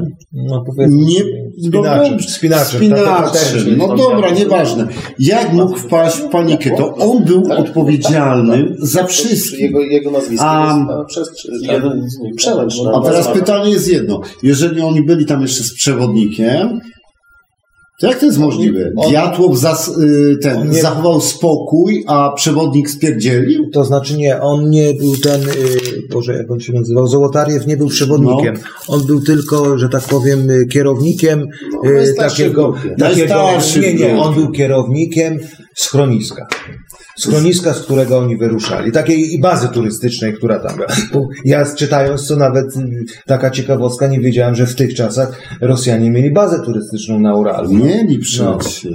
spinaczem. Nieważne. Jak mógł wpaść w panikę? To on był odpowiedzialny za wszystko. Jego nazwisko jest Przełęcz. A teraz pytanie jest jedno. Jeżeli oni byli tam jeszcze z przewodnikiem, to jak to jest możliwe? Diatłow zachował spokój, a przewodnik spierdzielił? To znaczy nie, on nie był jak on się nazywał, Zołotariew nie był przewodnikiem. On był tylko, że tak powiem, kierownikiem takiego... on był kierownikiem schroniska. Z którego oni wyruszali. Takiej bazy turystycznej, która tam była. Ja czytając to nawet taka ciekawostka, nie wiedziałem, że w tych czasach Rosjanie mieli bazę turystyczną na Uralu. Mieli przecież.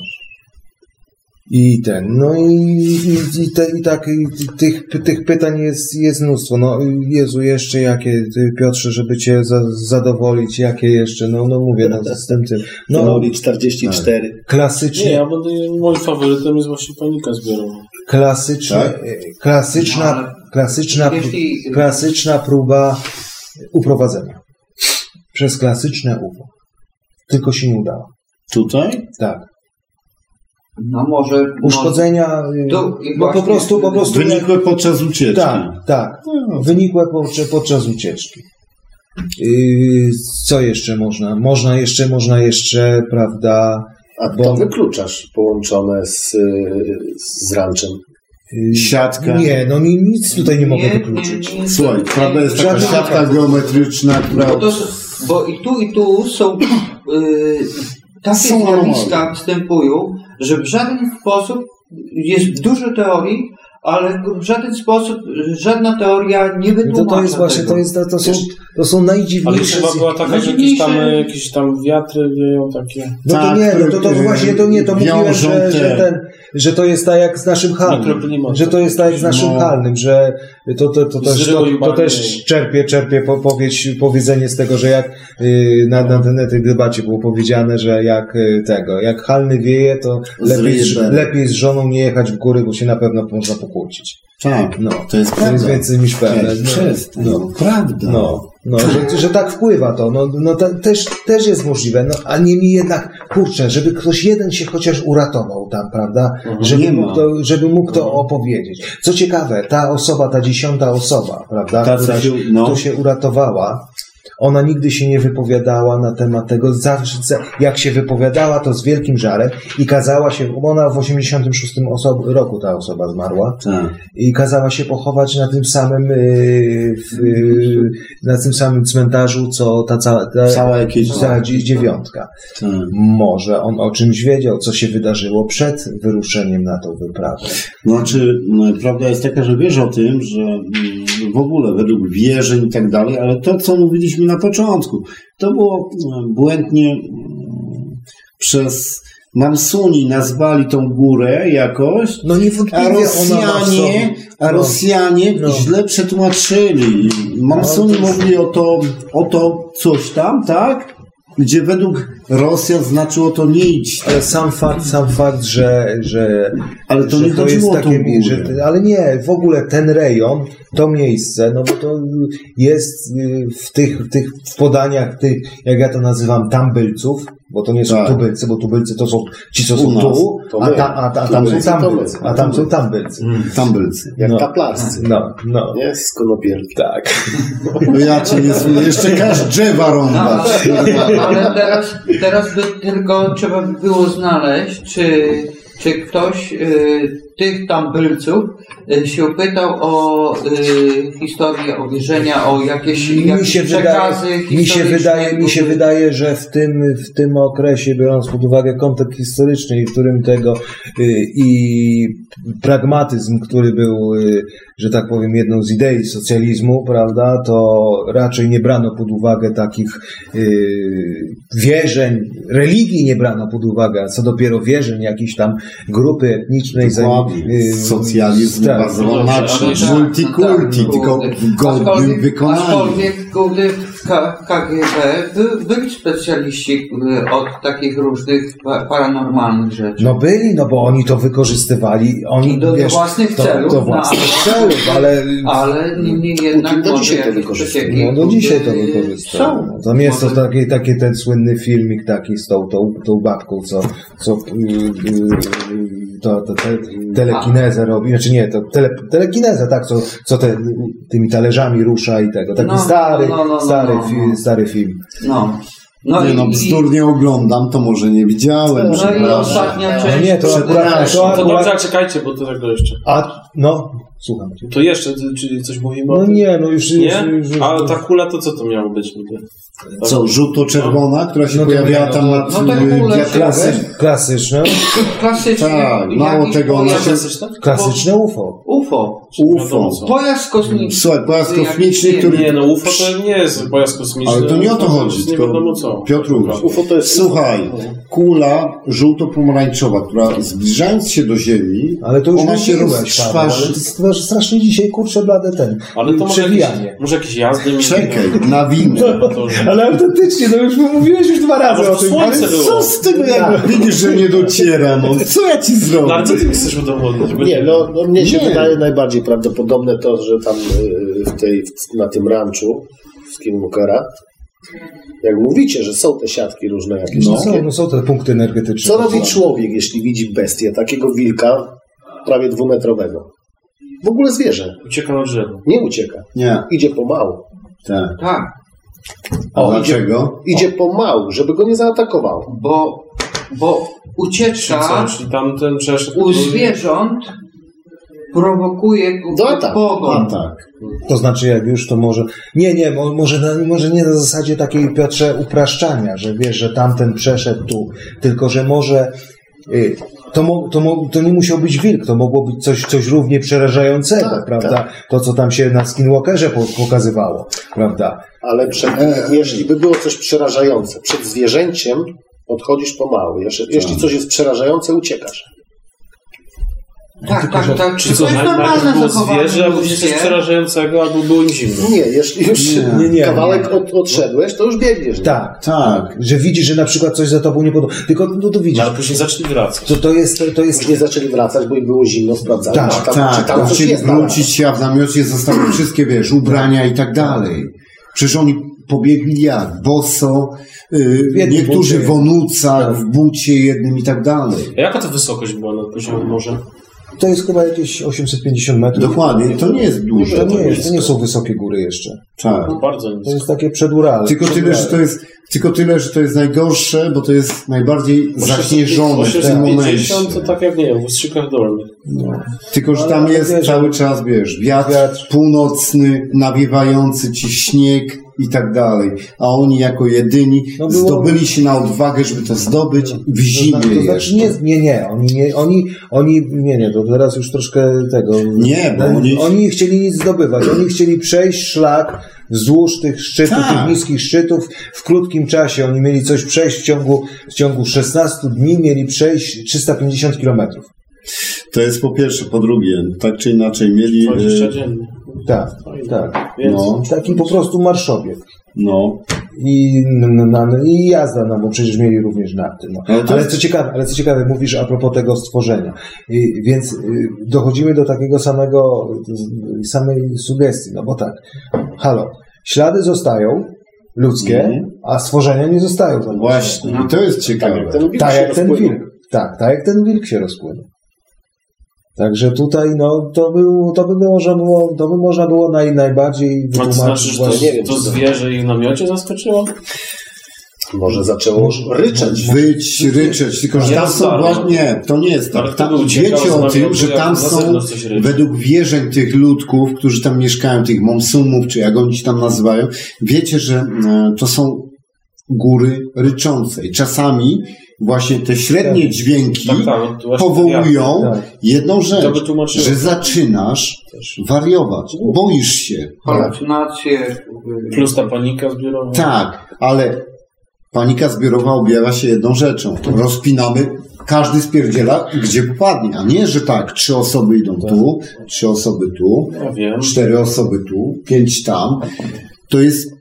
Tych pytań jest mnóstwo. Jezu, jeszcze jakie, Piotrze, żeby cię zadowolić, jakie jeszcze, mówię, z tym. 44. Klasycznie. Nie, moim faworytem jest właśnie panika zbiorowa. Klasyczna próba uprowadzenia. Przez klasyczne UFO. Tylko się nie udało. Tutaj? Tak. No może... Uszkodzenia, po prostu... Wynikłe podczas ucieczki. Tak. Wynikłe podczas ucieczki. Co jeszcze można? Można jeszcze, prawda... A to wykluczasz połączone z ranczem. Siatka. Nie, no nic tutaj nie mogę wykluczyć. Słuchaj, prawda jest taka siatka geometryczna, która... Bo i tu są takie zjawiska występują, że w żaden sposób jest dużo teorii, ale w żaden sposób żadna teoria nie wytłumacza to jest właśnie, to są najdziwniejsze... Ale chyba była taka, że jakieś tam wiatry wieją takie... No to nie, to właśnie to nie, to mówiłem, że to jest tak jak z naszym Halnym, że to jest tak jak z naszym Halnym, że to też czerpie powiedzenie z tego, że jak na tej debacie było powiedziane, że jak Halny wieje, to lepiej z żoną nie jechać w góry, bo się na pewno można pokłócić. Tak, to jest prawda. To jest więcej niż pewne. Prawda. Że tak wpływa to. Też jest możliwe. A niemniej jednak, kurczę, żeby ktoś jeden się chociaż uratował tam, prawda? Żeby mógł to opowiedzieć. Co ciekawe, ta 10. osoba, prawda? Która się uratowała, ona nigdy się nie wypowiadała na temat tego. Zawsze, jak się wypowiadała, to z wielkim żarem i kazała się, ona w 86 roku ta osoba zmarła, i kazała się pochować na tym samym cmentarzu, co ta cała dziewiątka. Może on o czymś wiedział, co się wydarzyło przed wyruszeniem na tą wyprawę. Prawda jest taka, że wiesz o tym, że w ogóle według wierzeń i tak dalej, ale to, co mówiliśmy na początku, to było błędnie przez Mansuni nazwali tą górę jakoś, a Rosjanie źle przetłumaczyli. Mansuni mówili o to coś tam, tak? Gdzie według Rosjan znaczyło to nie idź. Ale sam fakt, że ale to nie chodziło o tą górę. Ale nie, w ogóle ten rejon, to miejsce, no bo to jest w tych podaniach tych, jak ja to nazywam, tambylców, bo to nie są tubylcy, bo tubylcy to są ci, co są tu, a tam są tambylcy. A tam są tambylcy. Tambylcy. Jak taplascy. No. Nie? Z konopielki. Tak. No ja cię nie słucham. Jeszcze każ drzewa rąbać. Ale teraz by tylko trzeba by było znaleźć, czy ktoś tych tambylców się pytał o historię, o wierzenia, o jakieś przekazy historyczne. Mi się wydaje, że w tym okresie, biorąc pod uwagę kontekst historyczny, w którym i pragmatyzm, który był, że tak powiem, jedną z idei socjalizmu, prawda, to raczej nie brano pod uwagę takich wierzeń, religii nie brano pod uwagę, a co dopiero wierzeń jakiejś tam grupy etnicznej. Socjalizm bazował na multikulti, tylko w godnym wykonaniu. Aczkolwiek KGB byli specjaliści od takich różnych paranormalnych rzeczy. No byli, bo oni to wykorzystywali. Oni, do własnych celów. Do własnych celów, ale niemniej jednak do dzisiaj to wykorzystują. Do dzisiaj to wykorzystują. To jest to taki ten słynny filmik taki z tą babką, co telekinezę robi, znaczy nie, to telekinezę, tak, co tymi talerzami rusza i tego. Taki stary film. Bzdurnie oglądam, to może nie widziałem. No i ostatnia część. Nie, to akurat... To dobrze, czekajcie, bo to tego jeszcze. Słucham. To jeszcze, czyli coś mówimy o tym? Nie, już... A ta kula to co to miało być niby? Co, żółto-czerwona, która się pojawiała tam na klasyczne. Tak, mało tego. Klasyczne UFO. Pojazd kosmiczny. Słuchaj, pojazd kosmiczny, który... Nie, UFO to nie jest pojazd kosmiczny. Ale to nie o to chodzi, nie wiadomo co. Piotruś, UFO to jest... Słuchaj, kula żółto-pomarańczowa, która zbliżając się do Ziemi, ale to już ona się roztwarza. masz strasznie dzisiaj, kurczę, blade ten. Ale to może jakieś jazdy... Czekaj, nawimy. Ale autentycznie, no już mówiłeś już 2 razy o tym. Ale co z tym, jak widzisz, że nie docieram? Co ja ci zrobię? No ale co ty chcesz udowodnić? Nie, no mnie się wydaje najbardziej prawdopodobne to, że tam na tym ranczu Skinwalkera, jak mówicie, że są te siatki różne jakieś takie. Są te punkty energetyczne. Co robi człowiek, jeśli widzi bestię, takiego wilka, prawie 2-metrowego? W ogóle zwierzę. Ucieka na drzewo. Nie ucieka. Nie. Idzie pomału. Tak. A dlaczego? Idzie pomału, żeby go nie zaatakował. Bo ucieczka czyli tamten przeszedł... u zwierząt prowokuje pogoń. Tak. To znaczy, jak już to może... Może nie na zasadzie takiej, Piotrze, upraszczania, że wiesz, że tamten przeszedł tu, tylko że może... To nie musiał być wilk, to mogło być coś równie przerażającego, prawda? Tak. To, co tam się na Skinwalkerze pokazywało, prawda? Ale jeśli by było coś przerażające, przed zwierzęciem podchodzisz pomału. Jeśli coś jest przerażające, uciekasz. Tak. Czy to jest normalne było zwierzę, albo coś przerażającego, albo było im zimno? Nie, jeśli już kawałek odszedłeś, to już biegniesz. Tak. Że widzisz, że na przykład coś za tobą nie podoba. Tylko to widzisz. Ale później zaczęli wracać. To jest... Nie zaczęli wracać, bo im było zimno, sprawdzali. Tak. Chcieli wrócić, a w namiocie zostały wszystkie, ubrania i tak dalej. Przecież oni pobiegli jak? Boso, niektórzy w onucach, w bucie jednym i tak dalej. A jaka to wysokość była nad poziomem morza? To jest chyba jakieś 850 metrów. Dokładnie, to nie jest duże. To nie są wysokie góry jeszcze. Tak. No, bardzo nisko. To jest takie przeduralne. Tylko tyle, że to jest najgorsze, bo to jest najbardziej zaśnieżone w tym momencie. To tak jak, nie wiem, w Ustrzykach Dolnych. No. Tylko, że tam jest cały czas, wiatr północny, nawiewający ci śnieg i tak dalej. A oni jako jedyni zdobyli się na odwagę, żeby to zdobyć w zimie. To znaczy nie, to teraz już troszkę tego... Nie, bo oni chcieli nic zdobywać. Oni chcieli przejść szlak wzdłuż tych szczytów, tych niskich szczytów w krótkim czasie. Oni mieli coś przejść w ciągu 16 dni, mieli przejść 350 kilometrów. To jest po pierwsze. Po drugie, tak czy inaczej mieli... 20 dziennie. Tak. Taki po prostu marszobieg. I jazda, bo przecież mieli również narty. Ale co ciekawe, mówisz a propos tego stworzenia. Więc dochodzimy do takiego samej sugestii, bo tak, ślady zostają ludzkie, a stworzenia nie zostają. Właśnie, i to jest ciekawe. Tak jak ten wilk się rozpłynął. Także tutaj, to by można było najbardziej wytłumaczyć. To zwierzę ich w namiocie zaskoczyło? Może zaczęło ryczeć. Ryczeć, tylko że tam są właśnie, to nie jest tak. Wiecie o tym, że tam są, według wierzeń tych ludków, którzy tam mieszkają, tych monsumów, czy jak oni się tam nazywają, wiecie, że to są góry ryczące. I czasami właśnie te średnie dźwięki powołują jedną rzecz, że zaczynasz wariować, boisz się. Halucynacje. Plus ta panika zbiorowa. Tak, ale panika zbiorowa objawia się jedną rzeczą. Rozpinamy, każdy spierdziela, gdzie popadnie, a nie, że 3 osoby idą tu, 3 osoby tu, 4 osoby tu, 5 tam. To jest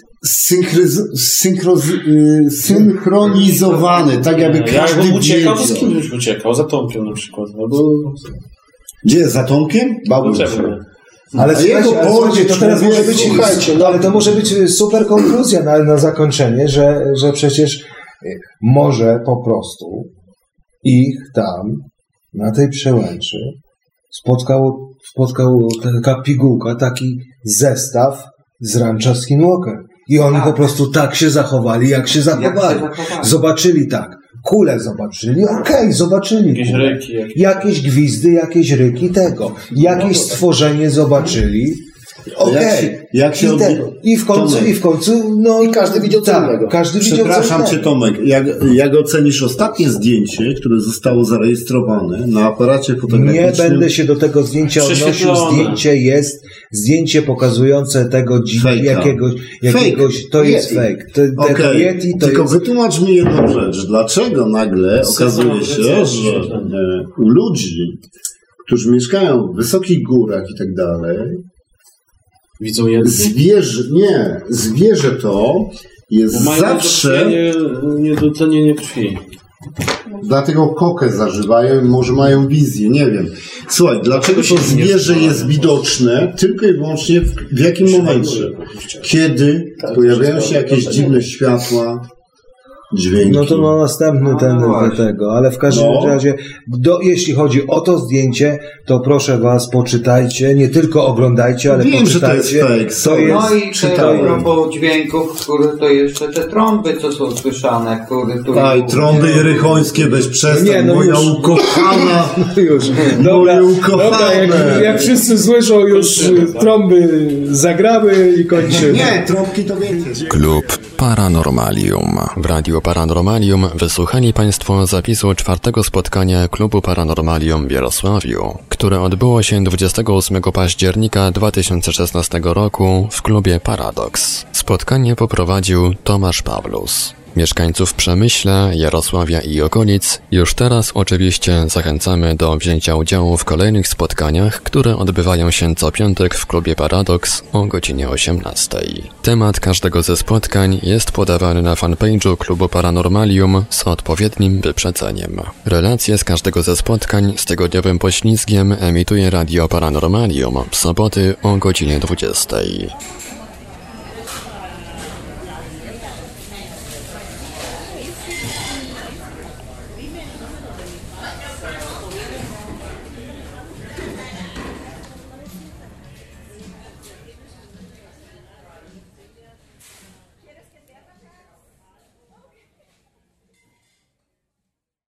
synchronizowane, tak jakby każdy uciekał, to z kim byś uciekał? Za Tomkiem na przykład. Gdzie? Za Tomkiem? Bałbym się. Ale to teraz może być, ale to może być super konkluzja na zakończenie, że przecież może po prostu ich tam na tej przełęczy spotkał taka pigułka, taki zestaw z rancha Skinwalker. I oni po prostu tak się zachowali, jak się zachowali. Zobaczyli kulę zobaczyli, zobaczyli. Jakieś ryki. Jakieś gwizdy, jakieś ryki tego. Jakieś stworzenie zobaczyli. I w końcu, i każdy widział co innego. Przepraszam cię, Tomek, jak ocenisz ostatnie zdjęcie, które zostało zarejestrowane na aparacie fotograficznym? Nie będę się do tego zdjęcia odnosił. Zdjęcie jest pokazujące tego jakiegoś to jest fake. Yeti to tylko wytłumacz mi jedną rzecz. Dlaczego nagle okazuje się, że u ludzi, którzy mieszkają w wysokich górach i tak dalej, widzą je. Zwierzę to jest zawsze... Niedotlenienie krwi. Dlatego kokę zażywają, może mają wizję, nie wiem. Słuchaj, dlaczego to zwierzę jest widoczne tylko i wyłącznie w jakim momencie? Kiedy pojawiają się jakieś dziwne światła, dźwięki. No to ma następny tego, ale w każdym razie, jeśli chodzi o to zdjęcie, to proszę was, poczytajcie, nie tylko oglądajcie, ale wiem, poczytajcie. Że to jest fake. No i te propos dźwięków, to jeszcze te trąby, co są słyszane, trąby jerychońskie, bez przestań, moja ukochana. Już. Dobra, jak wszyscy słyszą, już trąby zagrały i kończymy. Nie, trąbki to więcej. Klub Paranormalium. W Radiu Paranormalium wysłuchali Państwo zapisu 4. spotkania Klubu Paranormalium w Jarosławiu, które odbyło się 28 października 2016 roku w klubie Paradoks. Spotkanie poprowadził Tomasz Pawlus. Mieszkańców Przemyśla, Jarosławia i okolic już teraz oczywiście zachęcamy do wzięcia udziału w kolejnych spotkaniach, które odbywają się co piątek w klubie Paradoks o godzinie 18. Temat każdego ze spotkań jest podawany na fanpage'u klubu Paranormalium z odpowiednim wyprzedzeniem. Relacje z każdego ze spotkań z tygodniowym poślizgiem emituje Radio Paranormalium w soboty o godzinie 20.